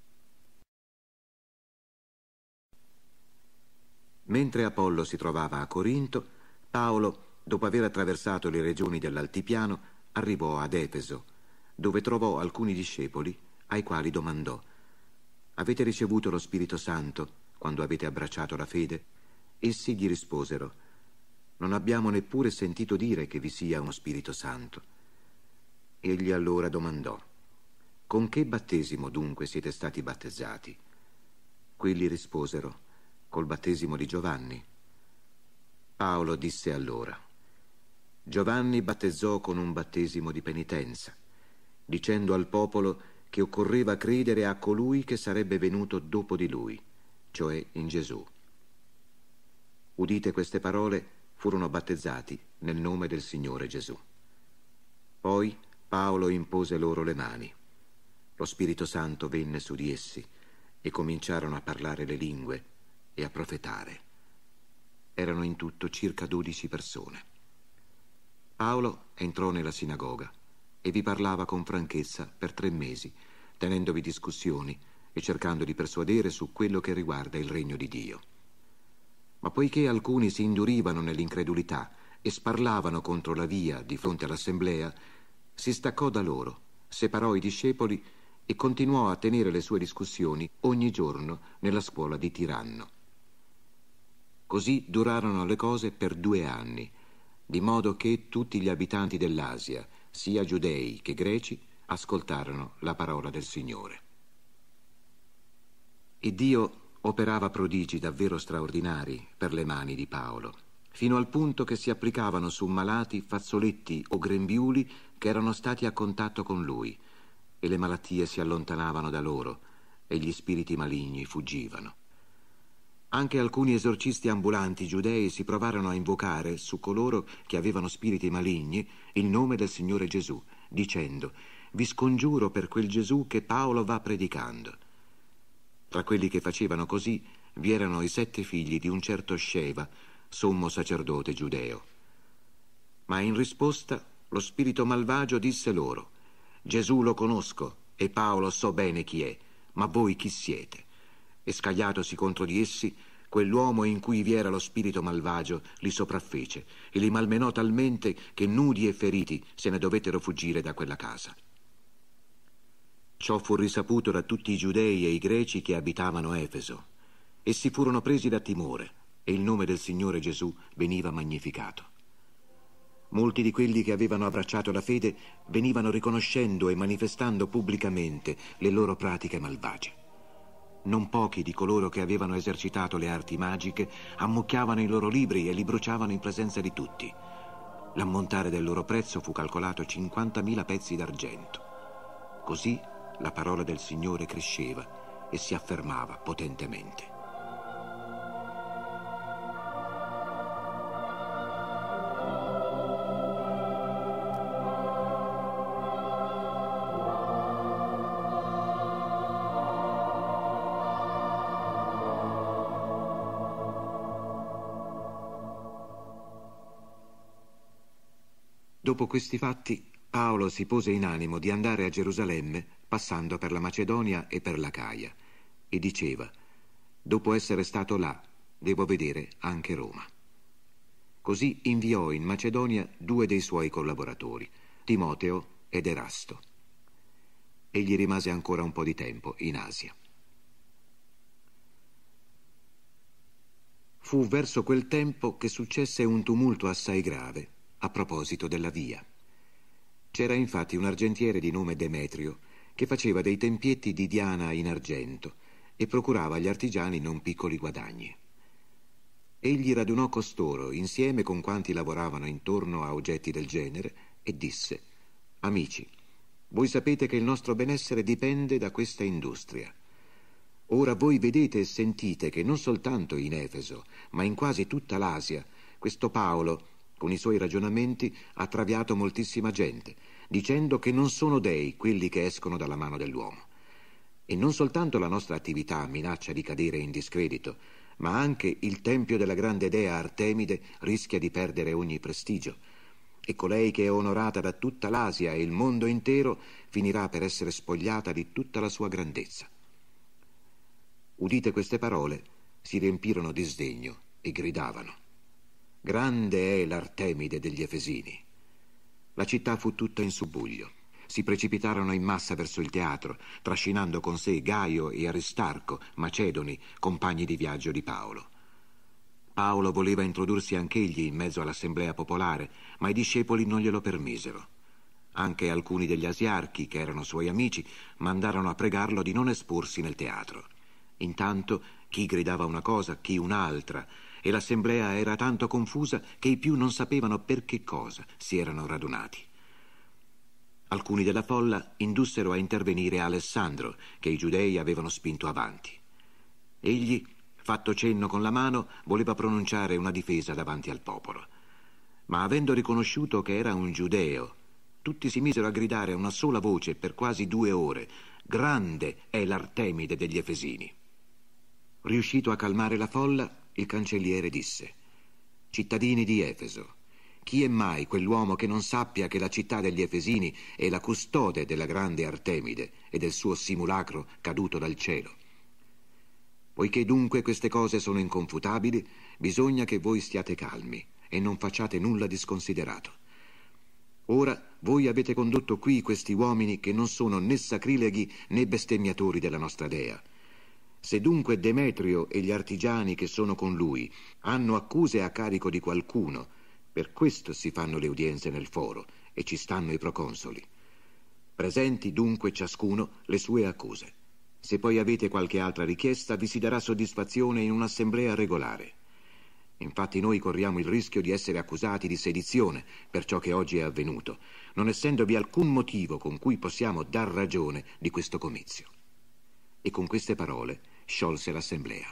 Mentre Apollo si trovava a Corinto, Paolo, dopo aver attraversato le regioni dell'altipiano, arrivò ad Efeso, dove trovò alcuni discepoli ai quali domandò: «Avete ricevuto lo Spirito Santo quando avete abbracciato la fede?» Essi gli risposero: «Non abbiamo neppure sentito dire che vi sia uno Spirito Santo». Egli allora domandò: «Con che battesimo dunque siete stati battezzati?» Quelli risposero: «Col battesimo di Giovanni». Paolo disse allora: «Giovanni battezzò con un battesimo di penitenza, dicendo al popolo che occorreva credere a colui che sarebbe venuto dopo di lui, cioè in Gesù». Udite queste parole, furono battezzati nel nome del Signore Gesù. Poi Paolo impose loro le mani. Lo Spirito Santo venne su di essi e cominciarono a parlare le lingue e a profetare. Erano in tutto circa dodici persone. Paolo entrò nella sinagoga e vi parlava con franchezza per tre mesi, tenendovi discussioni e cercando di persuadere su quello che riguarda il regno di Dio. Ma poiché alcuni si indurivano nell'incredulità e sparlavano contro la via di fronte all'assemblea, si staccò da loro, separò i discepoli e continuò a tenere le sue discussioni ogni giorno nella scuola di Tiranno. Così durarono le cose per due anni, di modo che tutti gli abitanti dell'Asia, sia giudei che greci, ascoltarono la parola del Signore. E Dio operava prodigi davvero straordinari per le mani di Paolo, fino al punto che si applicavano su malati fazzoletti o grembiuli che erano stati a contatto con lui, e le malattie si allontanavano da loro e gli spiriti maligni fuggivano. Anche alcuni esorcisti ambulanti giudei si provarono a invocare su coloro che avevano spiriti maligni il nome del Signore Gesù, dicendo: «Vi scongiuro per quel Gesù che Paolo va predicando». Tra quelli che facevano così vi erano i sette figli di un certo Sceva, sommo sacerdote giudeo. Ma in risposta lo spirito malvagio disse loro: «Gesù lo conosco e Paolo so bene chi è, ma voi chi siete?» E scagliatosi contro di essi, quell'uomo in cui vi era lo spirito malvagio li sopraffece e li malmenò talmente che nudi e feriti se ne dovettero fuggire da quella casa. Ciò fu risaputo da tutti i giudei e i greci che abitavano Efeso. Essi furono presi da timore e il nome del Signore Gesù veniva magnificato. Molti di quelli che avevano abbracciato la fede venivano riconoscendo e manifestando pubblicamente le loro pratiche malvagie. Non pochi di coloro che avevano esercitato le arti magiche ammucchiavano i loro libri e li bruciavano in presenza di tutti. L'ammontare del loro prezzo fu calcolato cinquantamila pezzi d'argento. Così la parola del Signore cresceva e si affermava potentemente. Dopo questi fatti, Paolo si pose in animo di andare a Gerusalemme, passando per la Macedonia e per l'Acaia, e diceva: «Dopo essere stato là, devo vedere anche Roma». Così inviò in Macedonia due dei suoi collaboratori, Timoteo ed Erasto. Egli rimase ancora un po' di tempo in Asia. Fu verso quel tempo che successe un tumulto assai grave a proposito della via. C'era infatti un argentiere di nome Demetrio che faceva dei tempietti di Diana in argento e procurava agli artigiani non piccoli guadagni. Egli radunò costoro insieme con quanti lavoravano intorno a oggetti del genere e disse: «Amici, voi sapete che il nostro benessere dipende da questa industria. Ora voi vedete e sentite che non soltanto in Efeso, ma in quasi tutta l'Asia, questo Paolo, con i suoi ragionamenti, ha traviato moltissima gente, dicendo che non sono dei quelli che escono dalla mano dell'uomo. E non soltanto la nostra attività minaccia di cadere in discredito, ma anche il tempio della grande dea Artemide rischia di perdere ogni prestigio. E colei che è onorata da tutta l'Asia e il mondo intero finirà per essere spogliata di tutta la sua grandezza. Udite queste parole, si riempirono di sdegno e gridavano: grande è l'Artemide degli Efesini. La città fu tutta in subbuglio. Si precipitarono in massa verso il teatro, trascinando con sé Gaio e Aristarco, macedoni, compagni di viaggio di Paolo. Paolo voleva introdursi anch'egli in mezzo all'assemblea popolare, ma i discepoli non glielo permisero. Anche alcuni degli asiarchi, che erano suoi amici, mandarono a pregarlo di non esporsi nel teatro. Intanto chi gridava una cosa, chi un'altra, e l'assemblea era tanto confusa che i più non sapevano per che cosa si erano radunati. Alcuni della folla indussero a intervenire Alessandro, che i giudei avevano spinto avanti. Egli, fatto cenno con la mano, voleva pronunciare una difesa davanti al popolo. Ma avendo riconosciuto che era un giudeo, tutti si misero a gridare a una sola voce per quasi due ore: grande è l'Artemide degli Efesini. Riuscito a calmare la folla, il cancelliere disse: cittadini di Efeso, chi è mai quell'uomo che non sappia che la città degli Efesini è la custode della grande Artemide e del suo simulacro caduto dal cielo? Poiché dunque queste cose sono inconfutabili, bisogna che voi stiate calmi e non facciate nulla di sconsiderato. Ora voi avete condotto qui questi uomini che non sono né sacrileghi né bestemmiatori della nostra dea. Se dunque Demetrio e gli artigiani che sono con lui hanno accuse a carico di qualcuno, per questo si fanno le udienze nel foro e ci stanno i proconsoli. Presenti dunque ciascuno le sue accuse. Se poi avete qualche altra richiesta, vi si darà soddisfazione in un'assemblea regolare. Infatti noi corriamo il rischio di essere accusati di sedizione per ciò che oggi è avvenuto, non essendovi alcun motivo con cui possiamo dar ragione di questo comizio. E con queste parole sciolse l'assemblea.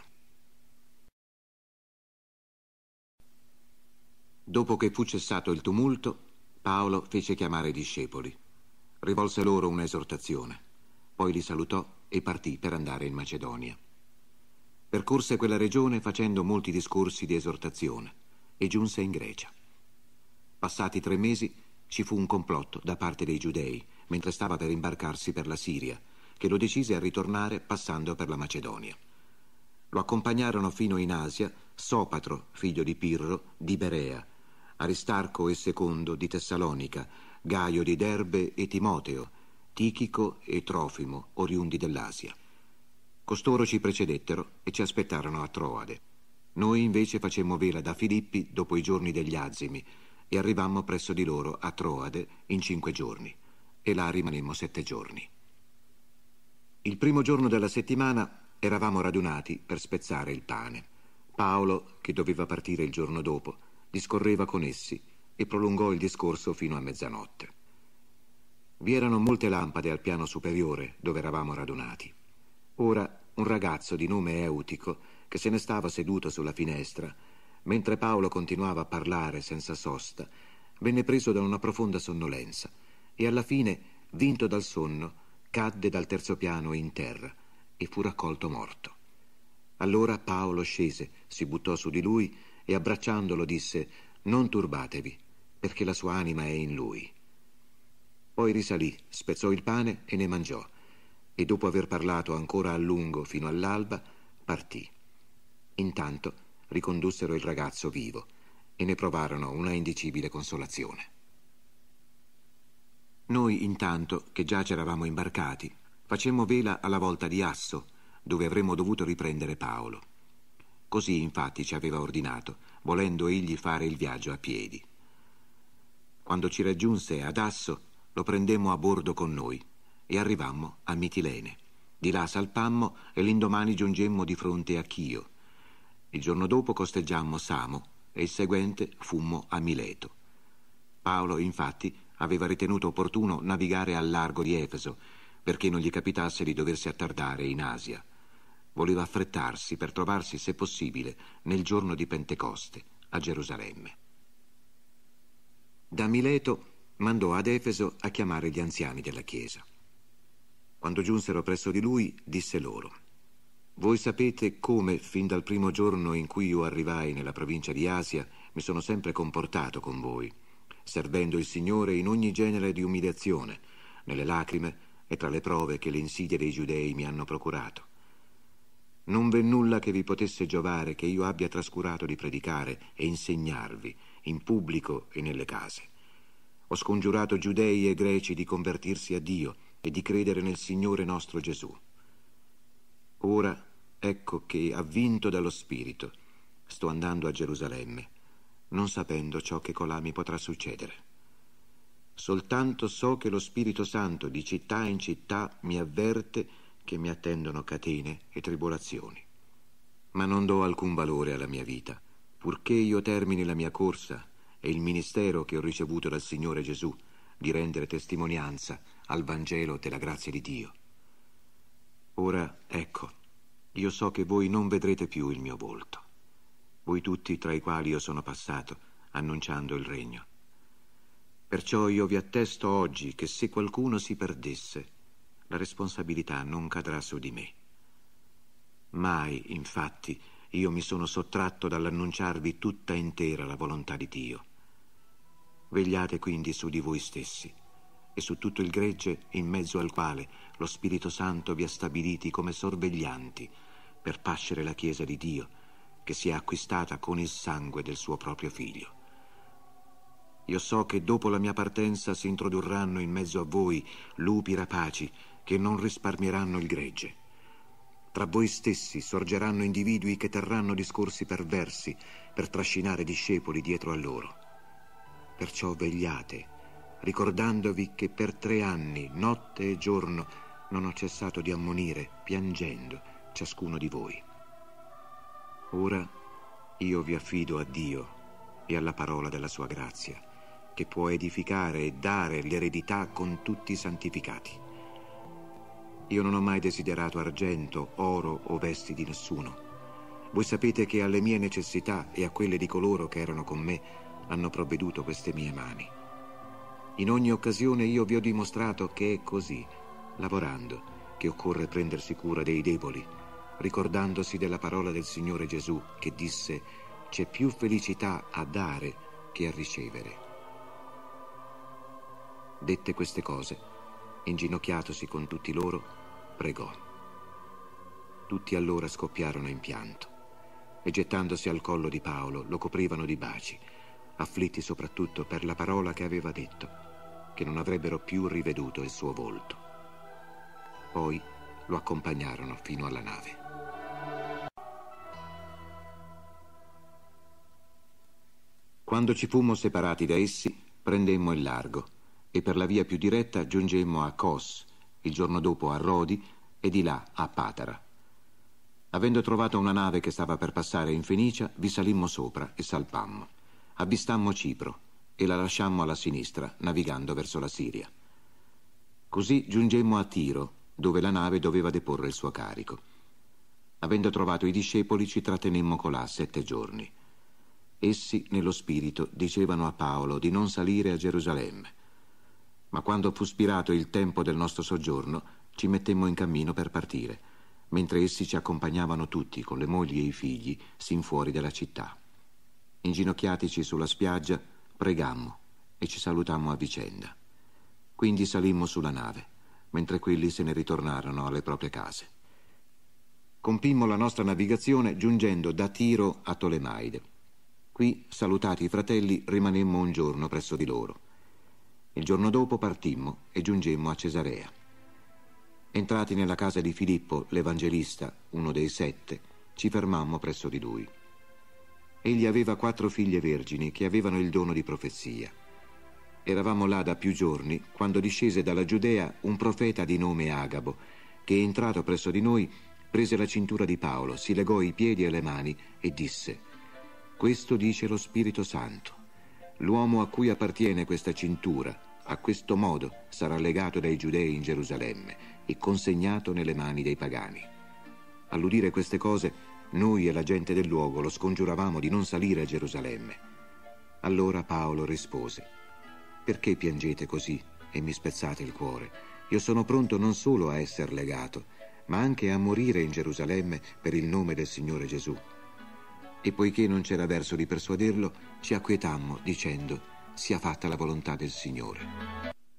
Dopo che fu cessato il tumulto, Paolo fece chiamare i discepoli. Rivolse loro un'esortazione, poi li salutò e partì per andare in Macedonia. Percorse quella regione facendo molti discorsi di esortazione e giunse in Grecia. Passati tre mesi ci fu un complotto da parte dei giudei, mentre stava per imbarcarsi per la Siria, che lo decise a ritornare passando per la Macedonia. Lo accompagnarono fino in Asia Sopatro, figlio di Pirro, di Berea, Aristarco e Secondo di Tessalonica, Gaio di Derbe e Timoteo, Tichico e Trofimo, oriundi dell'Asia. Costoro ci precedettero e ci aspettarono a Troade. Noi invece facemmo vela da Filippi dopo i giorni degli Azimi e arrivammo presso di loro a Troade in cinque giorni, e là rimanemmo sette giorni. Il primo giorno della settimana eravamo radunati per spezzare il pane. Paolo, che doveva partire il giorno dopo, discorreva con essi e prolungò il discorso fino a mezzanotte. Vi erano molte lampade al piano superiore dove eravamo radunati. Ora un ragazzo di nome Eutico, che se ne stava seduto sulla finestra, mentre Paolo continuava a parlare senza sosta, venne preso da una profonda sonnolenza e alla fine, vinto dal sonno, cadde dal terzo piano in terra e fu raccolto morto. Allora Paolo scese, si buttò su di lui e abbracciandolo disse: non turbatevi, perché la sua anima è in lui. Poi risalì, spezzò il pane e ne mangiò, e dopo aver parlato ancora a lungo fino all'alba, partì. Intanto ricondussero il ragazzo vivo e ne provarono una indicibile consolazione. Noi intanto, che già c'eravamo imbarcati, facemmo vela alla volta di Asso, dove avremmo dovuto riprendere Paolo. Così infatti ci aveva ordinato, volendo egli fare il viaggio a piedi. Quando ci raggiunse ad Asso, lo prendemmo a bordo con noi e arrivammo a Mitilene. Di là salpammo e l'indomani giungemmo di fronte a Chio. Il giorno dopo costeggiammo Samo e il seguente fummo a Mileto. Paolo, infatti, aveva ritenuto opportuno navigare al largo di Efeso, perché non gli capitasse di doversi attardare in Asia. voleva affrettarsi per trovarsi, se possibile, nel giorno di Pentecoste, a Gerusalemme. Da Mileto mandò ad Efeso a chiamare gli anziani della Chiesa. Quando giunsero presso di lui, disse loro: «Voi sapete come, fin dal primo giorno in cui io arrivai nella provincia di Asia, mi sono sempre comportato con voi, servendo il Signore in ogni genere di umiliazione, nelle lacrime e tra le prove che le insidie dei giudei mi hanno procurato. Non v'è nulla che vi potesse giovare che io abbia trascurato di predicare e insegnarvi in pubblico e nelle case. Ho scongiurato giudei e greci di convertirsi a Dio e di credere nel Signore nostro Gesù. Ora ecco che, avvinto dallo Spirito, sto andando a Gerusalemme, non sapendo ciò che colà mi potrà succedere. Soltanto so che lo Spirito Santo di città in città mi avverte che mi attendono catene e tribolazioni. Ma non do alcun valore alla mia vita, purché io termini la mia corsa e il ministero che ho ricevuto dal Signore Gesù di rendere testimonianza al Vangelo della grazia di Dio. Ora, ecco, io so che voi non vedrete più il mio volto, voi tutti tra i quali io sono passato, annunciando il regno. Perciò io vi attesto oggi che se qualcuno si perdesse, la responsabilità non cadrà su di me. Mai, infatti, io mi sono sottratto dall'annunciarvi tutta intera la volontà di Dio. Vegliate quindi su di voi stessi e su tutto il gregge in mezzo al quale lo Spirito Santo vi ha stabiliti come sorveglianti per pascere la Chiesa di Dio, che si è acquistata con il sangue del suo proprio Figlio. Io so che dopo la mia partenza si introdurranno in mezzo a voi lupi rapaci che non risparmieranno il gregge. Tra voi stessi sorgeranno individui che terranno discorsi perversi per trascinare discepoli dietro a loro. Perciò vegliate, ricordandovi che per tre anni, notte e giorno, non ho cessato di ammonire, piangendo, ciascuno di voi. Ora io vi affido a Dio e alla parola della sua grazia, che può edificare e dare l'eredità con tutti i santificati. Io non ho mai desiderato argento, oro o vesti di nessuno. Voi sapete che alle mie necessità e a quelle di coloro che erano con me hanno provveduto queste mie mani. In ogni occasione io vi ho dimostrato che è così, lavorando, che occorre prendersi cura dei deboli, ricordandosi della parola del Signore Gesù che disse: c'è più felicità a dare che a ricevere. Dette queste cose, inginocchiatosi con tutti loro, pregò. Tutti allora scoppiarono in pianto e gettandosi al collo di Paolo lo coprivano di baci, afflitti soprattutto per la parola che aveva detto, che non avrebbero più riveduto il suo volto. Poi lo accompagnarono fino alla nave. Quando ci fummo separati da essi, prendemmo il largo e per la via più diretta giungemmo a Cos, il giorno dopo a Rodi e di là a Patara. Avendo trovato una nave che stava per passare in Fenicia, vi salimmo sopra e salpammo. Avvistammo Cipro e la lasciammo alla sinistra, navigando verso la Siria. Così giungemmo a Tiro, dove la nave doveva deporre il suo carico. Avendo trovato i discepoli, ci trattenemmo colà sette giorni. Essi, nello spirito, dicevano a Paolo di non salire a Gerusalemme. Ma quando fu spirato il tempo del nostro soggiorno, ci mettemmo in cammino per partire, mentre essi ci accompagnavano tutti, con le mogli e i figli, sin fuori della città. Inginocchiatici sulla spiaggia, pregammo e ci salutammo a vicenda. Quindi salimmo sulla nave, mentre quelli se ne ritornarono alle proprie case. Compimmo la nostra navigazione giungendo da Tiro a Tolemaide. Qui, salutati i fratelli, rimanemmo un giorno presso di loro. Il giorno dopo partimmo e giungemmo a Cesarea. Entrati nella casa di Filippo, l'Evangelista, uno dei sette, ci fermammo presso di lui. Egli aveva quattro figlie vergini che avevano il dono di profezia. Eravamo là da più giorni quando discese dalla Giudea un profeta di nome Agabo, che entrato presso di noi prese la cintura di Paolo, si legò i piedi e le mani e disse: questo dice lo Spirito Santo. L'uomo a cui appartiene questa cintura, a questo modo sarà legato dai giudei in Gerusalemme e consegnato nelle mani dei pagani. All'udire queste cose, noi e la gente del luogo lo scongiuravamo di non salire a Gerusalemme. Allora Paolo rispose: perché piangete così e mi spezzate il cuore? Io sono pronto non solo a essere legato, ma anche a morire in Gerusalemme per il nome del Signore Gesù. E poiché non c'era verso di persuaderlo, ci acquietammo dicendo: sia fatta la volontà del Signore.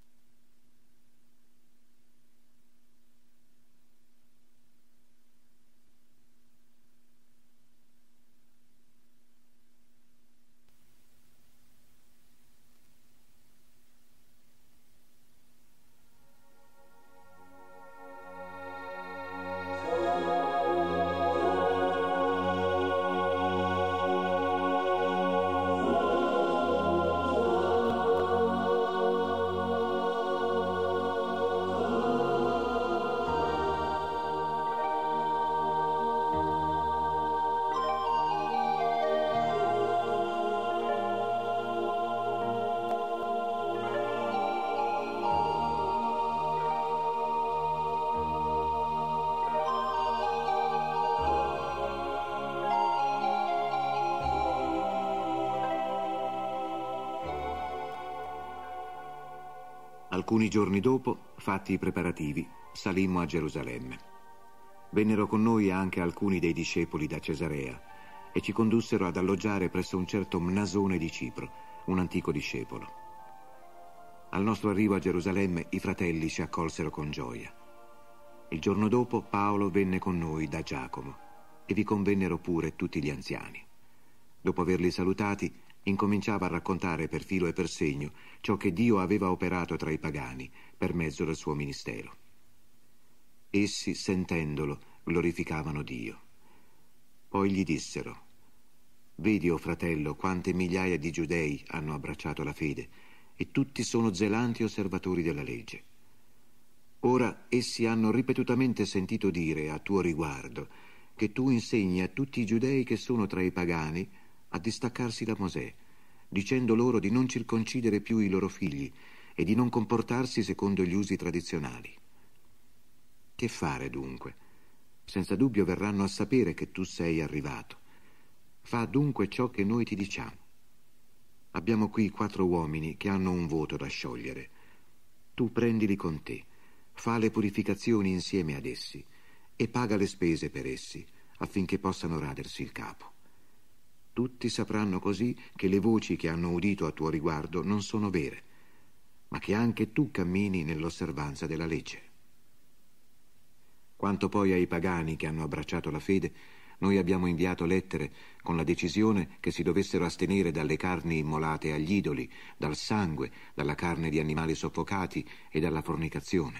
Alcuni giorni dopo, fatti i preparativi, salimmo a Gerusalemme. Vennero con noi anche alcuni dei discepoli da Cesarea e ci condussero ad alloggiare presso un certo Mnasone di Cipro, un antico discepolo. Al nostro arrivo a Gerusalemme i fratelli ci accolsero con gioia. Il giorno dopo Paolo venne con noi da Giacomo e vi convennero pure tutti gli anziani. Dopo averli salutati, incominciava a raccontare per filo e per segno ciò che Dio aveva operato tra i pagani per mezzo del suo ministero. Essi, sentendolo, glorificavano Dio. Poi gli dissero: vedi, o fratello, quante migliaia di giudei hanno abbracciato la fede e tutti sono zelanti osservatori della legge. Ora essi hanno ripetutamente sentito dire a tuo riguardo che tu insegni a tutti i giudei che sono tra i pagani a distaccarsi da Mosè, dicendo loro di non circoncidere più i loro figli e di non comportarsi secondo gli usi tradizionali. Che fare dunque? Senza dubbio verranno a sapere che tu sei arrivato. Fa dunque ciò che noi ti diciamo. Abbiamo qui quattro uomini che hanno un voto da sciogliere. Tu prendili con te, fa le purificazioni insieme ad essi e paga le spese per essi, affinché possano radersi il capo. Tutti sapranno così che le voci che hanno udito a tuo riguardo non sono vere, ma che anche tu cammini nell'osservanza della legge. Quanto poi ai pagani che hanno abbracciato la fede, noi abbiamo inviato lettere con la decisione che si dovessero astenere dalle carni immolate agli idoli, dal sangue, dalla carne di animali soffocati e dalla fornicazione.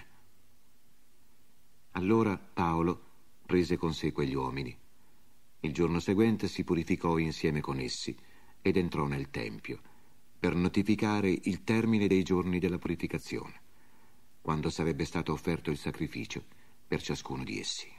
Allora Paolo prese con sé quegli uomini. Il giorno seguente si purificò insieme con essi ed entrò nel tempio per notificare il termine dei giorni della purificazione, quando sarebbe stato offerto il sacrificio per ciascuno di essi.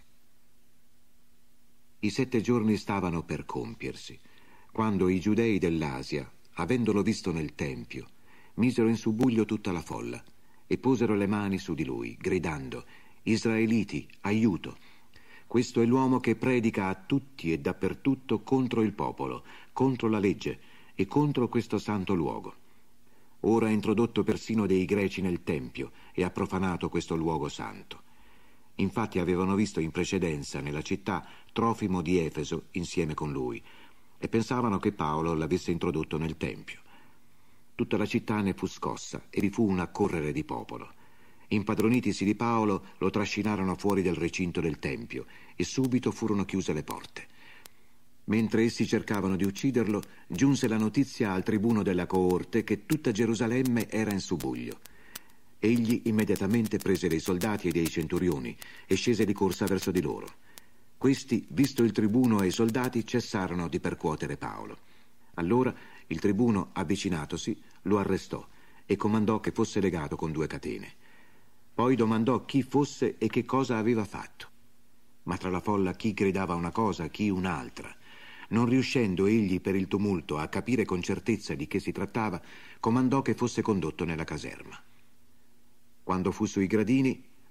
I sette giorni stavano per compiersi, quando i giudei dell'Asia, avendolo visto nel tempio, misero in subbuglio tutta la folla e posero le mani su di lui, gridando: «Israeliti, aiuto! Questo è l'uomo che predica a tutti e dappertutto contro il popolo, contro la legge e contro questo santo luogo. Ora ha introdotto persino dei greci nel tempio e ha profanato questo luogo santo». Infatti avevano visto in precedenza nella città Trofimo di Efeso insieme con lui e pensavano che Paolo l'avesse introdotto nel tempio. Tutta la città ne fu scossa e vi fu un accorrere di popolo. Impadronitisi di Paolo, lo trascinarono fuori del recinto del tempio e subito furono chiuse le porte. Mentre essi cercavano di ucciderlo, giunse la notizia al tribuno della coorte che tutta Gerusalemme era in subbuglio. Egli immediatamente prese dei soldati e dei centurioni e scese di corsa verso di loro. Questi, visto il tribuno e i soldati, cessarono di percuotere Paolo. Allora il tribuno, avvicinatosi, lo arrestò e comandò che fosse legato con due catene. Poi domandò chi fosse e che cosa aveva fatto. Ma tra la folla chi gridava una cosa, chi un'altra. Non riuscendo egli per il tumulto a capire con certezza di che si trattava, comandò che fosse condotto nella caserma. Quando fu sui gradini,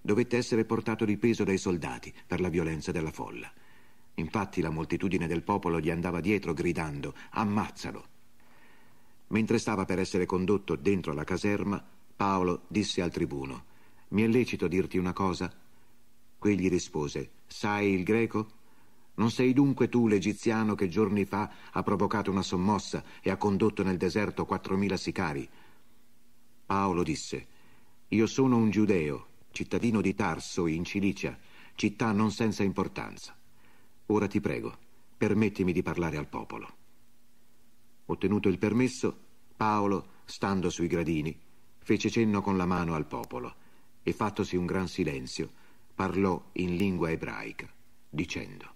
dovette essere portato di peso dai soldati per la violenza della folla. Infatti la moltitudine del popolo gli andava dietro gridando: ammazzalo! Mentre stava per essere condotto dentro la caserma, Paolo disse al tribuno: mi è lecito dirti una cosa? Quegli rispose: sai il greco? Non sei dunque tu l'egiziano che giorni fa ha provocato una sommossa e ha condotto nel deserto quattromila sicari? Paolo disse: io sono un giudeo, cittadino di Tarso in Cilicia, città non senza importanza. Ora ti prego, permettimi di parlare al popolo. Ottenuto il permesso, Paolo, stando sui gradini, fece cenno con la mano al popolo e, fattosi un gran silenzio, parlò in lingua ebraica, dicendo: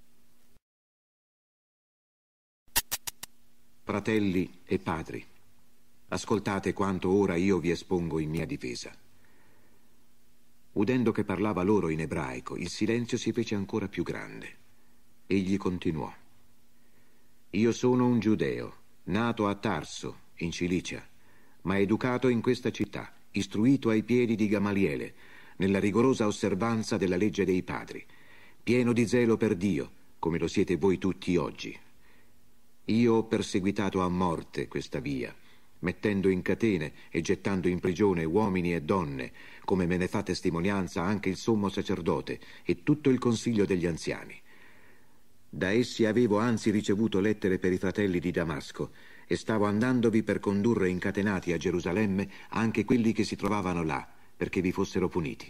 fratelli e padri, ascoltate quanto ora io vi espongo in mia difesa. Udendo che parlava loro in ebraico, il silenzio si fece ancora più grande. Egli continuò: io sono un giudeo, nato a Tarso, in Cilicia, ma educato in questa città, istruito ai piedi di Gamaliele, nella rigorosa osservanza della legge dei padri, pieno di zelo per Dio, come lo siete voi tutti oggi. Io ho perseguitato a morte questa via, mettendo in catene e gettando in prigione uomini e donne, come me ne fa testimonianza anche il sommo sacerdote e tutto il consiglio degli anziani. Da essi avevo anzi ricevuto lettere per i fratelli di Damasco e stavo andandovi per condurre incatenati a Gerusalemme anche quelli che si trovavano là, perché vi fossero puniti.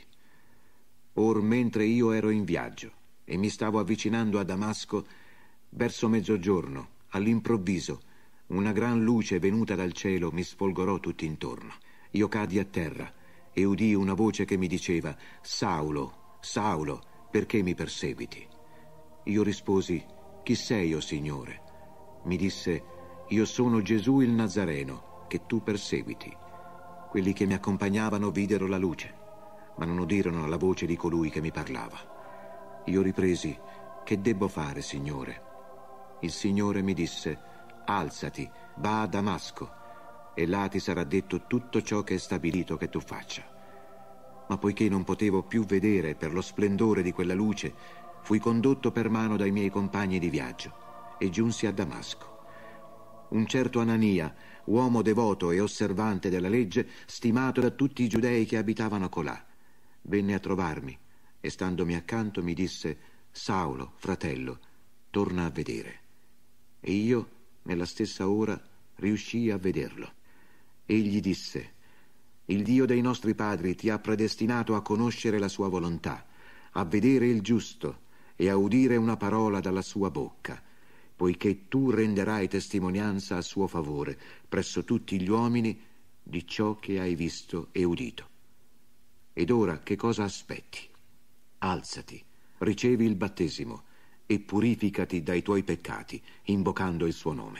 Or mentre io ero in viaggio e mi stavo avvicinando a Damasco, verso mezzogiorno, all'improvviso, una gran luce venuta dal cielo mi sfolgorò tutt'intorno. Io cadi a terra e udii una voce che mi diceva: Saulo, Saulo, perché mi perseguiti? Io risposi: chi sei, o Signore? Mi disse: io sono Gesù il Nazareno, che tu perseguiti. Quelli che mi accompagnavano videro la luce, ma non udirono la voce di colui che mi parlava. Io ripresi: che debbo fare, Signore? Il Signore mi disse: alzati, va a Damasco, e là ti sarà detto tutto ciò che è stabilito che tu faccia. Ma poiché non potevo più vedere per lo splendore di quella luce, fui condotto per mano dai miei compagni di viaggio e giunsi a Damasco. Un certo Anania, uomo devoto e osservante della legge, stimato da tutti i giudei che abitavano colà, venne a trovarmi e, standomi accanto, mi disse: Saulo, fratello, torna a vedere. E io, nella stessa ora, riuscii a vederlo. Egli disse: il Dio dei nostri padri ti ha predestinato a conoscere la sua volontà, a vedere il giusto e a udire una parola dalla sua bocca, poiché tu renderai testimonianza a suo favore presso tutti gli uomini di ciò che hai visto e udito. Ed ora che cosa aspetti? Alzati, ricevi il battesimo e purificati dai tuoi peccati, invocando il suo nome.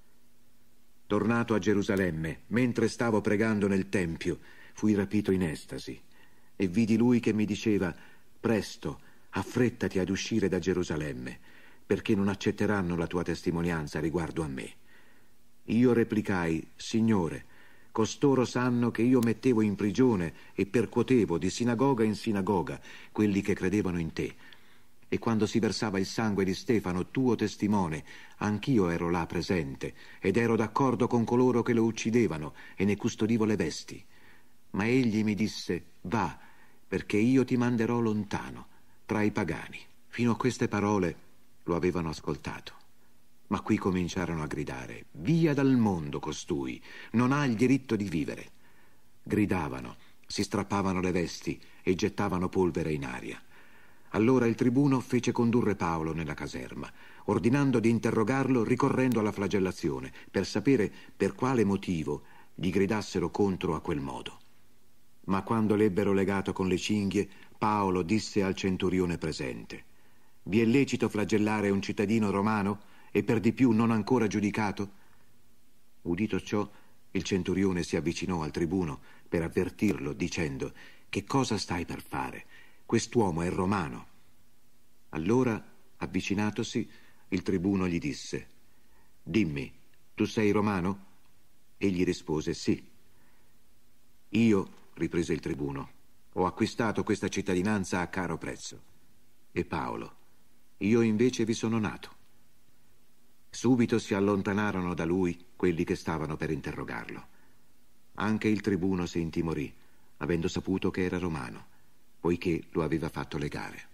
Tornato a Gerusalemme, mentre stavo pregando nel tempio, fui rapito in estasi e vidi lui che mi diceva: presto, affrettati ad uscire da Gerusalemme, perché non accetteranno la tua testimonianza riguardo a me. Io replicai: Signore, costoro sanno che io mettevo in prigione e percuotevo di sinagoga in sinagoga quelli che credevano in te. E quando si versava il sangue di Stefano, tuo testimone, anch'io ero là presente ed ero d'accordo con coloro che lo uccidevano e ne custodivo le vesti. Ma egli mi disse: va, perché io ti manderò lontano, tra i pagani. Fino a queste parole lo avevano ascoltato, ma qui cominciarono a gridare: via dal mondo costui, non ha il diritto di vivere. Gridavano, si strappavano le vesti e gettavano polvere in aria. Allora il tribuno fece condurre Paolo nella caserma, ordinando di interrogarlo ricorrendo alla flagellazione, per sapere per quale motivo gli gridassero contro a quel modo. Ma quando l'ebbero legato con le cinghie, Paolo disse al centurione presente: vi è lecito flagellare un cittadino romano e per di più non ancora giudicato? Udito ciò, il centurione si avvicinò al tribuno per avvertirlo, dicendo: che cosa stai per fare? Quest'uomo è romano. Allora, avvicinatosi, il tribuno gli disse: dimmi, tu sei romano? Egli rispose: sì. Io, riprese il tribuno, Ho acquistato questa cittadinanza a caro prezzo. E Paolo, io invece vi sono nato. Subito si allontanarono da lui quelli che stavano per interrogarlo. Anche il tribuno si intimorì, avendo saputo che era romano, poiché lo aveva fatto legare.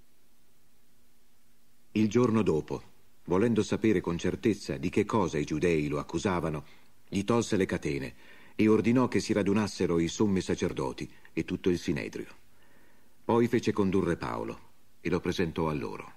Il giorno dopo, volendo sapere con certezza di che cosa i giudei lo accusavano, gli tolse le catene e ordinò che si radunassero i sommi sacerdoti e tutto il sinedrio. Poi fece condurre Paolo e lo presentò a loro.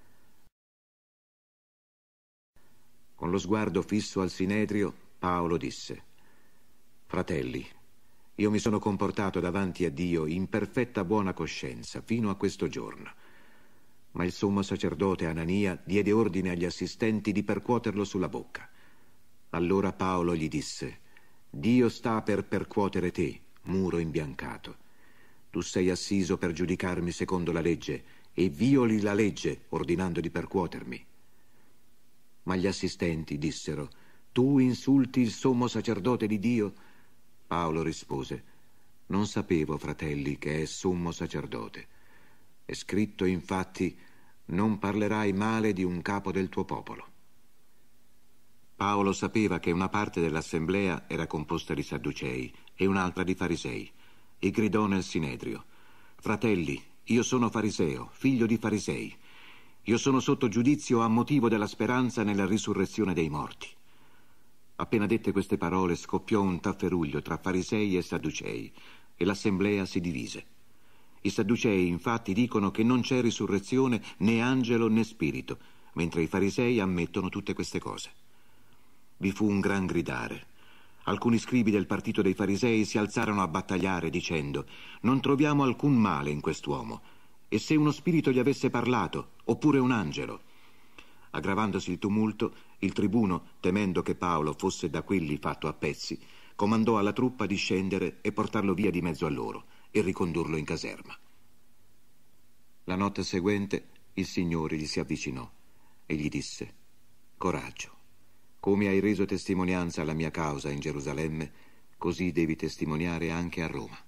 Con lo sguardo fisso al sinedrio, Paolo disse: «Fratelli, io mi sono comportato davanti a Dio in perfetta buona coscienza fino a questo giorno». Ma il sommo sacerdote Anania diede ordine agli assistenti di percuoterlo sulla bocca. Allora Paolo gli disse: «Dio sta per percuotere te, muro imbiancato. Tu sei assiso per giudicarmi secondo la legge e violi la legge ordinando di percuotermi». Ma gli assistenti dissero: «Tu insulti il sommo sacerdote di Dio?» Paolo rispose: «Non sapevo, fratelli, che è sommo sacerdote. È scritto infatti: non parlerai male di un capo del tuo popolo». Paolo sapeva che una parte dell'assemblea era composta di sadducei e un'altra di farisei, e gridò nel sinedrio: «Fratelli, io sono fariseo, figlio di farisei. Io sono sotto giudizio a motivo della speranza nella risurrezione dei morti». Appena dette queste parole scoppiò un tafferuglio tra farisei e sadducei e l'assemblea si divise. I sadducei infatti dicono che non c'è risurrezione né angelo né spirito, mentre i farisei ammettono tutte queste cose. Vi fu un gran gridare. Alcuni scribi del partito dei farisei si alzarono a battagliare dicendo: «Non troviamo alcun male in quest'uomo, e se uno spirito gli avesse parlato, oppure un angelo». Aggravandosi il tumulto, il tribuno, temendo che Paolo fosse da quelli fatto a pezzi, comandò alla truppa di scendere e portarlo via di mezzo a loro e ricondurlo in caserma. La notte seguente il Signore gli si avvicinò e gli disse: «Coraggio, come hai reso testimonianza alla mia causa in Gerusalemme, così devi testimoniare anche a Roma».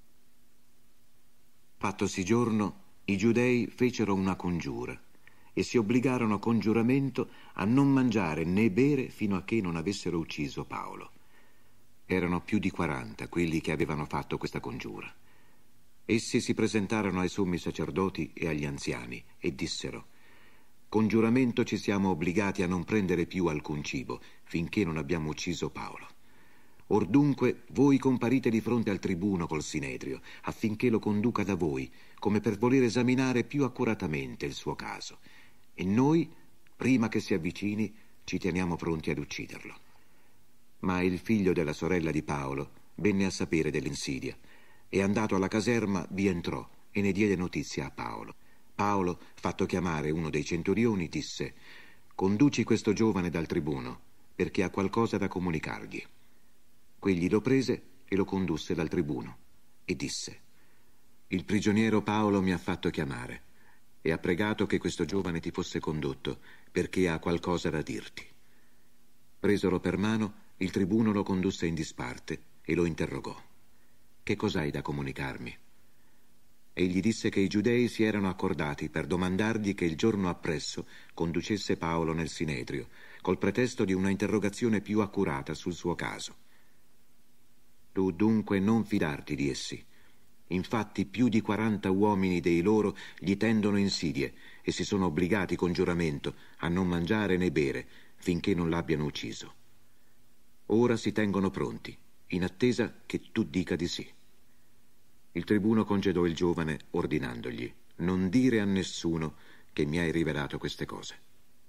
Fattosi giorno, i giudei fecero una congiura e si obbligarono con giuramento a non mangiare né bere fino a che non avessero ucciso Paolo. Erano più di quaranta quelli che avevano fatto questa congiura. Essi si presentarono ai sommi sacerdoti e agli anziani e dissero: «Con giuramento ci siamo obbligati a non prendere più alcun cibo finché non abbiamo ucciso Paolo. Or dunque voi comparite di fronte al tribuno col sinedrio affinché lo conduca da voi, come per voler esaminare più accuratamente il suo caso. E noi, prima che si avvicini, ci teniamo pronti ad ucciderlo». Ma il figlio della sorella di Paolo venne a sapere dell'insidia e, andato alla caserma, vi entrò e ne diede notizia a Paolo. Paolo, fatto chiamare uno dei centurioni, disse: «Conduci questo giovane dal tribuno, perché ha qualcosa da comunicargli». Quegli lo prese e lo condusse dal tribuno e disse: «Il prigioniero Paolo mi ha fatto chiamare e ha pregato che questo giovane ti fosse condotto, perché ha qualcosa da dirti». Presolo per mano, il tribuno lo condusse in disparte e lo interrogò: «Che cos'hai da comunicarmi?» Egli disse che i giudei si erano accordati per domandargli che il giorno appresso conducesse Paolo nel sinedrio, col pretesto di una interrogazione più accurata sul suo caso. «Tu dunque non fidarti di essi. Infatti più di quaranta uomini dei loro gli tendono insidie e si sono obbligati con giuramento a non mangiare né bere finché non l'abbiano ucciso. Ora si tengono pronti, in attesa che tu dica di sì». Il tribuno congedò il giovane ordinandogli: «Non dire a nessuno che mi hai rivelato queste cose».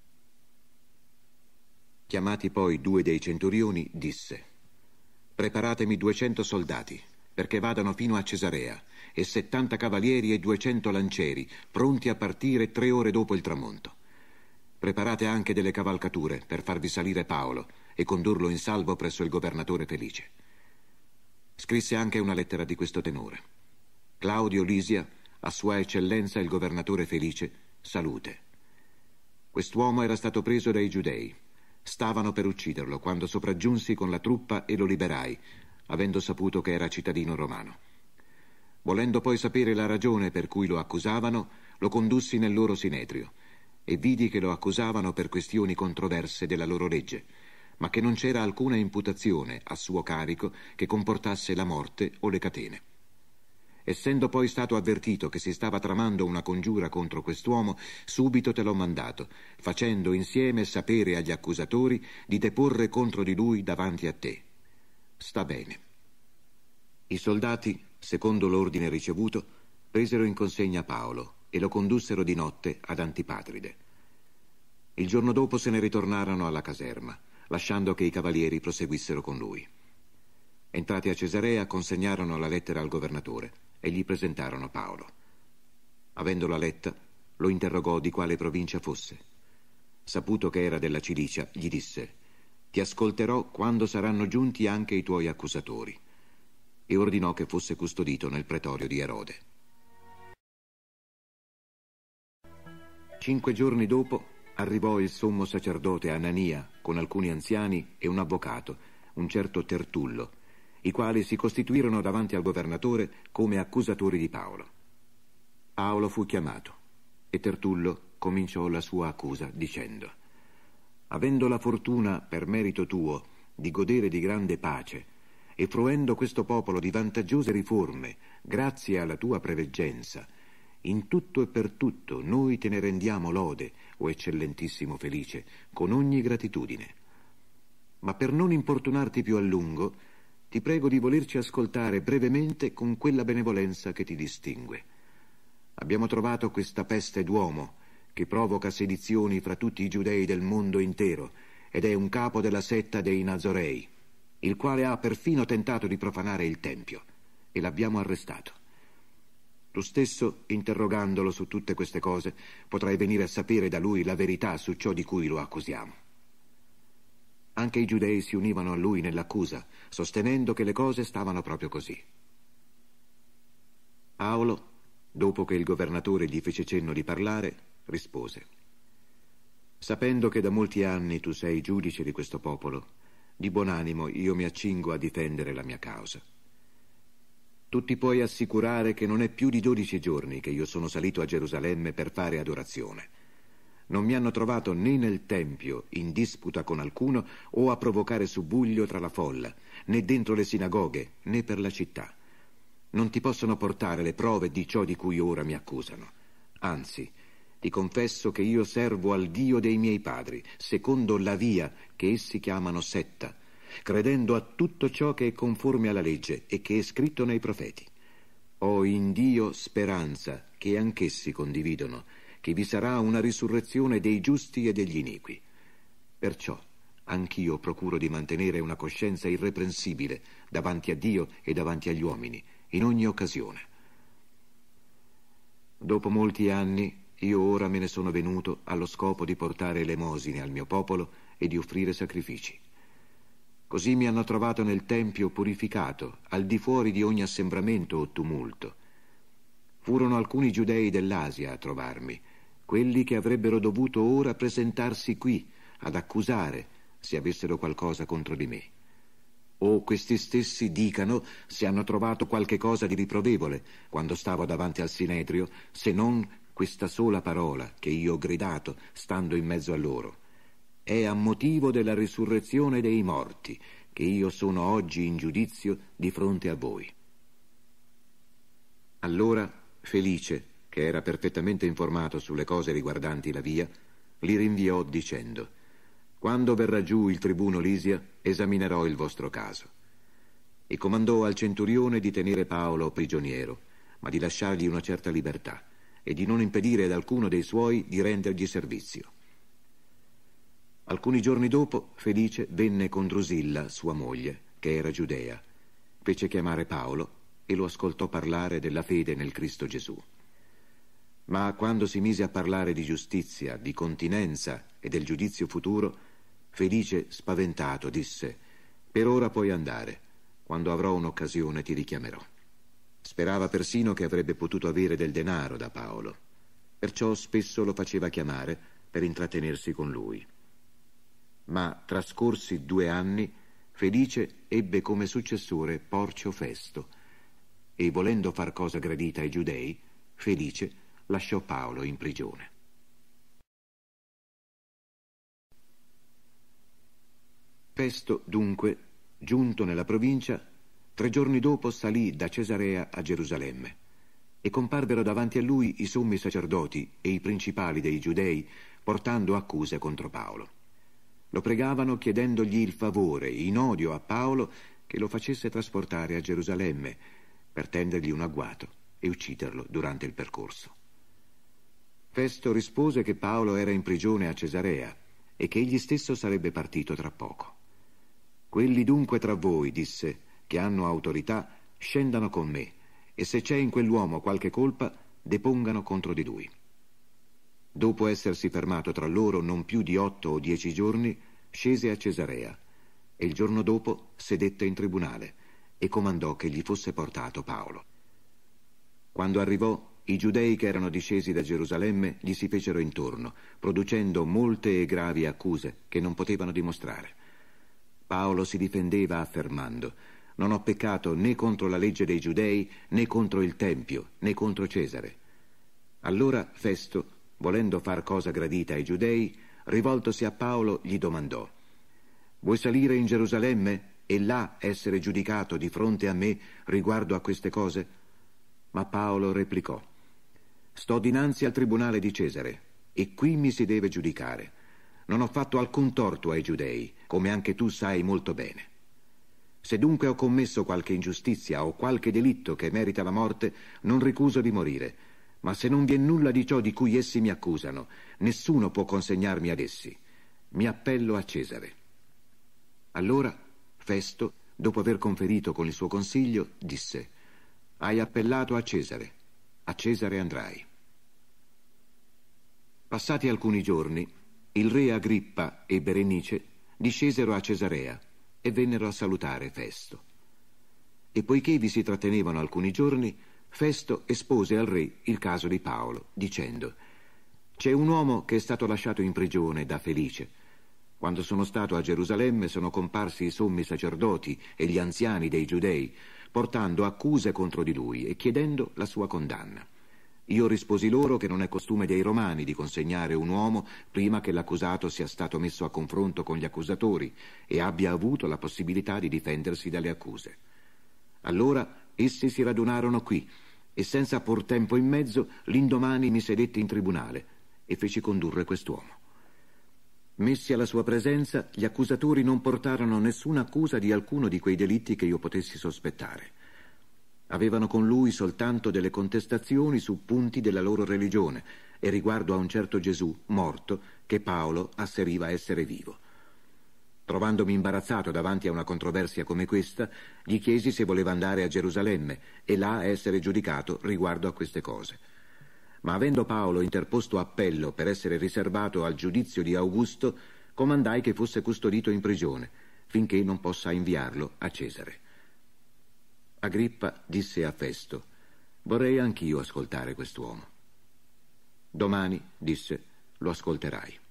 Chiamati poi due dei centurioni, disse: «Preparatemi duecento soldati, perché vadano fino a Cesarea, e settanta cavalieri e duecento lancieri, pronti a partire tre ore dopo il tramonto. Preparate anche delle cavalcature per farvi salire Paolo e condurlo in salvo presso il governatore Felice». Scrisse anche una lettera di questo tenore: «Claudio Lisia, a sua eccellenza il governatore Felice, salute. Quest'uomo era stato preso dai giudei. Stavano per ucciderlo quando sopraggiunsi con la truppa e lo liberai, avendo saputo che era cittadino romano. Volendo poi sapere la ragione per cui lo accusavano, lo condussi nel loro sinedrio e vidi che lo accusavano per questioni controverse della loro legge, ma che non c'era alcuna imputazione a suo carico che comportasse la morte o le catene. Essendo poi stato avvertito che si stava tramando una congiura contro quest'uomo, subito te l'ho mandato, facendo insieme sapere agli accusatori di deporre contro di lui davanti a te. Sta bene. I soldati, secondo l'ordine ricevuto, presero in consegna Paolo e lo condussero di notte ad Antipatride. Il giorno dopo se ne ritornarono alla caserma, lasciando che i cavalieri proseguissero con lui. Entrati a Cesarea, consegnarono la lettera al governatore e gli presentarono Paolo. Avendola letta, lo interrogò di quale provincia fosse. Saputo che era della Cilicia, gli disse: «Ti ascolterò quando saranno giunti anche i tuoi accusatori», e ordinò che fosse custodito nel pretorio di Erode. Cinque giorni dopo arrivò il sommo sacerdote Anania con alcuni anziani e un avvocato, un certo Tertullo, i quali si costituirono davanti al governatore come accusatori di Paolo. Paolo fu chiamato e Tertullo cominciò la sua accusa dicendo: «Avendo la fortuna, per merito tuo, di godere di grande pace e fruendo questo popolo di vantaggiose riforme, grazie alla tua preveggenza, in tutto e per tutto noi te ne rendiamo lode, o eccellentissimo Felice, con ogni gratitudine. Ma per non importunarti più a lungo, ti prego di volerci ascoltare brevemente con quella benevolenza che ti distingue. Abbiamo trovato questa peste d'uomo che provoca sedizioni fra tutti i giudei del mondo intero ed è un capo della setta dei Nazorei, il quale ha perfino tentato di profanare il Tempio, e l'abbiamo arrestato. Tu stesso, interrogandolo su tutte queste cose, potrai venire a sapere da lui la verità su ciò di cui lo accusiamo». Anche i giudei si univano a lui nell'accusa, sostenendo che le cose stavano proprio così. Paolo, dopo che il governatore gli fece cenno di parlare, rispose: «Sapendo che da molti anni tu sei giudice di questo popolo, di buon animo io mi accingo a difendere la mia causa. Tu ti puoi assicurare che non è più di dodici giorni che io sono salito a Gerusalemme per fare adorazione. Non mi hanno trovato né nel Tempio in disputa con alcuno o a provocare subbuglio tra la folla, né dentro le sinagoghe, né per la città. Non ti possono portare le prove di ciò di cui ora mi accusano. Anzi, ti confesso che io servo al Dio dei miei padri, secondo la via che essi chiamano setta, credendo a tutto ciò che è conforme alla legge e che è scritto nei profeti. Ho in Dio speranza che anch'essi condividono, che vi sarà una risurrezione dei giusti e degli iniqui. Perciò anch'io procuro di mantenere una coscienza irreprensibile davanti a Dio e davanti agli uomini, in ogni occasione. Dopo molti anni, io ora me ne sono venuto allo scopo di portare elemosine al mio popolo e di offrire sacrifici. Così mi hanno trovato nel Tempio purificato, al di fuori di ogni assembramento o tumulto. Furono alcuni giudei dell'Asia a trovarmi, quelli che avrebbero dovuto ora presentarsi qui ad accusare se avessero qualcosa contro di me. O questi stessi dicano se hanno trovato qualche cosa di riprovevole quando stavo davanti al Sinedrio, se non questa sola parola che io ho gridato stando in mezzo a loro: è a motivo della risurrezione dei morti che io sono oggi in giudizio di fronte a voi. Allora Felice, che era perfettamente informato sulle cose riguardanti la via, li rinviò dicendo: «Quando verrà giù il tribuno Lisia, esaminerò il vostro caso». E comandò al centurione di tenere Paolo prigioniero, ma di lasciargli una certa libertà e di non impedire ad alcuno dei suoi di rendergli servizio. Alcuni giorni dopo Felice venne con Drusilla, sua moglie, che era giudea, fece chiamare Paolo e lo ascoltò parlare della fede nel Cristo Gesù. Ma quando si mise a parlare di giustizia, di continenza e del giudizio futuro, Felice, spaventato, disse: «Per ora puoi andare, quando avrò un'occasione ti richiamerò». Sperava persino che avrebbe potuto avere del denaro da Paolo, perciò spesso lo faceva chiamare per intrattenersi con lui. Ma trascorsi due anni, Felice ebbe come successore Porcio Festo, e, volendo far cosa gradita ai giudei, Felice lasciò Paolo in prigione. Festo, dunque, giunto nella provincia, tre giorni dopo salì da Cesarea a Gerusalemme, e comparvero davanti a lui i sommi sacerdoti e i principali dei giudei, portando accuse contro Paolo. Lo pregavano chiedendogli il favore, in odio a Paolo, che lo facesse trasportare a Gerusalemme per tendergli un agguato e ucciderlo durante il percorso. Festo rispose che Paolo era in prigione a Cesarea e che egli stesso sarebbe partito tra poco. Quelli dunque tra voi, disse, che hanno autorità, scendano con me, e se c'è in quell'uomo qualche colpa, depongano contro di lui. Dopo essersi fermato tra loro non più di otto o dieci giorni, scese a Cesarea, e il giorno dopo sedette in tribunale e comandò che gli fosse portato Paolo. Quando arrivò, i giudei che erano discesi da Gerusalemme gli si fecero intorno, producendo molte e gravi accuse che non potevano dimostrare. Paolo si difendeva affermando: non ho peccato né contro la legge dei giudei, né contro il Tempio, né contro Cesare. Allora Festo, volendo far cosa gradita ai giudei, rivoltosi a Paolo, gli domandò: vuoi salire in Gerusalemme e là essere giudicato di fronte a me riguardo a queste cose? Ma Paolo replicò: sto dinanzi al tribunale di Cesare e qui mi si deve giudicare. Non ho fatto alcun torto ai giudei, come anche tu sai molto bene. Se dunque ho commesso qualche ingiustizia o qualche delitto che merita la morte, non ricuso di morire, ma se non vi è nulla di ciò di cui essi mi accusano, nessuno può consegnarmi ad essi. Mi appello a Cesare. Allora Festo, dopo aver conferito con il suo consiglio, disse: hai appellato a Cesare, a Cesare andrai. Passati alcuni giorni, il re Agrippa e Berenice discesero a Cesarea e vennero a salutare Festo. E poiché vi si trattenevano alcuni giorni, Festo espose al re il caso di Paolo, dicendo: c'è un uomo che è stato lasciato in prigione da Felice. Quando sono stato a Gerusalemme sono comparsi i sommi sacerdoti e gli anziani dei giudei, portando accuse contro di lui e chiedendo la sua condanna. Io risposi loro che non è costume dei romani di consegnare un uomo prima che l'accusato sia stato messo a confronto con gli accusatori e abbia avuto la possibilità di difendersi dalle accuse. Allora essi si radunarono qui e senza por tempo in mezzo l'indomani mi sedetti in tribunale e feci condurre quest'uomo. Messi alla sua presenza, gli accusatori non portarono nessuna accusa di alcuno di quei delitti che io potessi sospettare. Avevano con lui soltanto delle contestazioni su punti della loro religione e riguardo a un certo Gesù morto che Paolo asseriva essere vivo. Trovandomi imbarazzato davanti a una controversia come questa, gli chiesi se voleva andare a Gerusalemme e là essere giudicato riguardo a queste cose. Ma avendo Paolo interposto appello per essere riservato al giudizio di Augusto, comandai che fosse custodito in prigione, finché non possa inviarlo a Cesare. Agrippa disse a Festo: vorrei anch'io ascoltare quest'uomo. Domani, disse, lo ascolterai.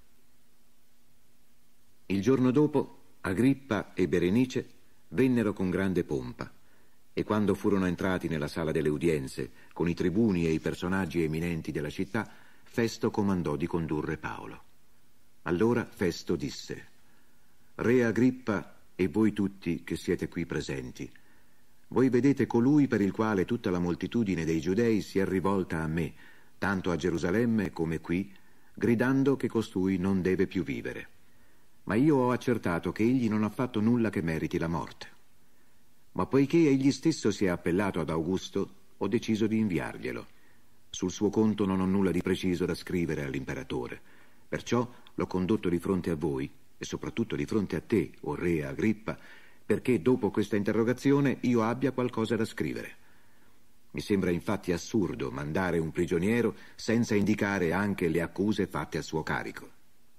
Il giorno dopo, Agrippa e Berenice vennero con grande pompa, e quando furono entrati nella sala delle udienze, con i tribuni e i personaggi eminenti della città, Festo comandò di condurre Paolo. Allora Festo disse: Re Agrippa e voi tutti che siete qui presenti, voi vedete colui per il quale tutta la moltitudine dei giudei si è rivolta a me, tanto a Gerusalemme come qui, gridando che costui non deve più vivere. Ma io ho accertato che egli non ha fatto nulla che meriti la morte. Ma poiché egli stesso si è appellato ad Augusto, ho deciso di inviarglielo. Sul suo conto non ho nulla di preciso da scrivere all'imperatore. Perciò l'ho condotto di fronte a voi, e soprattutto di fronte a te, o re Agrippa, perché dopo questa interrogazione io abbia qualcosa da scrivere. Mi sembra infatti assurdo mandare un prigioniero senza indicare anche le accuse fatte a suo carico.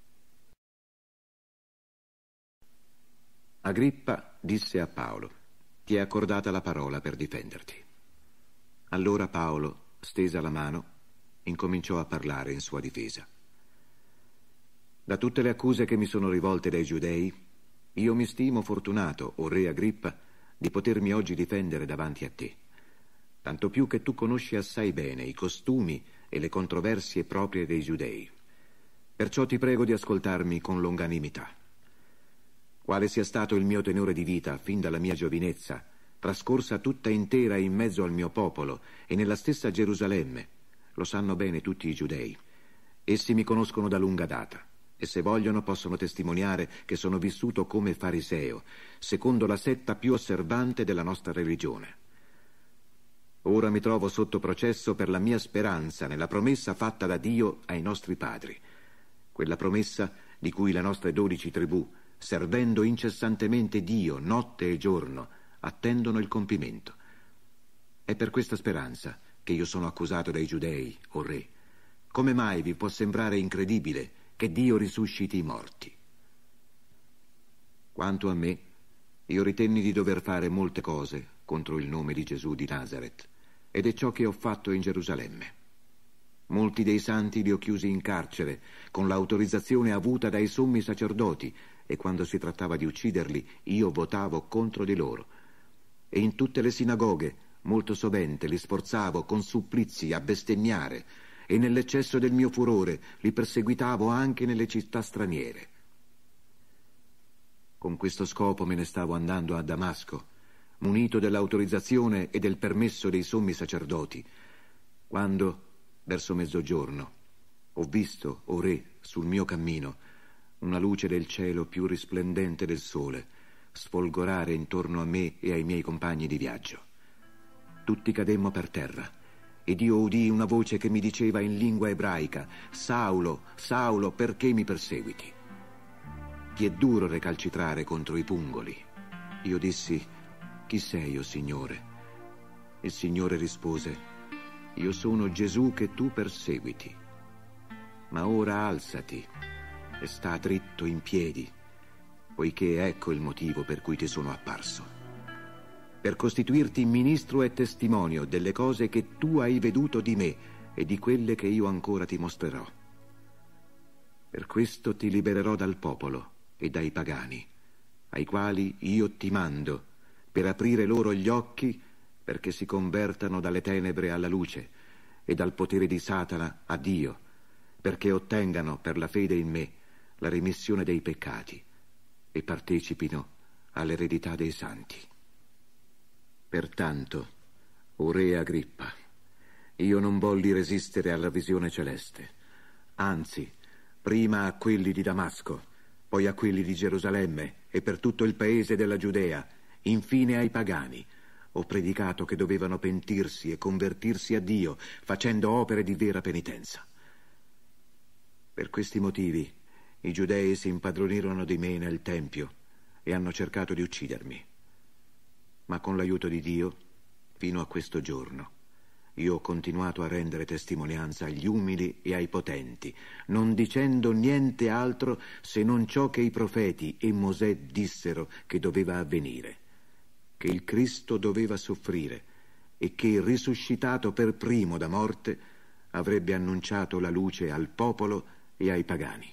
Agrippa disse a Paolo: ti è accordata la parola per difenderti. Allora Paolo, stesa la mano, incominciò a parlare in sua difesa. Da tutte le accuse che mi sono rivolte dai giudei, io mi stimo fortunato, o re Agrippa, di potermi oggi difendere davanti a te. tanto più che tu conosci assai bene i costumi e le controversie proprie dei giudei. Perciò ti prego di ascoltarmi con longanimità. Quale sia stato il mio tenore di vita fin dalla mia giovinezza, trascorsa tutta intera in mezzo al mio popolo e nella stessa Gerusalemme, lo sanno bene tutti i giudei. Essi mi conoscono da lunga data e se vogliono possono testimoniare che sono vissuto come fariseo, secondo la setta più osservante della nostra religione. Ora mi trovo sotto processo per la mia speranza nella promessa fatta da Dio ai nostri padri, quella promessa di cui le nostre dodici tribù, servendo incessantemente Dio notte e giorno, attendono il compimento. È per questa speranza che io sono accusato dai giudei, o re. Come mai vi può sembrare incredibile che Dio risusciti i morti? Quanto a me, io ritenni di dover fare molte cose contro il nome di Gesù di Nazaret, ed è ciò che ho fatto in Gerusalemme. Molti dei santi li ho chiusi in carcere, con l'autorizzazione avuta dai sommi sacerdoti, e quando si trattava di ucciderli, io votavo contro di loro. E in tutte le sinagoghe, molto sovente, li sforzavo con supplizi a bestemmiare, e nell'eccesso del mio furore li perseguitavo anche nelle città straniere. Con questo scopo me ne stavo andando a Damasco, munito dell'autorizzazione e del permesso dei sommi sacerdoti, quando, verso mezzogiorno, ho visto, o re, sul mio cammino, una luce del cielo più risplendente del sole, sfolgorare intorno a me e ai miei compagni di viaggio. Tutti cademmo per terra, ed io udii una voce che mi diceva in lingua ebraica: «Saulo, Saulo, perché mi perseguiti?» Ti è duro recalcitrare contro i pungoli. Io dissi: «Chi sei, o Signore?» Il Signore rispose: «Io sono Gesù che tu perseguiti. Ma ora alzati e sta dritto in piedi, poiché ecco il motivo per cui ti sono apparso. Per costituirti ministro e testimonio delle cose che tu hai veduto di me e di quelle che io ancora ti mostrerò. Per questo ti libererò dal popolo e dai pagani, ai quali io ti mando, per aprire loro gli occhi perché si convertano dalle tenebre alla luce e dal potere di Satana a Dio, perché ottengano per la fede in me la remissione dei peccati e partecipino all'eredità dei santi. Pertanto, o re Agrippa, io non volli resistere alla visione celeste, anzi, prima a quelli di Damasco, poi a quelli di Gerusalemme e per tutto il paese della Giudea, infine ai pagani, ho predicato che dovevano pentirsi e convertirsi a Dio, facendo opere di vera penitenza. Per questi motivi, i giudei si impadronirono di me nel Tempio e hanno cercato di uccidermi. Ma con l'aiuto di Dio, fino a questo giorno, io ho continuato a rendere testimonianza agli umili e ai potenti, non dicendo niente altro se non ciò che i profeti e Mosè dissero che doveva avvenire, che il Cristo doveva soffrire e che, risuscitato per primo da morte, avrebbe annunciato la luce al popolo e ai pagani.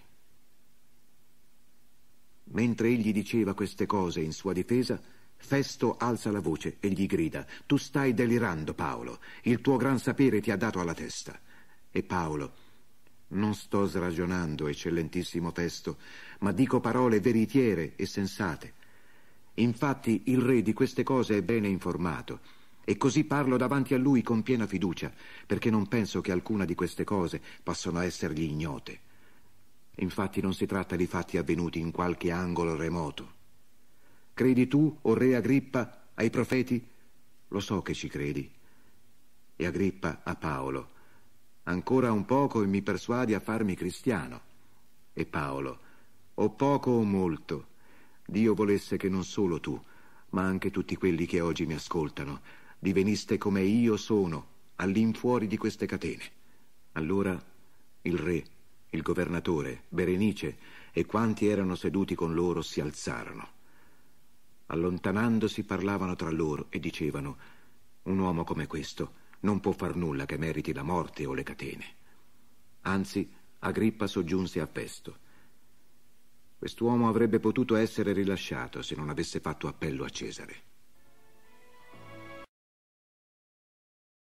Mentre egli diceva queste cose in sua difesa, Festo alza la voce e gli grida: «Tu stai delirando, Paolo, il tuo gran sapere ti ha dato alla testa». E Paolo: «Non sto sragionando, eccellentissimo Festo, ma dico parole veritiere e sensate. Infatti il re di queste cose è bene informato, e così parlo davanti a lui con piena fiducia, perché non penso che alcuna di queste cose possano essergli ignote. Infatti non si tratta di fatti avvenuti in qualche angolo remoto. Credi tu, o re Agrippa, ai profeti? Lo so che ci credi». E Agrippa a Paolo: «Ancora un poco e mi persuadi a farmi cristiano». E Paolo: «O poco o molto, Dio volesse che non solo tu, ma anche tutti quelli che oggi mi ascoltano, diveniste come io sono, all'infuori di queste catene». Allora il re, il governatore, Berenice e quanti erano seduti con loro si alzarono. Allontanandosi parlavano tra loro e dicevano: «Un uomo come questo non può far nulla che meriti la morte o le catene». Anzi, Agrippa soggiunse a Festo: «Quest'uomo avrebbe potuto essere rilasciato se non avesse fatto appello a Cesare».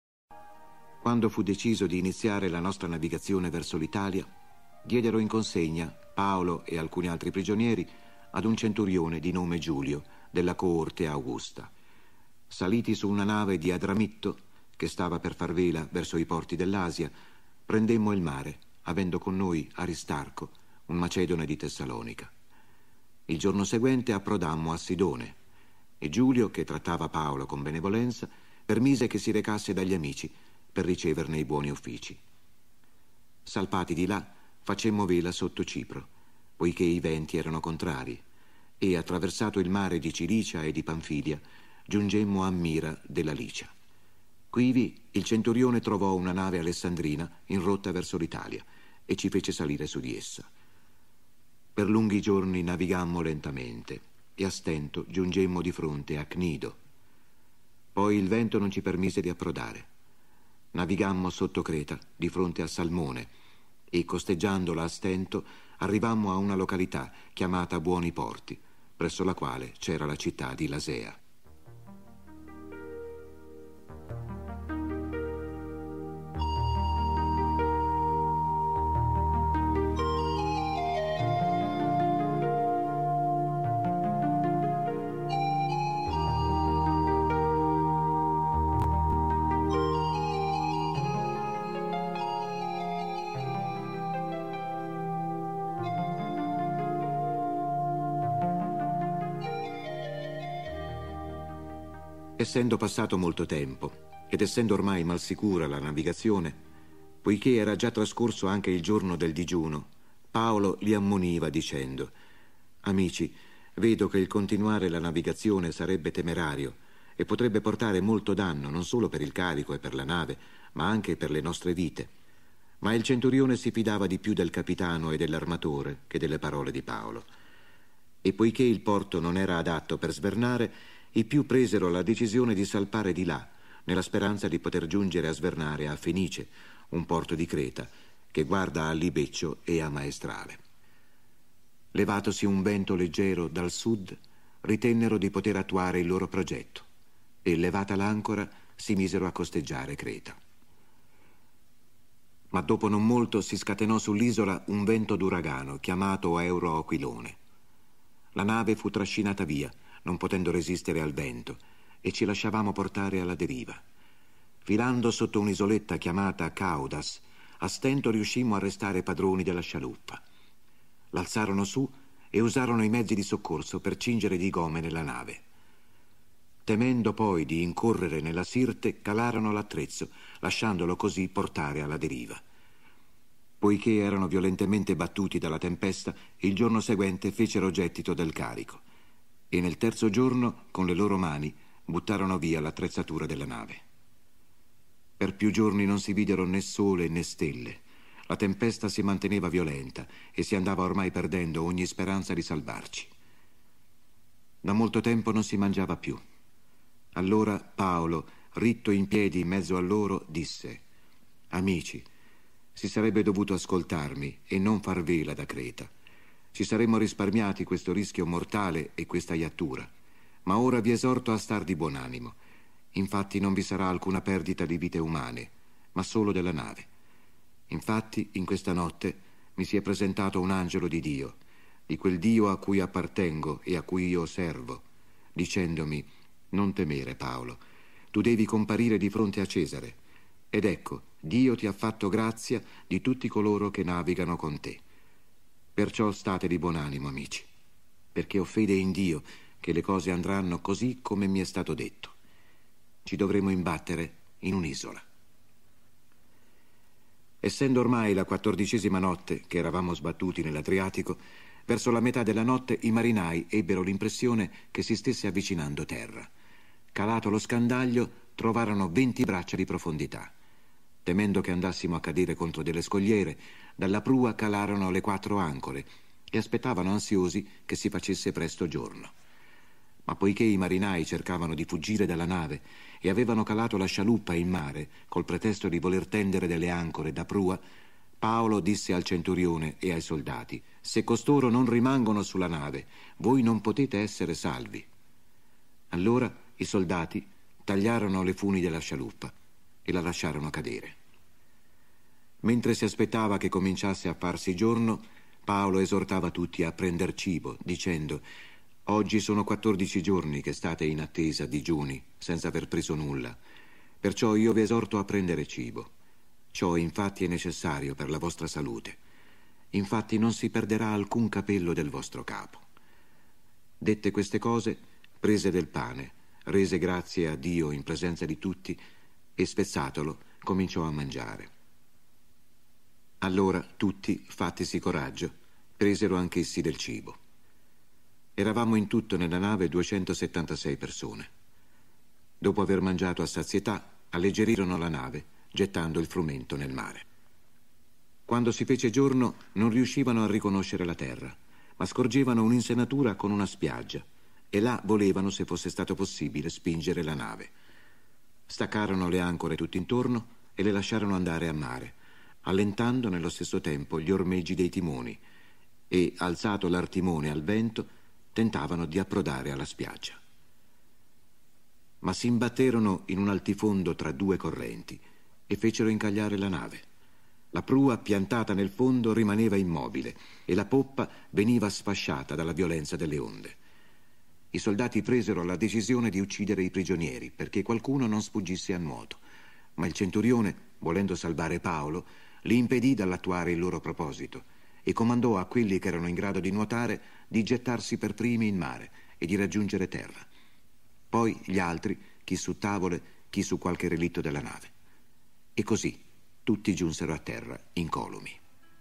Quando fu deciso di iniziare la nostra navigazione verso l'Italia, diedero in consegna Paolo e alcuni altri prigionieri ad un centurione di nome Giulio, della coorte Augusta. Saliti su una nave di Adramitto, che stava per far vela verso i porti dell'Asia, prendemmo il mare, avendo con noi Aristarco, un macedone di Tessalonica. Il giorno seguente approdammo a Sidone e Giulio, che trattava Paolo con benevolenza, permise che si recasse dagli amici per riceverne i buoni uffici. Salpati di là, facemmo vela sotto Cipro, poiché i venti erano contrari, e attraversato il mare di Cilicia e di Panfilia, giungemmo a Mira della Licia. Quivi il centurione trovò una nave alessandrina in rotta verso l'Italia e ci fece salire su di essa. Per lunghi giorni navigammo lentamente e a stento giungemmo di fronte a Cnido. Poi il vento non ci permise di approdare. Navigammo sotto Creta di fronte a Salmone e, costeggiandola a stento, arrivammo a una località chiamata Buoni Porti, presso la quale c'era la città di Lasea. Essendo passato molto tempo ed essendo ormai mal sicura la navigazione, poiché era già trascorso anche il giorno del digiuno, Paolo li ammoniva dicendo: «Amici, vedo che il continuare la navigazione sarebbe temerario e potrebbe portare molto danno non solo per il carico e per la nave, ma anche per le nostre vite». Ma il centurione si fidava di più del capitano e dell'armatore che delle parole di Paolo. E poiché il porto non era adatto per svernare, i più presero la decisione di salpare di là, nella speranza di poter giungere a svernare a Fenice, un porto di Creta, che guarda a Libeccio e a Maestrale. Levatosi un vento leggero dal sud, ritennero di poter attuare il loro progetto e, levata l'ancora, si misero a costeggiare Creta. Ma dopo non molto si scatenò sull'isola un vento d'uragano chiamato Euroaquilone. La nave fu trascinata via, non potendo resistere al vento, e ci lasciavamo portare alla deriva. Filando sotto un'isoletta chiamata Caudas, a stento riuscimmo a restare padroni della scialuppa. L'alzarono su e usarono i mezzi di soccorso per cingere di gomene la nave. Temendo poi di incorrere nella Sirte, calarono l'attrezzo, lasciandolo così portare alla deriva. Poiché erano violentemente battuti dalla tempesta, il giorno seguente fecero gettito del carico e nel terzo giorno, con le loro mani, buttarono via l'attrezzatura della nave. Per più giorni non si videro né sole né stelle. La tempesta si manteneva violenta e si andava ormai perdendo ogni speranza di salvarci. Da molto tempo non si mangiava più. Allora Paolo, ritto in piedi in mezzo a loro, disse: «Amici, si sarebbe dovuto ascoltarmi e non far vela da Creta. Ci saremmo risparmiati questo rischio mortale e questa iattura, ma ora vi esorto a star di buon animo. Infatti non vi sarà alcuna perdita di vite umane, ma solo della nave. Infatti in questa notte mi si è presentato un angelo di Dio, di quel Dio a cui appartengo e a cui io servo, dicendomi: non temere, Paolo, tu devi comparire di fronte a Cesare, ed ecco, Dio ti ha fatto grazia di tutti coloro che navigano con te. Perciò state di buon animo, amici, perché ho fede in Dio che le cose andranno così come mi è stato detto. Ci dovremo imbattere in un'isola». Essendo ormai la quattordicesima notte che eravamo sbattuti nell'Adriatico, verso la metà della notte i marinai ebbero l'impressione che si stesse avvicinando terra. Calato lo scandaglio, trovarono venti braccia di profondità. Temendo che andassimo a cadere contro delle scogliere, dalla prua calarono le quattro ancore e aspettavano ansiosi che si facesse presto giorno. Ma poiché i marinai cercavano di fuggire dalla nave e avevano calato la scialuppa in mare col pretesto di voler tendere delle ancore da prua, Paolo disse al centurione e ai soldati: «Se costoro non rimangono sulla nave, voi non potete essere salvi». Allora i soldati tagliarono le funi della scialuppa e la lasciarono cadere. Mentre si aspettava che cominciasse a farsi giorno, Paolo esortava tutti a prender cibo, dicendo: «Oggi sono quattordici giorni che state in attesa digiuni, senza aver preso nulla. Perciò io vi esorto a prendere cibo. Ciò infatti è necessario per la vostra salute. Infatti non si perderà alcun capello del vostro capo». Dette queste cose, prese del pane, rese grazie a Dio in presenza di tutti e spezzatolo cominciò a mangiare. Allora tutti, fattisi coraggio, presero anch'essi del cibo. Eravamo in tutto nella nave duecentosettantasei persone. Dopo aver mangiato a sazietà, alleggerirono la nave, gettando il frumento nel mare. Quando si fece giorno, non riuscivano a riconoscere la terra, ma scorgevano un'insenatura con una spiaggia, e là volevano, se fosse stato possibile, spingere la nave. Staccarono le ancore tutt'intorno e le lasciarono andare a mare, allentando nello stesso tempo gli ormeggi dei timoni, e, alzato l'artimone al vento, tentavano di approdare alla spiaggia. Ma si imbatterono in un altifondo tra due correnti e fecero incagliare la nave. La prua, piantata nel fondo, rimaneva immobile e la poppa veniva sfasciata dalla violenza delle onde. I soldati presero la decisione di uccidere i prigionieri perché qualcuno non sfuggisse a nuoto, ma il centurione, volendo salvare Paolo, li impedì dall'attuare il loro proposito e comandò a quelli che erano in grado di nuotare di gettarsi per primi in mare e di raggiungere terra. Poi gli altri, chi su tavole, chi su qualche relitto della nave. E così tutti giunsero a terra incolumi.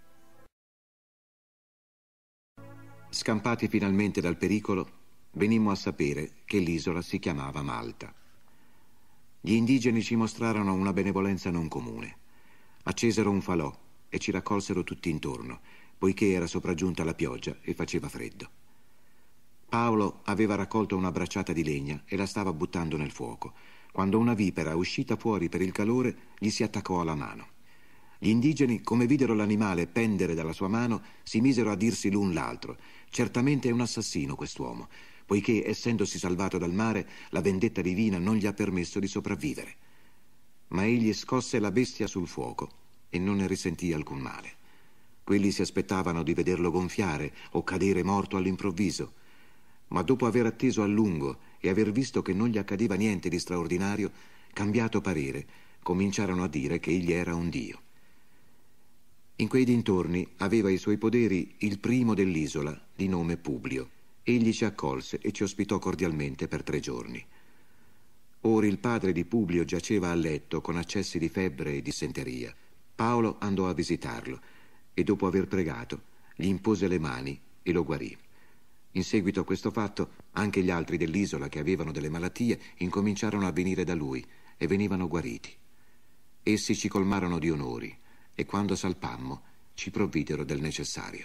Scampati finalmente dal pericolo, venimmo a sapere che l'isola si chiamava Malta. Gli indigeni ci mostrarono una benevolenza non comune. Accesero un falò e ci raccolsero tutti intorno, poiché era sopraggiunta la pioggia e faceva freddo. Paolo aveva raccolto una bracciata di legna e la stava buttando nel fuoco, quando una vipera, uscita fuori per il calore, gli si attaccò alla mano. Gli indigeni, come videro l'animale pendere dalla sua mano, si misero a dirsi l'un l'altro: «Certamente è un assassino quest'uomo, poiché, essendosi salvato dal mare, la vendetta divina non gli ha permesso di sopravvivere». Ma egli scosse la bestia sul fuoco e non ne risentì alcun male. Quelli si aspettavano di vederlo gonfiare o cadere morto all'improvviso, ma dopo aver atteso a lungo e aver visto che non gli accadeva niente di straordinario, cambiato parere, cominciarono a dire che egli era un dio. In quei dintorni aveva i suoi poderi il primo dell'isola, di nome Publio. Egli ci accolse e ci ospitò cordialmente per tre giorni. Ora il padre di Publio giaceva a letto con accessi di febbre e dissenteria. Paolo andò a visitarlo e dopo aver pregato gli impose le mani e lo guarì. In seguito a questo fatto anche gli altri dell'isola che avevano delle malattie incominciarono a venire da lui e venivano guariti. Essi ci colmarono di onori e quando salpammo ci provvidero del necessario.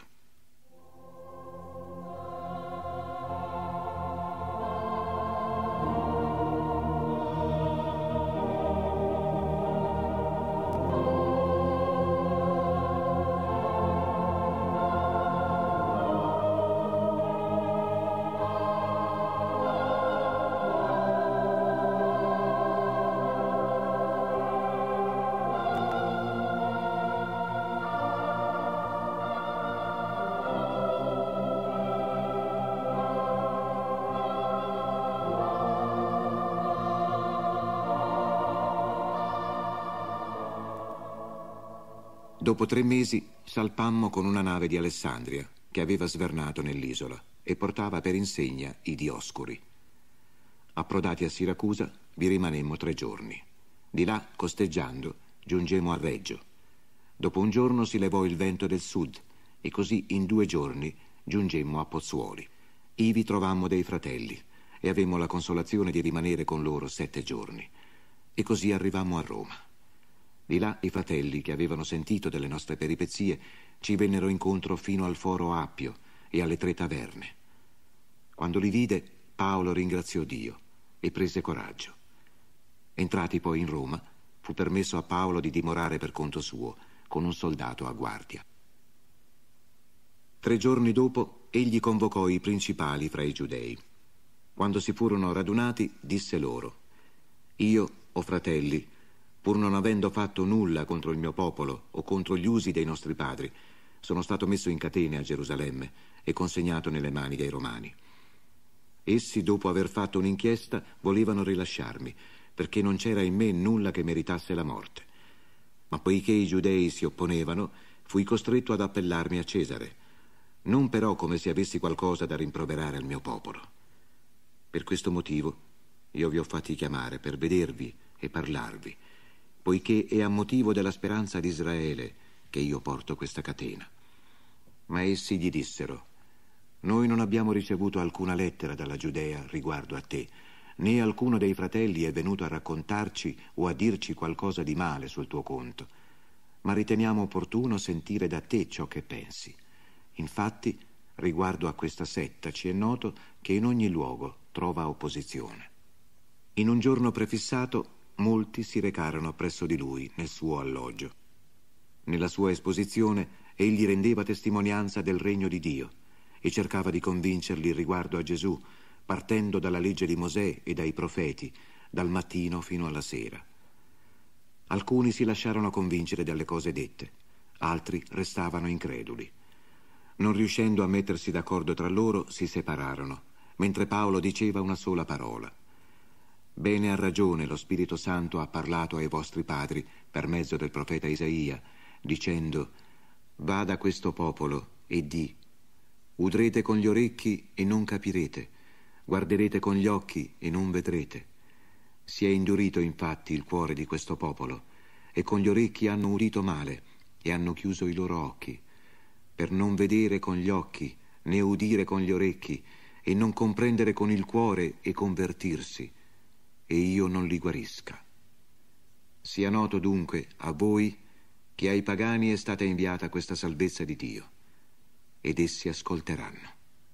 Dopo tre mesi salpammo con una nave di Alessandria che aveva svernato nell'isola e portava per insegna i Dioscuri. Approdati a Siracusa vi rimanemmo tre giorni. Di là, costeggiando, giungemmo a Reggio. Dopo un giorno si levò il vento del sud e così in due giorni giungemmo a Pozzuoli. Ivi trovammo dei fratelli e avemmo la consolazione di rimanere con loro sette giorni. E così arrivammo a Roma. Di là i fratelli, che avevano sentito delle nostre peripezie, ci vennero incontro fino al foro Appio e alle tre taverne. Quando li vide, Paolo ringraziò Dio e prese coraggio. Entrati poi in Roma, fu permesso a Paolo di dimorare per conto suo, con un soldato a guardia. Tre giorni dopo, egli convocò i principali fra i giudei. Quando si furono radunati, disse loro: «Io, o fratelli, pur non avendo fatto nulla contro il mio popolo o contro gli usi dei nostri padri, sono stato messo in catene a Gerusalemme e consegnato nelle mani dei Romani. Essi, dopo aver fatto un'inchiesta, volevano rilasciarmi, perché non c'era in me nulla che meritasse la morte. Ma poiché i giudei si opponevano, fui costretto ad appellarmi a Cesare, non però come se avessi qualcosa da rimproverare al mio popolo. Per questo motivo io vi ho fatti chiamare per vedervi e parlarvi, poiché è a motivo della speranza di Israele che io porto questa catena. Ma essi gli dissero: noi non abbiamo ricevuto alcuna lettera dalla Giudea riguardo a te, né alcuno dei fratelli è venuto a raccontarci o a dirci qualcosa di male sul tuo conto, ma riteniamo opportuno sentire da te ciò che pensi. Infatti, riguardo a questa setta ci è noto che in ogni luogo trova opposizione. In un giorno prefissato, molti si recarono presso di lui nel suo alloggio. Nella sua esposizione egli rendeva testimonianza del regno di Dio e cercava di convincerli riguardo a Gesù, partendo dalla legge di Mosè e dai profeti, dal mattino fino alla sera. Alcuni si lasciarono convincere dalle cose dette, altri restavano increduli. Non riuscendo a mettersi d'accordo tra loro, si separarono, mentre Paolo diceva una sola parola: bene ha ragione lo Spirito Santo ha parlato ai vostri padri per mezzo del profeta Isaia, dicendo: va da questo popolo e di, udrete con gli orecchi e non capirete, guarderete con gli occhi e non vedrete. Si è indurito infatti il cuore di questo popolo, e con gli orecchi hanno udito male e hanno chiuso i loro occhi, per non vedere con gli occhi, né udire con gli orecchi, e non comprendere con il cuore e convertirsi, e io non li guarisca. Sia noto dunque a voi che ai pagani è stata inviata questa salvezza di Dio, ed essi ascolteranno.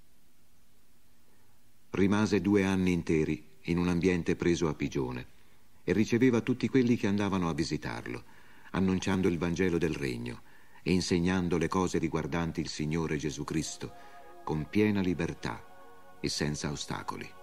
Rimase due anni interi in un ambiente preso a pigione e riceveva tutti quelli che andavano a visitarlo, annunciando il Vangelo del Regno e insegnando le cose riguardanti il Signore Gesù Cristo con piena libertà e senza ostacoli.